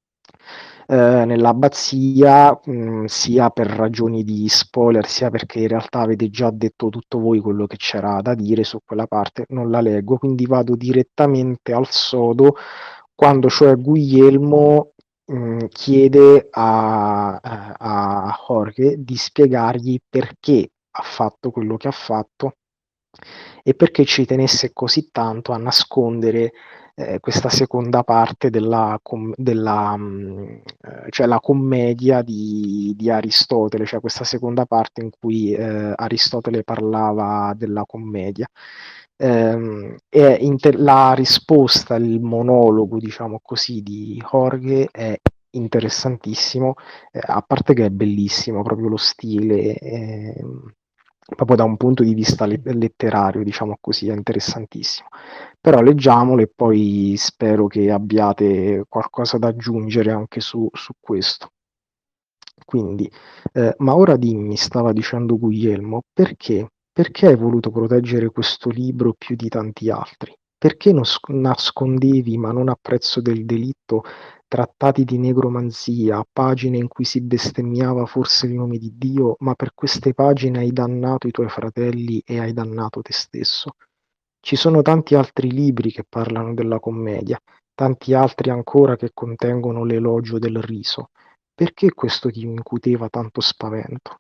nell'abbazia, sia per ragioni di spoiler, sia perché in realtà avete già detto tutto voi quello che c'era da dire su quella parte, non la leggo, quindi vado direttamente al sodo, quando cioè Guglielmo chiede a Jorge di spiegargli perché ha fatto quello che ha fatto e perché ci tenesse così tanto a nascondere questa seconda parte cioè la commedia di Aristotele, cioè questa seconda parte in cui Aristotele parlava della commedia. La risposta, il monologo, diciamo così, di Jorge è interessantissimo, a parte che è bellissimo, proprio lo stile, proprio da un punto di vista letterario, diciamo così, è interessantissimo. Però leggiamolo e poi spero che abbiate qualcosa da aggiungere anche su questo. Quindi, ma ora dimmi, stava dicendo Guglielmo, perché? Perché hai voluto proteggere questo libro più di tanti altri? Perché nascondevi, ma non a prezzo del delitto, trattati di negromanzia, pagine in cui si bestemmiava forse il nome di Dio, ma per queste pagine hai dannato i tuoi fratelli e hai dannato te stesso? Ci sono tanti altri libri che parlano della commedia, tanti altri ancora che contengono l'elogio del riso. Perché questo ti incuteva tanto spavento?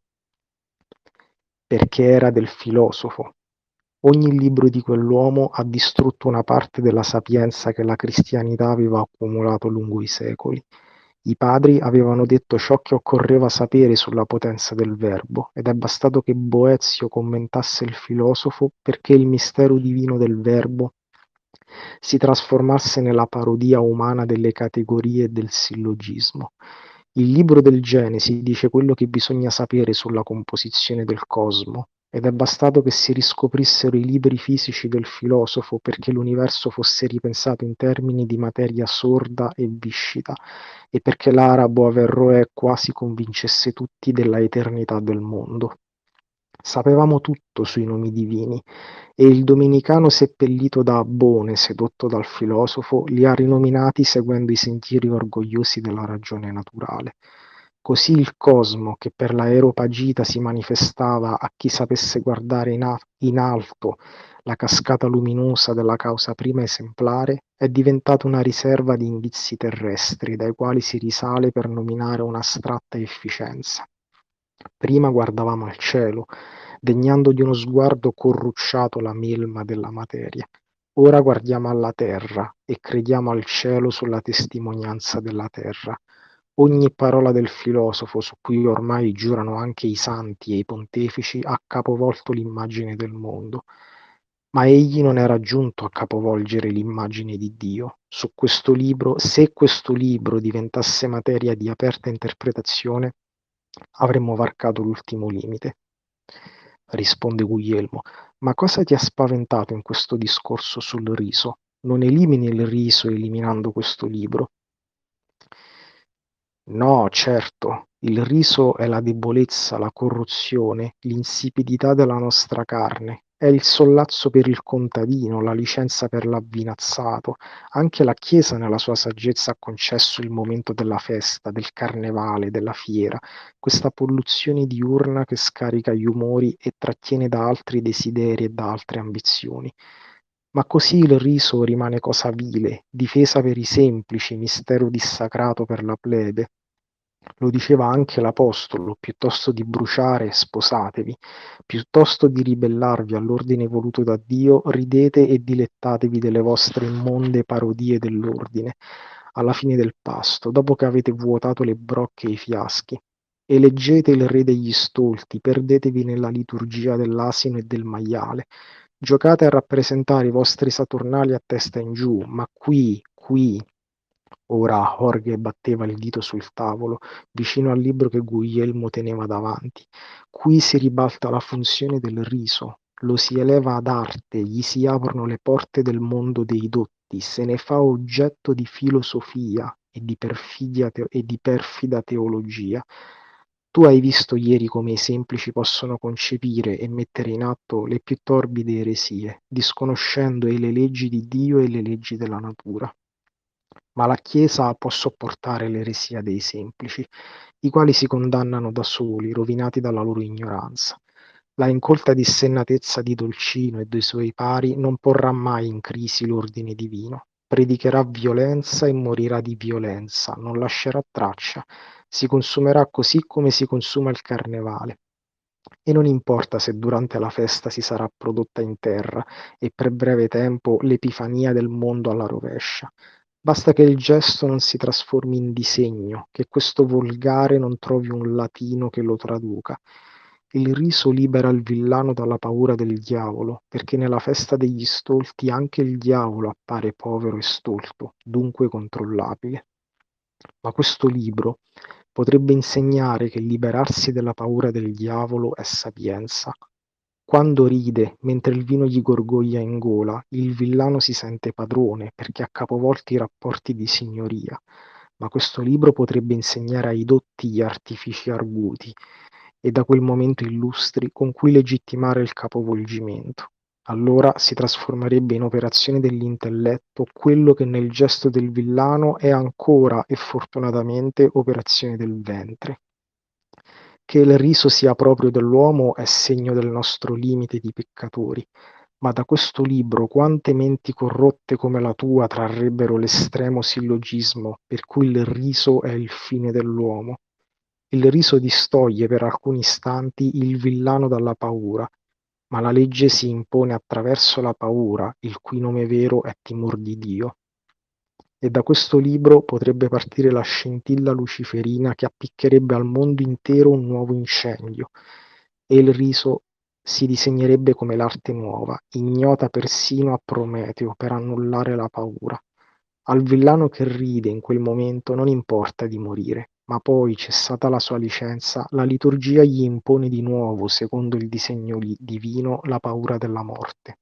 Perché era del filosofo. Ogni libro di quell'uomo ha distrutto una parte della sapienza che la cristianità aveva accumulato lungo i secoli. I padri avevano detto ciò che occorreva sapere sulla potenza del verbo, ed è bastato che Boezio commentasse il filosofo perché il mistero divino del verbo si trasformasse nella parodia umana delle categorie e del sillogismo. Il libro del Genesi dice quello che bisogna sapere sulla composizione del cosmo, ed è bastato che si riscoprissero i libri fisici del filosofo perché l'universo fosse ripensato in termini di materia sorda e viscida, e perché l'arabo Averroè quasi convincesse tutti della eternità del mondo. Sapevamo tutto sui nomi divini, e il domenicano seppellito da Abbone, sedotto dal filosofo, li ha rinominati seguendo i sentieri orgogliosi della ragione naturale. Così il cosmo, che per l'Areopagita si manifestava a chi sapesse guardare in alto la cascata luminosa della causa prima esemplare, è diventato una riserva di indizi terrestri, dai quali si risale per nominare un'astratta efficienza. Prima guardavamo al cielo, degnando di uno sguardo corrucciato la melma della materia. Ora guardiamo alla terra e crediamo al cielo sulla testimonianza della terra. Ogni parola del filosofo, su cui ormai giurano anche i santi e i pontefici, ha capovolto l'immagine del mondo. Ma egli non era giunto a capovolgere l'immagine di Dio. Su questo libro, se questo libro diventasse materia di aperta interpretazione, avremmo varcato l'ultimo limite. Risponde Guglielmo, ma cosa ti ha spaventato in questo discorso sul riso? Non elimini il riso eliminando questo libro. No, certo, il riso è la debolezza, la corruzione, l'insipidità della nostra carne, è il sollazzo per il contadino, la licenza per l'avvinazzato. Anche la Chiesa nella sua saggezza ha concesso il momento della festa, del carnevale, della fiera, questa polluzione diurna che scarica gli umori e trattiene da altri desideri e da altre ambizioni. Ma così il riso rimane cosa vile, difesa per i semplici, mistero dissacrato per la plebe. Lo diceva anche l'Apostolo, piuttosto di bruciare, sposatevi, piuttosto di ribellarvi all'ordine voluto da Dio, ridete e dilettatevi delle vostre immonde parodie dell'ordine, alla fine del pasto, dopo che avete vuotato le brocche e i fiaschi. Eleggete il re degli stolti, perdetevi nella liturgia dell'asino e del maiale. Giocate a rappresentare i vostri Saturnali a testa in giù, ma qui, ora Jorge batteva il dito sul tavolo, vicino al libro che Guglielmo teneva davanti. Qui si ribalta la funzione del riso, lo si eleva ad arte, gli si aprono le porte del mondo dei dotti, se ne fa oggetto di filosofia e di perfida teologia. Tu hai visto ieri come i semplici possono concepire e mettere in atto le più torbide eresie, disconoscendo e le leggi di Dio e le leggi della natura. Ma la Chiesa può sopportare l'eresia dei semplici, i quali si condannano da soli, rovinati dalla loro ignoranza. La incolta dissennatezza di Dolcino e dei suoi pari non porrà mai in crisi l'ordine divino. Predicherà violenza e morirà di violenza, non lascerà traccia, si consumerà così come si consuma il carnevale. E non importa se durante la festa si sarà prodotta in terra e per breve tempo l'epifania del mondo alla rovescia. Basta che il gesto non si trasformi in disegno, che questo volgare non trovi un latino che lo traduca. Il riso libera il villano dalla paura del diavolo, perché nella festa degli stolti anche il diavolo appare povero e stolto, dunque controllabile. Ma questo libro potrebbe insegnare che liberarsi dalla paura del diavolo è sapienza. Quando ride, mentre il vino gli gorgoglia in gola, il villano si sente padrone perché ha capovolto i rapporti di signoria. Ma questo libro potrebbe insegnare ai dotti gli artifici arguti e da quel momento illustri con cui legittimare il capovolgimento. Allora si trasformerebbe in operazione dell'intelletto quello che nel gesto del villano è ancora e fortunatamente operazione del ventre. Che il riso sia proprio dell'uomo è segno del nostro limite di peccatori, ma da questo libro quante menti corrotte come la tua trarrebbero l'estremo sillogismo per cui il riso è il fine dell'uomo. Il riso distoglie per alcuni istanti il villano dalla paura, ma la legge si impone attraverso la paura, il cui nome vero è timor di Dio. E da questo libro potrebbe partire la scintilla luciferina che appiccherebbe al mondo intero un nuovo incendio, e il riso si disegnerebbe come l'arte nuova, ignota persino a Prometeo per annullare la paura. Al villano che ride in quel momento non importa di morire, ma poi, cessata la sua licenza, la liturgia gli impone di nuovo, secondo il disegno divino, la paura della morte.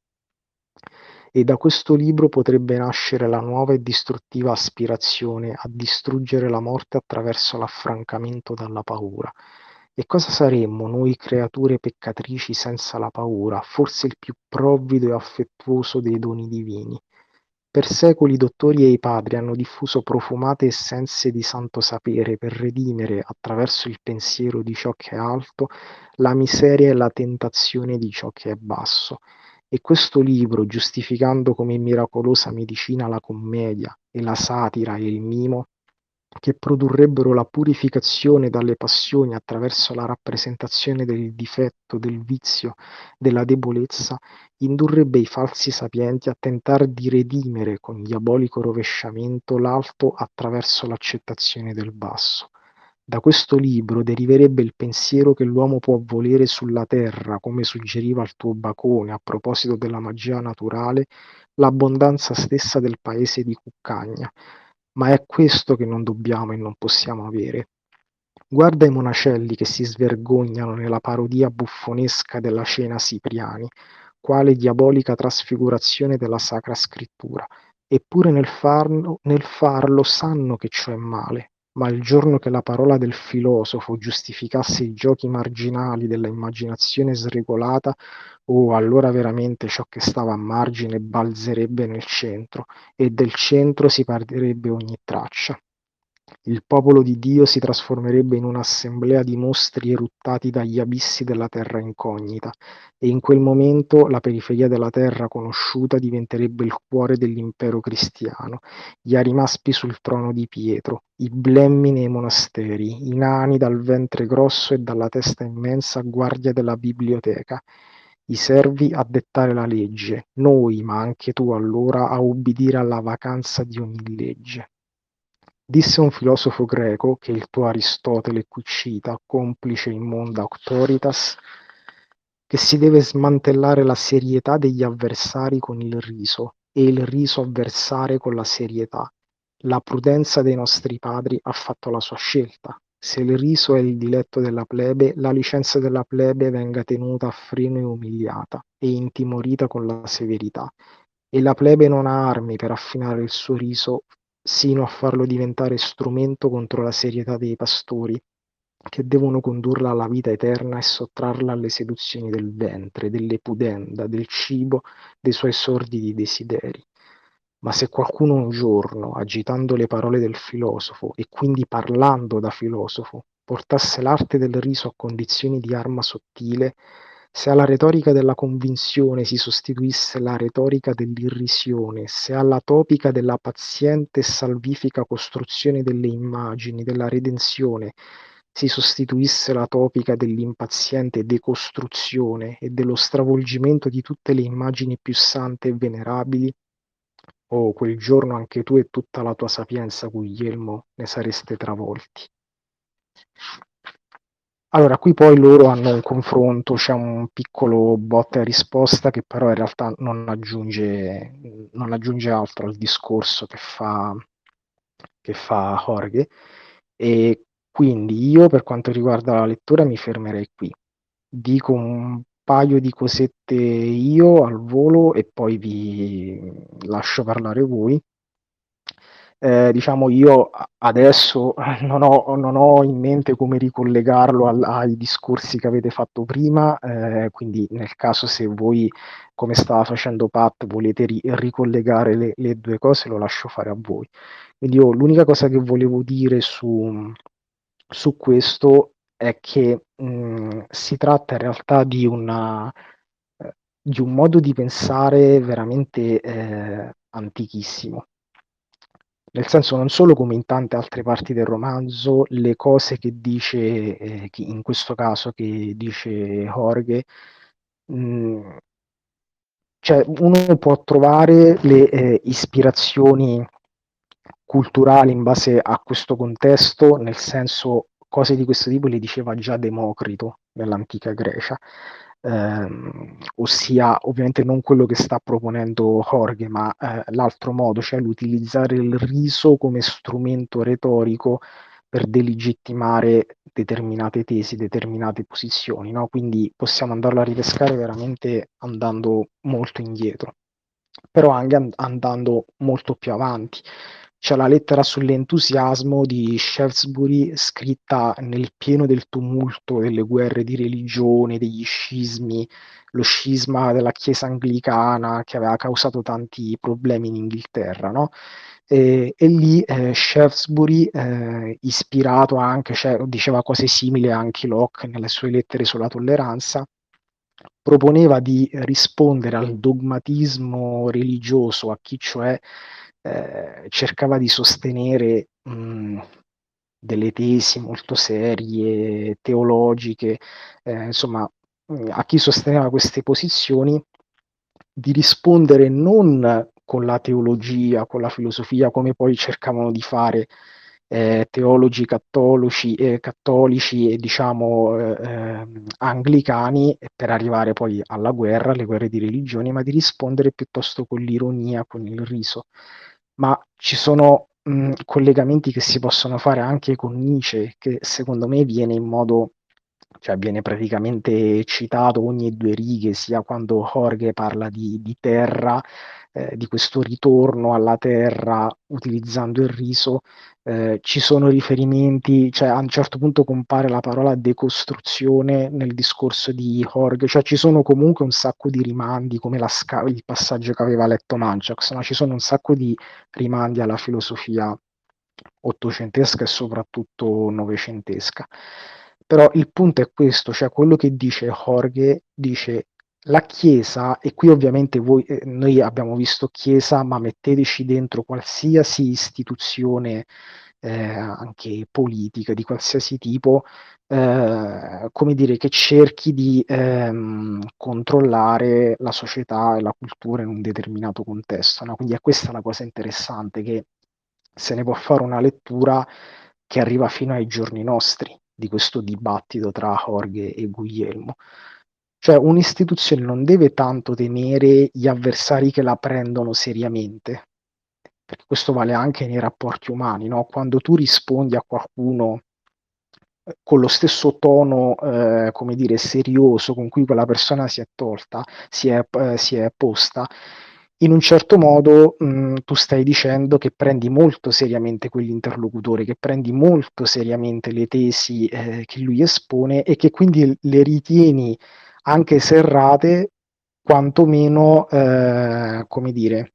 E da questo libro potrebbe nascere la nuova e distruttiva aspirazione a distruggere la morte attraverso l'affrancamento dalla paura. E cosa saremmo noi creature peccatrici senza la paura, forse il più provvido e affettuoso dei doni divini? Per secoli i dottori e i padri hanno diffuso profumate essenze di santo sapere per redimere, attraverso il pensiero di ciò che è alto, la miseria e la tentazione di ciò che è basso. E questo libro, giustificando come miracolosa medicina la commedia e la satira e il mimo, che produrrebbero la purificazione dalle passioni attraverso la rappresentazione del difetto, del vizio, della debolezza, indurrebbe i falsi sapienti a tentare di redimere con diabolico rovesciamento l'alto attraverso l'accettazione del basso. Da questo libro deriverebbe il pensiero che l'uomo può volere sulla terra, come suggeriva il tuo Bacone a proposito della magia naturale, l'abbondanza stessa del paese di Cuccagna. Ma è questo che non dobbiamo e non possiamo avere. Guarda i monacelli che si svergognano nella parodia buffonesca della cena Cipriani, quale diabolica trasfigurazione della Sacra Scrittura, eppure nel farlo sanno che ciò è male. Ma il giorno che la parola del filosofo giustificasse i giochi marginali della immaginazione sregolata, allora veramente ciò che stava a margine balzerebbe nel centro, e del centro si perderebbe ogni traccia. Il popolo di Dio si trasformerebbe in un'assemblea di mostri eruttati dagli abissi della terra incognita, e in quel momento la periferia della terra conosciuta diventerebbe il cuore dell'impero cristiano, gli arimaspi sul trono di Pietro, i blemmi nei monasteri, i nani dal ventre grosso e dalla testa immensa a guardia della biblioteca, i servi a dettare la legge, noi, ma anche tu allora, a ubbidire alla vacanza di ogni legge. Disse un filosofo greco, che il tuo Aristotele qui cita, complice in monda auctoritas, che si deve smantellare la serietà degli avversari con il riso, e il riso avversare con la serietà. La prudenza dei nostri padri ha fatto la sua scelta. Se il riso è il diletto della plebe, la licenza della plebe venga tenuta a freno e umiliata, e intimorita con la severità. E la plebe non ha armi per affinare il suo riso, sino a farlo diventare strumento contro la serietà dei pastori, che devono condurla alla vita eterna e sottrarla alle seduzioni del ventre, dell'epudenda, del cibo, dei suoi sordidi desideri. Ma se qualcuno un giorno, agitando le parole del filosofo e quindi parlando da filosofo, portasse l'arte del riso a condizioni di arma sottile, se alla retorica della convinzione si sostituisse la retorica dell'irrisione, se alla topica della paziente e salvifica costruzione delle immagini, della redenzione, si sostituisse la topica dell'impaziente decostruzione e dello stravolgimento di tutte le immagini più sante e venerabili, quel giorno anche tu e tutta la tua sapienza, Guglielmo, ne sareste travolti. Allora, qui poi loro hanno un confronto, c'è un piccolo botta e risposta che però in realtà non aggiunge altro al discorso che fa Jorge, e quindi io per quanto riguarda la lettura mi fermerei qui. Dico un paio di cosette io al volo e poi vi lascio parlare voi. Diciamo io adesso non ho in mente come ricollegarlo ai discorsi che avete fatto prima, quindi nel caso se voi, come stava facendo Pat, volete ricollegare le due cose, lo lascio fare a voi. Quindi io l'unica cosa che volevo dire su questo è che si tratta in realtà di un modo di pensare veramente antichissimo. Nel senso, non solo come in tante altre parti del romanzo, le cose che dice, in questo caso che dice Jorge, cioè uno può trovare le ispirazioni culturali in base a questo contesto, nel senso cose di questo tipo le diceva già Democrito nell'antica Grecia, ossia ovviamente non quello che sta proponendo Jorge, ma l'altro modo, cioè l'utilizzare il riso come strumento retorico per delegittimare determinate tesi, determinate posizioni, no? Quindi possiamo andarlo a ripescare veramente andando molto indietro, però anche andando molto più avanti. C'è la lettera sull'entusiasmo di Shaftesbury scritta nel pieno del tumulto delle guerre di religione, degli scismi, lo scisma della Chiesa anglicana che aveva causato tanti problemi in Inghilterra, no? E lì Shaftesbury, ispirato anche, cioè, diceva cose simili anche Locke nelle sue lettere sulla tolleranza, proponeva di rispondere al dogmatismo religioso, a chi cioè cercava di sostenere delle tesi molto serie, teologiche, insomma, a chi sosteneva queste posizioni, di rispondere non con la teologia, con la filosofia, come poi cercavano di fare teologi cattolici e diciamo anglicani per arrivare poi alla guerra, alle guerre di religione, ma di rispondere piuttosto con l'ironia, con il riso. Ma ci sono collegamenti che si possono fare anche con Nietzsche, che secondo me viene in modo, cioè viene praticamente citato ogni due righe, sia quando Jorge parla di terra, di questo ritorno alla terra utilizzando il riso, ci sono riferimenti, cioè a un certo punto compare la parola decostruzione nel discorso di Jorge, cioè ci sono comunque un sacco di rimandi, come il passaggio che aveva letto Manchax, ma ci sono un sacco di rimandi alla filosofia ottocentesca e soprattutto novecentesca. Però il punto è questo, cioè quello che dice Jorge, dice la Chiesa, e qui ovviamente noi abbiamo visto Chiesa, ma metteteci dentro qualsiasi istituzione, anche politica, di qualsiasi tipo, come dire, che cerchi di controllare la società e la cultura in un determinato contesto, no? Quindi è questa la cosa interessante, che se ne può fare una lettura che arriva fino ai giorni nostri di questo dibattito tra Jorge e Guglielmo. Cioè un'istituzione non deve tanto temere gli avversari che la prendono seriamente, perché questo vale anche nei rapporti umani, no? Quando tu rispondi a qualcuno con lo stesso tono, come dire, serioso con cui quella persona si è posta, in un certo modo tu stai dicendo che prendi molto seriamente quell'interlocutore, che prendi molto seriamente le tesi che lui espone e che quindi le ritieni, anche se errate, quantomeno, come dire,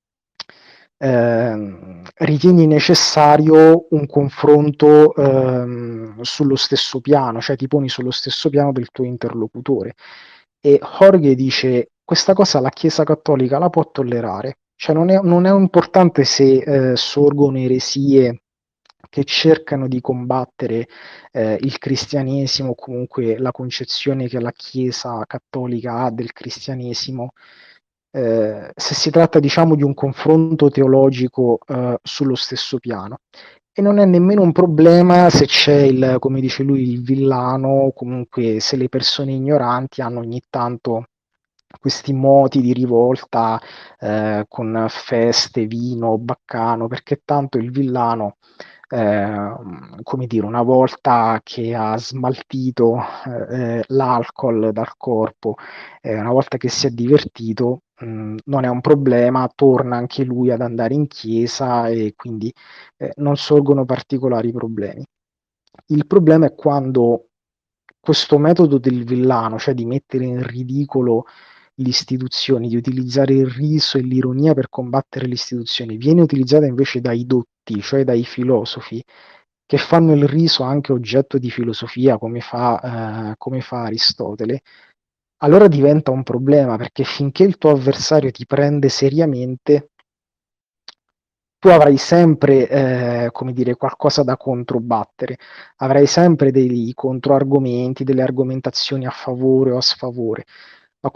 ritieni necessario un confronto sullo stesso piano, cioè ti poni sullo stesso piano del tuo interlocutore. E Jorge dice: questa cosa la Chiesa Cattolica la può tollerare, cioè non è importante se sorgono eresie che cercano di combattere il cristianesimo, o comunque la concezione che la Chiesa Cattolica ha del cristianesimo, se si tratta, diciamo, di un confronto teologico sullo stesso piano. E non è nemmeno un problema se c'è come dice lui, il villano, o comunque se le persone ignoranti hanno ogni tanto questi moti di rivolta con feste, vino, baccano, perché tanto il villano, come dire, una volta che ha smaltito l'alcol dal corpo, una volta che si è divertito, non è un problema, torna anche lui ad andare in chiesa e quindi non sorgono particolari problemi. Il problema è quando questo metodo del villano, cioè di mettere in ridicolo le istituzioni, di utilizzare il riso e l'ironia per combattere le istituzioni, viene utilizzata invece dai dotti, cioè dai filosofi, che fanno il riso anche oggetto di filosofia, come fa Aristotele, allora diventa un problema, perché finché il tuo avversario ti prende seriamente, tu avrai sempre, come dire, qualcosa da controbattere, avrai sempre dei controargomenti, delle argomentazioni a favore o a sfavore, ma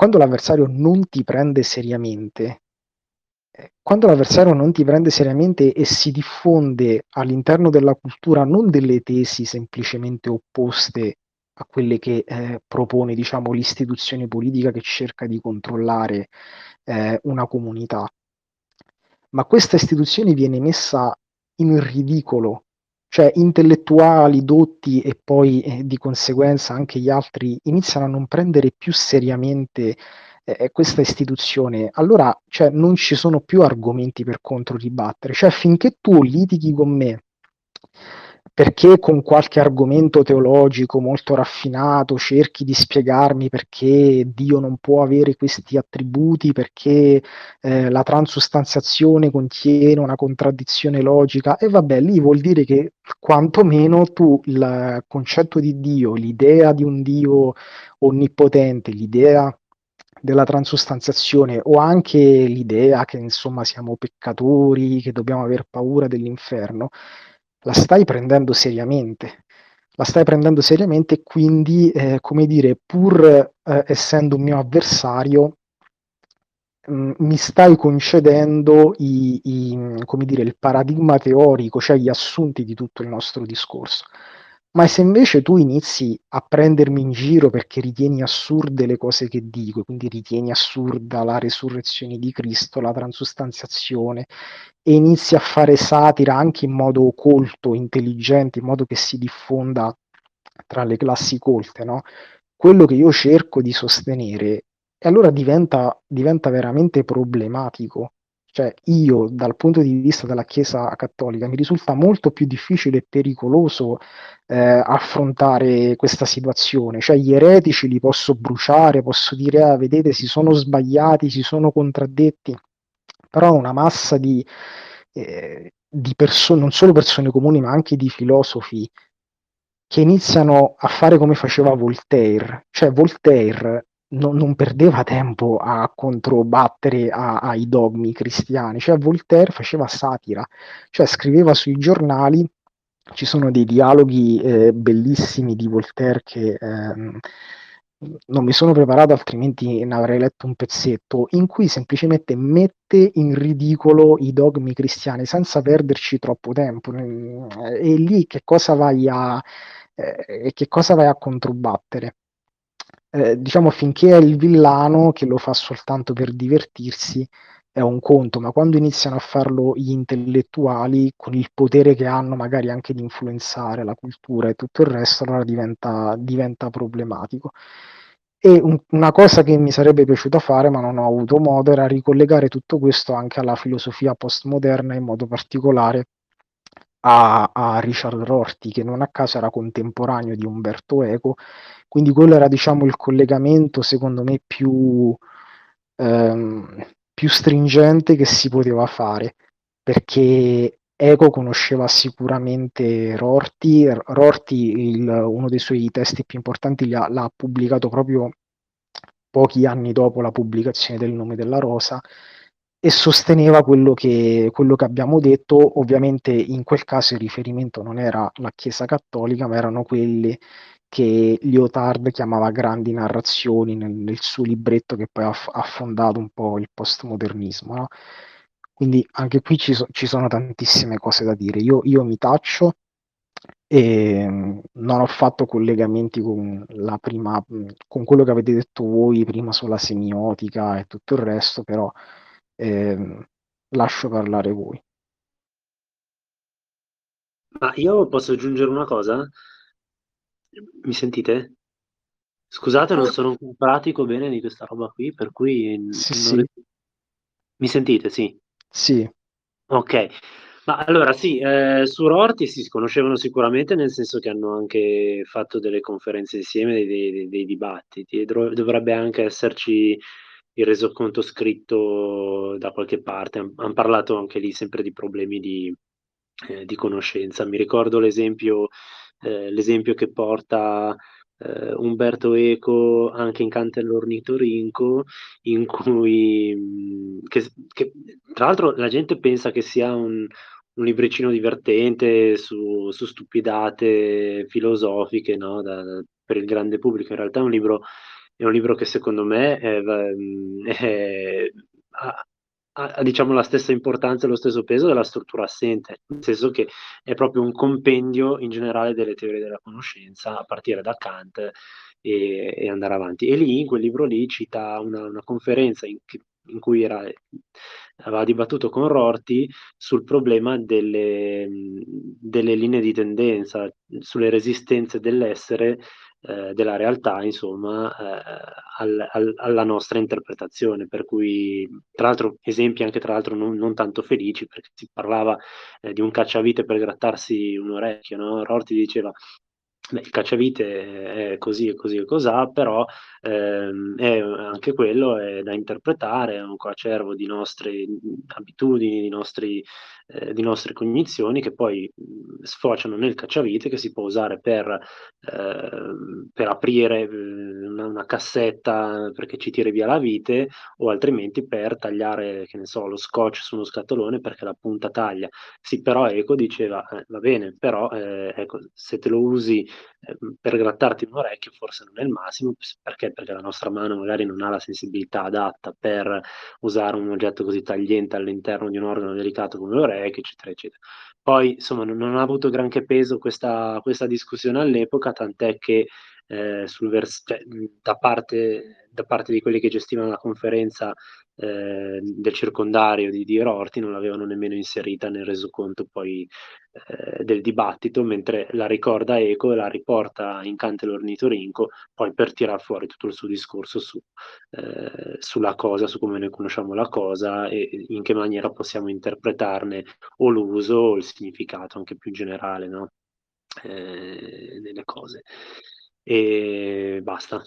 quando l'avversario non ti prende seriamente e si diffonde all'interno della cultura non delle tesi semplicemente opposte a quelle che propone, diciamo, l'istituzione politica che cerca di controllare una comunità, ma questa istituzione viene messa in ridicolo, cioè intellettuali, dotti e poi di conseguenza anche gli altri iniziano a non prendere più seriamente questa istituzione, allora cioè, non ci sono più argomenti per controribattere, cioè finché tu litighi con me perché con qualche argomento teologico molto raffinato cerchi di spiegarmi perché Dio non può avere questi attributi, perché la transustanziazione contiene una contraddizione logica, e vabbè, lì vuol dire che quantomeno tu il concetto di Dio, l'idea di un Dio onnipotente, l'idea della transustanziazione o anche l'idea che insomma siamo peccatori, che dobbiamo aver paura dell'inferno, la stai prendendo seriamente. La stai prendendo seriamente e quindi, come dire, pur essendo un mio avversario, mi stai concedendo come dire, il paradigma teorico, cioè gli assunti di tutto il nostro discorso. Ma se invece tu inizi a prendermi in giro perché ritieni assurde le cose che dico, quindi ritieni assurda la resurrezione di Cristo, la transustanziazione, e inizi a fare satira anche in modo colto, intelligente, in modo che si diffonda tra le classi colte, no? Quello che io cerco di sostenere, e allora diventa veramente problematico. Cioè, io, dal punto di vista della Chiesa cattolica, mi risulta molto più difficile e pericoloso affrontare questa situazione. Cioè, gli eretici li posso bruciare, posso dire, ah, vedete, si sono sbagliati, si sono contraddetti, però una massa di persone, non solo persone comuni, ma anche di filosofi che iniziano a fare come faceva Voltaire. Cioè Voltaire non perdeva tempo a controbattere ai dogmi cristiani, cioè Voltaire faceva satira, cioè scriveva sui giornali, ci sono dei dialoghi bellissimi di Voltaire che non mi sono preparato, altrimenti ne avrei letto un pezzetto, in cui semplicemente mette in ridicolo i dogmi cristiani senza perderci troppo tempo. E lì che cosa vai a controbattere? Diciamo, finché è il villano che lo fa soltanto per divertirsi, è un conto, ma quando iniziano a farlo gli intellettuali, con il potere che hanno magari anche di influenzare la cultura e tutto il resto, allora diventa problematico. E una cosa che mi sarebbe piaciuto fare, ma non ho avuto modo, era ricollegare tutto questo anche alla filosofia postmoderna, in modo particolare a Richard Rorty, che non a caso era contemporaneo di Umberto Eco, quindi quello era, diciamo, il collegamento secondo me più stringente che si poteva fare, perché Eco conosceva sicuramente Rorty. Rorty, uno dei suoi testi più importanti, l'ha pubblicato proprio pochi anni dopo la pubblicazione del Nome della Rosa, e sosteneva quello che abbiamo detto. Ovviamente in quel caso il riferimento non era la Chiesa cattolica, ma erano quelle che Lyotard chiamava grandi narrazioni nel suo libretto che poi ha fondato un po' il postmodernismo, no? Quindi anche qui ci sono tantissime cose da dire. Io mi taccio e non ho fatto collegamenti con quello che avete detto voi prima sulla semiotica e tutto il resto, però ehm, lascio parlare voi. Ma io posso aggiungere una cosa? Mi sentite? Scusate, non sono un pratico bene di questa roba qui, per cui Sì, non... sì, Mi sentite? Sì. sì, Ok, ma allora sì, su Rorty si conoscevano sicuramente, nel senso che hanno anche fatto delle conferenze insieme, dei dibattiti, e dovrebbe anche esserci il resoconto scritto da qualche parte. Han parlato anche lì sempre di problemi di conoscenza. Mi ricordo l'esempio che porta Umberto Eco anche in Cante all'ornitorinco, in cui che tra l'altro la gente pensa che sia un libricino divertente su stupidate filosofiche, no? Per il grande pubblico. In realtà è un libro che secondo me ha, ha, diciamo, la stessa importanza e lo stesso peso della struttura assente, nel senso che è proprio un compendio in generale delle teorie della conoscenza, a partire da Kant e andare avanti. E lì, in quel libro lì, cita una conferenza in cui aveva dibattuto con Rorty sul problema delle linee di tendenza, sulle resistenze dell'essere, della realtà, insomma, alla nostra interpretazione. Per cui, tra l'altro, esempi anche tra l'altro non tanto felici, perché si parlava di un cacciavite per grattarsi un orecchio, no? Rorty diceva: beh, il cacciavite è così e così e cosà, però è anche quello è da interpretare, è un coacervo di nostre abitudini, di nostre cognizioni, che poi sfociano nel cacciavite, che si può usare per aprire una cassetta perché ci tiri via la vite, o altrimenti per tagliare, che ne so, lo scotch su uno scatolone perché la punta taglia. Sì, però Eco diceva, va bene, però ecco, se te lo usi per grattarti un orecchio forse non è il massimo, perché la nostra mano magari non ha la sensibilità adatta per usare un oggetto così tagliente all'interno di un organo delicato come l'orecchio, eccetera, eccetera. Poi, insomma, non ha avuto granché peso questa discussione all'epoca, tant'è che da parte di quelli che gestivano la conferenza del circondario di Rorty non l'avevano nemmeno inserita nel resoconto poi del dibattito, mentre la ricorda Eco e la riporta in Cante l'ornitorinco poi per tirar fuori tutto il suo discorso sulla cosa, su come noi conosciamo la cosa e in che maniera possiamo interpretarne o l'uso o il significato anche più generale, no? Delle cose. E basta.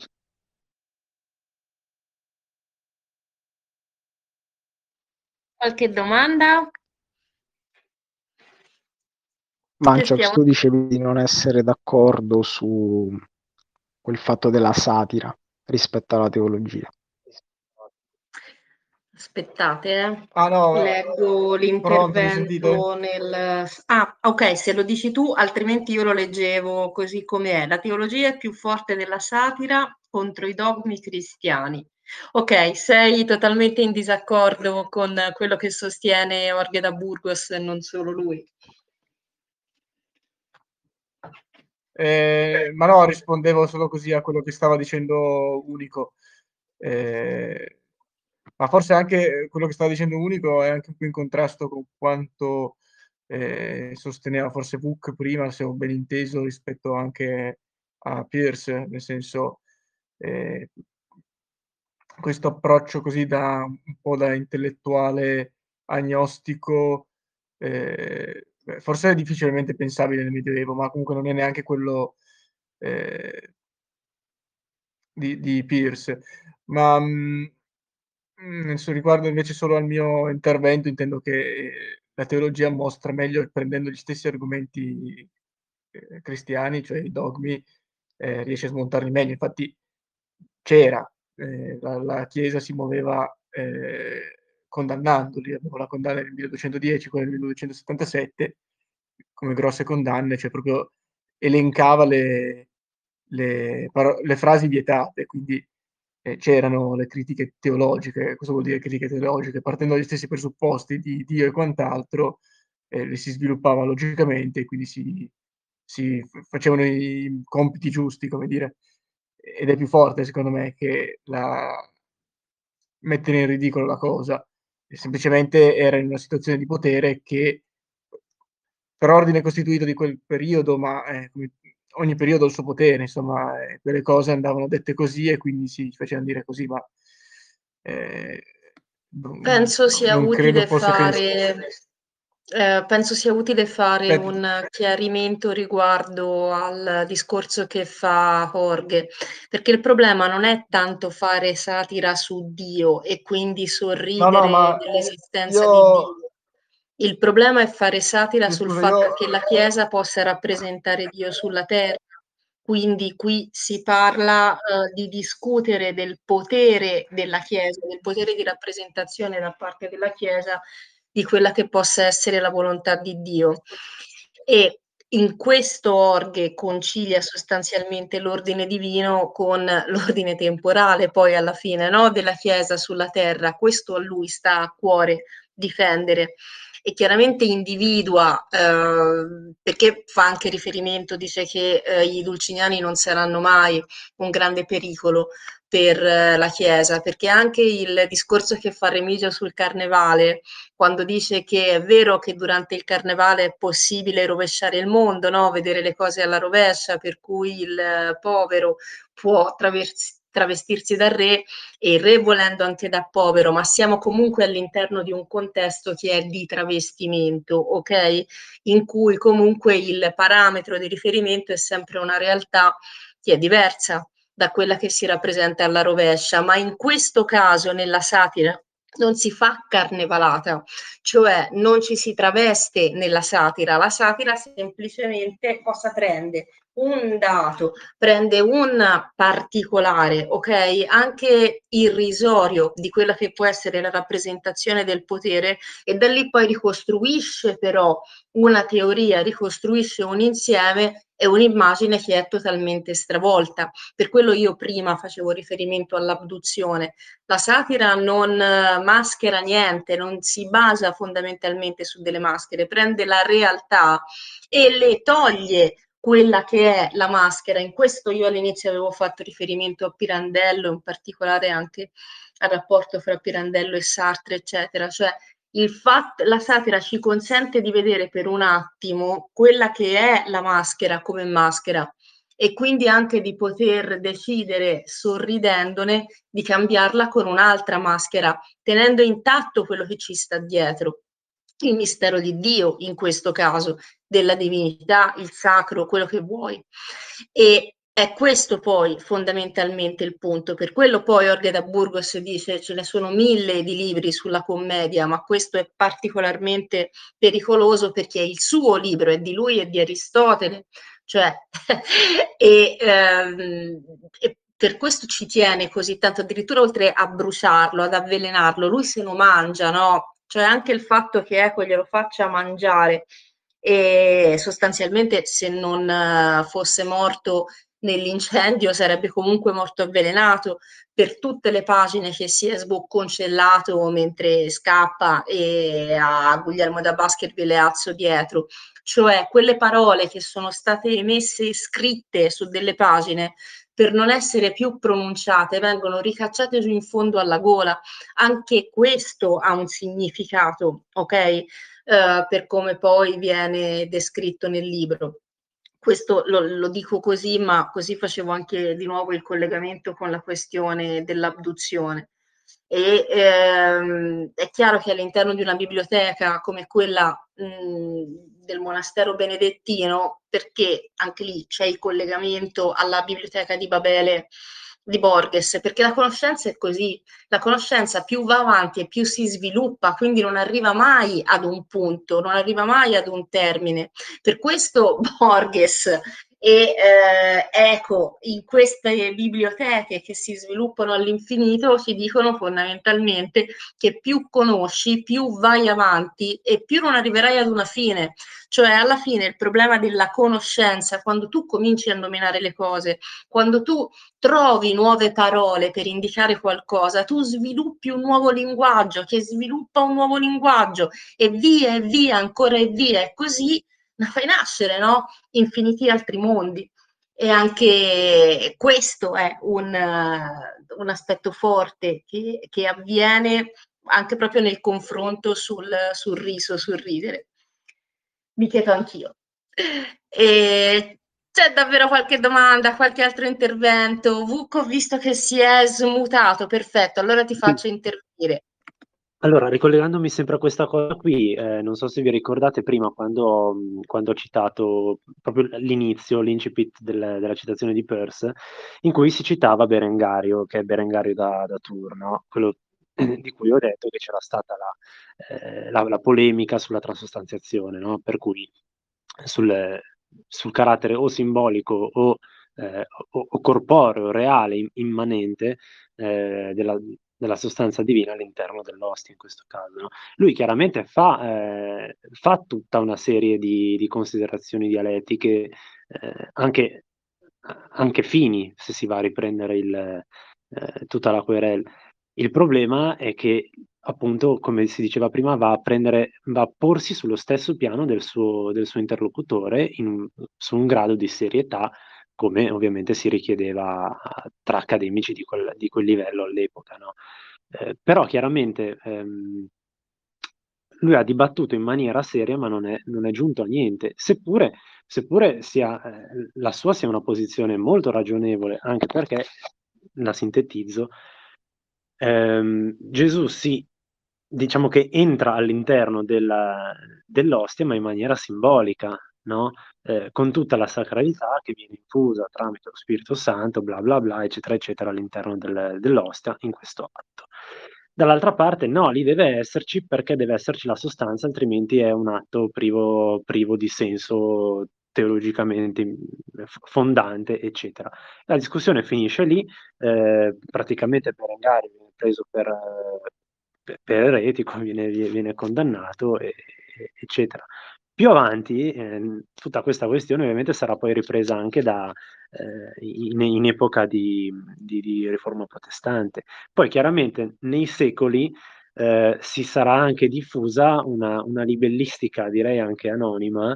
Qualche domanda? Manchiox, Stiamo- tu dicevi di non essere d'accordo su quel fatto della satira rispetto alla teologia. Aspettate, Ah no, leggo pronto, mi sentite? l'intervento nel... Ah, ok, se lo dici tu, altrimenti io lo leggevo così come è. La teologia è più forte della satira contro i dogmi cristiani. Ok, sei totalmente in disaccordo con quello che sostiene Jorge da Burgos e non solo lui. Ma no, rispondevo solo così a quello che stava dicendo Unico. Ma forse anche quello che stava dicendo Unico è anche un po' in contrasto con quanto sosteneva forse Book prima, se ho ben inteso, rispetto anche a Pierce, nel senso eh, questo approccio così un po' da intellettuale agnostico, forse è difficilmente pensabile nel Medioevo, ma comunque non è neanche quello eh, di Pierce. Ma riguardo invece solo al mio intervento, intendo che la teologia mostra meglio, prendendo gli stessi argomenti cristiani, cioè i dogmi, riesce a smontarli meglio. Infatti c'era, la Chiesa si muoveva condannandoli, avevo la condanna del 1210, quella del 1277, come grosse condanne, cioè proprio elencava le frasi vietate, quindi c'erano le critiche teologiche. Cosa vuol dire critiche teologiche? Partendo dagli stessi presupposti di Dio e quant'altro, le si sviluppava logicamente e quindi facevano i compiti giusti, come dire. Ed è più forte, secondo me, che mettere in ridicolo la cosa. E semplicemente era in una situazione di potere che, per ordine costituito di quel periodo, ma come ogni periodo ha il suo potere, insomma, quelle cose andavano dette così e quindi si facevano dire così, ma eh, Penso sia non credo utile fosse penso sia utile fare Aspetta. un chiarimento riguardo al discorso che fa Jorge, perché il problema non è tanto fare satira su Dio e quindi No, sorridere ma dell'esistenza di io, Dio. Il problema è fare satira sì, sul scusa, fatto che la Chiesa possa rappresentare Dio sulla terra. Quindi qui si parla di discutere del potere della Chiesa, del potere di rappresentazione da parte della Chiesa di quella che possa essere la volontà di Dio. E in questo orghe concilia sostanzialmente l'ordine divino con l'ordine temporale, poi alla fine, no? Della Chiesa sulla terra. Questo a lui sta a cuore difendere e chiaramente individua, perché fa anche riferimento, dice che i dulciniani non saranno mai un grande pericolo per la Chiesa, perché anche il discorso che fa Remigio sul carnevale, quando dice che è vero che durante il carnevale è possibile rovesciare il mondo, no? Vedere le cose alla rovescia, per cui il povero può travestirsi da re e il re volendo anche da povero, ma siamo comunque all'interno di un contesto che è di travestimento, ok? In cui comunque il parametro di riferimento è sempre una realtà che è diversa da quella che si rappresenta alla rovescia, ma in questo caso nella satira non si fa carnevalata, cioè non ci si traveste nella satira, la satira semplicemente cosa prende? Un dato, prende un particolare, ok? Anche irrisorio di quella che può essere la rappresentazione del potere e da lì poi ricostruisce però una teoria, ricostruisce un insieme e un'immagine che è totalmente stravolta. Per quello io prima facevo riferimento all'abduzione. La satira non maschera niente, non si basa fondamentalmente su delle maschere, prende la realtà e le toglie quella che è la maschera. In questo io all'inizio avevo fatto riferimento a Pirandello, in particolare anche al rapporto fra Pirandello e Sartre, eccetera. Cioè la satira ci consente di vedere per un attimo quella che è la maschera come maschera e quindi anche di poter decidere sorridendone di cambiarla con un'altra maschera, tenendo intatto quello che ci sta dietro, il mistero di Dio in questo caso, della divinità, il sacro, quello che vuoi. E è questo poi fondamentalmente il punto. Per quello poi Jorge da Burgos dice ce ne sono 1000 di libri sulla commedia, ma questo è particolarmente pericoloso perché è il suo libro, è di lui e di Aristotele, cioè e per questo ci tiene così tanto, addirittura oltre a bruciarlo, ad avvelenarlo, lui se lo mangia, no? Cioè anche il fatto che Eco glielo faccia mangiare e sostanzialmente se non fosse morto nell'incendio sarebbe comunque morto avvelenato per tutte le pagine che si è sbocconcellato mentre scappa e a Guglielmo da Baskerville e Azzo dietro, cioè quelle parole che sono state messe scritte su delle pagine per non essere più pronunciate vengono ricacciate giù in fondo alla gola. Anche questo ha un significato, ok? Per come poi viene descritto nel libro. Questo lo dico così, ma così facevo anche di nuovo il collegamento con la questione dell'abduzione. E è chiaro che all'interno di una biblioteca come quella del monastero benedettino, perché anche lì c'è il collegamento alla biblioteca di Babele di Borges, perché la conoscenza è così, la conoscenza più va avanti e più si sviluppa, quindi non arriva mai ad un punto, non arriva mai ad un termine. Per questo Borges e Eco in queste biblioteche che si sviluppano all'infinito ci dicono fondamentalmente che più conosci, più vai avanti e più non arriverai ad una fine. Cioè alla fine il problema della conoscenza, quando tu cominci a nominare le cose, quando tu trovi nuove parole per indicare qualcosa, tu sviluppi un nuovo linguaggio che sviluppa un nuovo linguaggio e via, ancora e via, e così la fai nascere, no? Infiniti altri mondi. E anche questo è un aspetto forte che avviene anche proprio nel confronto sul riso, sul ridere. Mi chiedo anch'io. E c'è davvero qualche domanda, qualche altro intervento? Vuc, ho visto che si è smutato, perfetto, allora ti faccio intervenire. Allora, ricollegandomi sempre a questa cosa qui, non so se vi ricordate prima quando ho citato proprio l'inizio, l'incipit della citazione di Peirce, in cui si citava Berengario, che è Berengario da Tours, no? Quello di cui ho detto che c'era stata la polemica sulla transostanziazione, no? Per cui sul carattere o simbolico o corporeo, reale, immanente della sostanza divina all'interno dell'ostia in questo caso. No? Lui chiaramente fa tutta una serie di considerazioni dialettiche, anche fini, se si va a riprendere tutta la querela. Il problema è che, appunto, come si diceva prima, va a porsi sullo stesso piano del suo interlocutore su un grado di serietà, come ovviamente si richiedeva tra accademici di quel livello all'epoca, no? Però chiaramente lui ha dibattuto in maniera seria, ma non è giunto a niente, seppure la sua sia una posizione molto ragionevole, anche perché, la sintetizzo, Gesù sì, diciamo che entra all'interno dell'ostia, ma in maniera simbolica, no? Con tutta la sacralità che viene infusa tramite lo Spirito Santo, bla bla bla, eccetera, eccetera, all'interno dell'ostia in questo atto. Dall'altra parte no, lì deve esserci perché deve esserci la sostanza, altrimenti è un atto privo di senso teologicamente fondante, eccetera. La discussione finisce lì, praticamente Berengario viene preso per eretico, viene condannato, eccetera. Più avanti, tutta questa questione ovviamente sarà poi ripresa anche in epoca di riforma protestante. Poi chiaramente nei secoli si sarà anche diffusa una libellistica, direi anche anonima,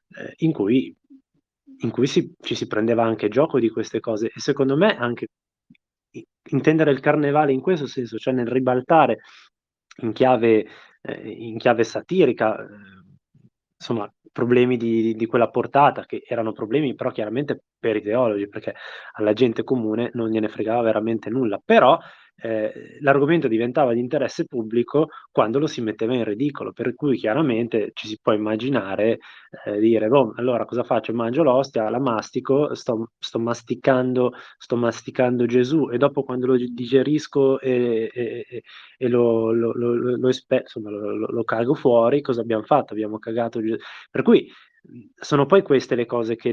in cui ci si prendeva anche gioco di queste cose. E secondo me anche intendere il carnevale in questo senso, cioè nel ribaltare in chiave satirica, insomma, problemi di quella portata, che erano problemi però chiaramente per i teologi, perché alla gente comune non gliene fregava veramente nulla, però l'argomento diventava di interesse pubblico quando lo si metteva in ridicolo, per cui chiaramente ci si può immaginare dire, boh, allora cosa faccio? Mangio l'ostia, la mastico, sto masticando Gesù, e dopo quando lo digerisco e insomma, lo cago fuori, cosa abbiamo fatto? Abbiamo cagato Gesù. Per cui sono poi queste le cose che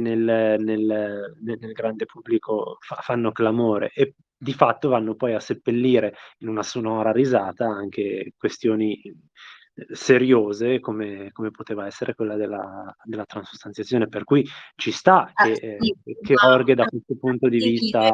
nel grande pubblico fanno clamore, e di fatto vanno poi a seppellire in una sonora risata anche questioni seriose come poteva essere quella della transustanziazione, per cui ci sta Sì, che Orghe da questo punto di vista.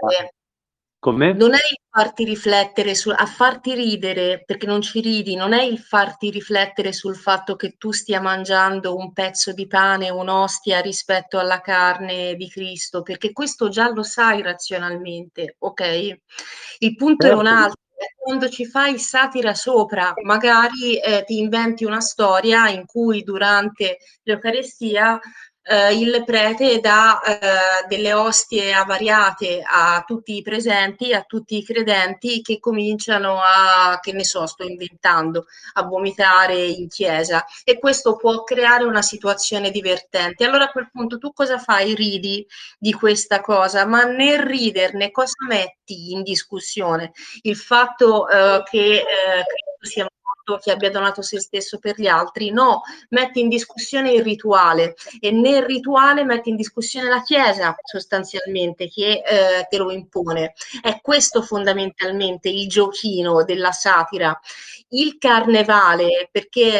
Come? non è il farti riflettere a farti ridere, perché non ci ridi, non è il farti riflettere sul fatto che tu stia mangiando un pezzo di pane, un'ostia rispetto alla carne di Cristo, perché questo già lo sai razionalmente, ok? Il punto è un Certo. altro. È quando ci fai satira sopra, magari ti inventi una storia in cui durante l'Eucarestia il prete dà delle ostie avariate a tutti i presenti, a tutti i credenti che cominciano a, che ne so, sto inventando, a vomitare in chiesa, e questo può creare una situazione divertente. Allora a quel punto tu cosa fai? Ridi di questa cosa, ma nel riderne cosa metti in discussione? Il fatto che Cristo sia morto, che abbia donato se stesso per gli altri? No, metti in discussione il rituale, e nel rituale metti in discussione la Chiesa sostanzialmente, che te lo impone. È questo fondamentalmente il giochino della satira. Il carnevale, perché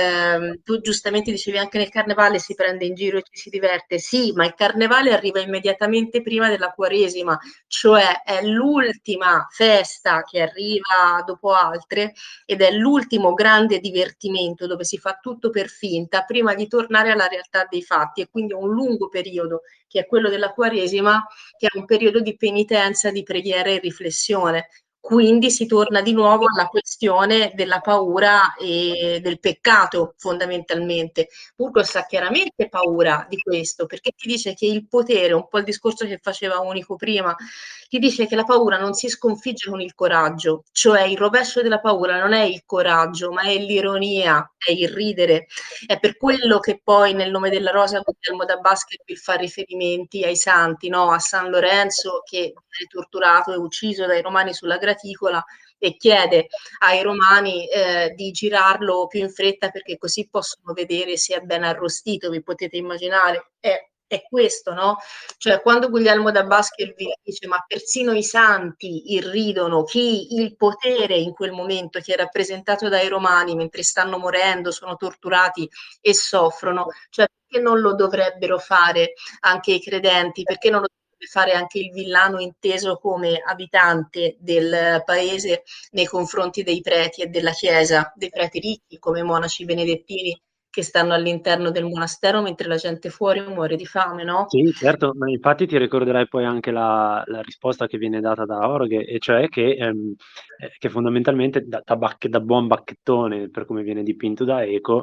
tu giustamente dicevi anche nel carnevale si prende in giro e ci si diverte, sì, ma il carnevale arriva immediatamente prima della Quaresima, cioè è l'ultima festa che arriva dopo altre, ed è l'ultimo grande divertimento dove si fa tutto per finta prima di tornare alla realtà dei fatti, e quindi un lungo periodo che è quello della Quaresima, che è un periodo di penitenza, di preghiera e riflessione. Quindi si torna di nuovo alla questione della paura e del peccato, fondamentalmente. Burgos ha chiaramente paura di questo, perché ti dice che il potere, un po' il discorso che faceva Unico prima, ti dice che la paura non si sconfigge con il coraggio, cioè il rovescio della paura non è il coraggio, ma è l'ironia, è il ridere. È per quello che poi nel nome della rosa Guglielmo da Baskerville fa riferimenti ai santi, no? A San Lorenzo che viene torturato e ucciso dai romani sulla graticola, e chiede ai romani di girarlo più in fretta perché così possono vedere se è ben arrostito. Vi potete immaginare? È questo, no? Cioè, quando Guglielmo da Baskerville dice ma persino i santi irridono, chi il potere in quel momento che è rappresentato dai romani mentre stanno morendo, sono torturati e soffrono, cioè perché non lo dovrebbero fare anche i credenti? Perché non lo dovrebbe fare anche il villano inteso come abitante del paese nei confronti dei preti e della chiesa, dei preti ricchi come monaci benedettini che stanno all'interno del monastero mentre la gente fuori muore di fame, no? Sì, certo, ma infatti ti ricorderai poi anche la risposta che viene data da Orghe, e cioè che fondamentalmente da buon bacchettone, per come viene dipinto da Eco,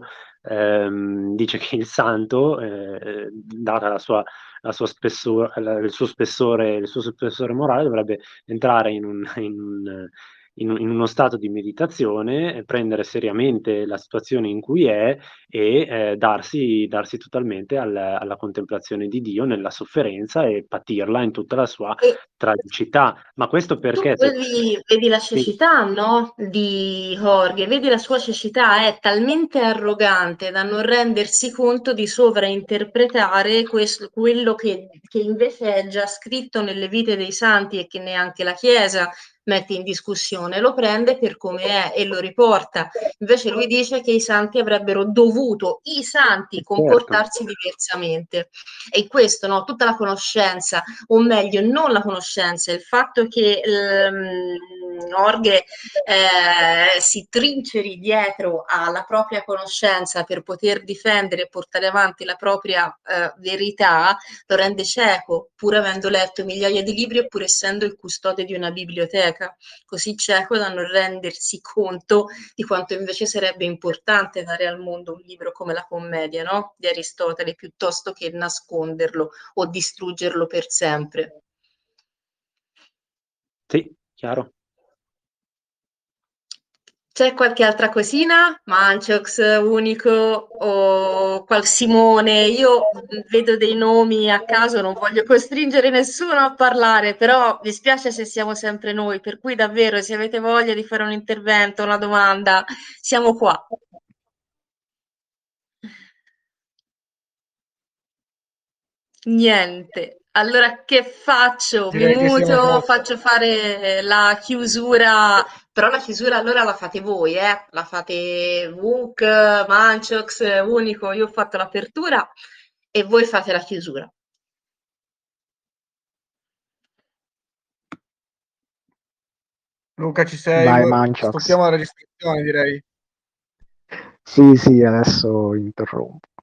dice che il santo, data la sua spessore, il suo spessore morale, dovrebbe entrare in uno stato di meditazione, prendere seriamente la situazione in cui è e darsi totalmente alla contemplazione di Dio nella sofferenza e patirla in tutta la sua E tragicità. Ma questo tu perché? vedi la Sì, cecità, no? Di Jorge, vedi la sua cecità, è talmente arrogante da non rendersi conto di sovrainterpretare quello che invece è già scritto nelle vite dei santi e che neanche la Chiesa mette in discussione, lo prende per come è e lo riporta. Invece lui dice che i santi avrebbero dovuto, i santi, certo. comportarsi diversamente. E questo, no? Tutta la conoscenza, o meglio, non la conoscenza, il fatto che Jorge si trinceri dietro alla propria conoscenza per poter difendere e portare avanti la propria verità, lo rende cieco, pur avendo letto migliaia di libri e pur essendo il custode di una biblioteca, così cieco da non rendersi conto di quanto invece sarebbe importante dare al mondo un libro come la Commedia, no? Di Aristotele, piuttosto che nasconderlo o distruggerlo per sempre. Sì, chiaro. C'è qualche altra cosina? Manchox, Unico o Simone? Io vedo dei nomi a caso, non voglio costringere nessuno a parlare, però mi spiace se siamo sempre noi, per cui davvero se avete voglia di fare un intervento, una domanda, siamo qua. Niente. Allora che faccio? Mi Direi che siamo a muto, posto. faccio fare la chiusura, però la chiusura allora la fate voi, eh? La fate Vuk, Manchox, Unico, io ho fatto l'apertura e voi fate la chiusura. Luca, ci sei? Vai, Manchox. Stoppiamo la registrazione, direi. Sì, adesso interrompo.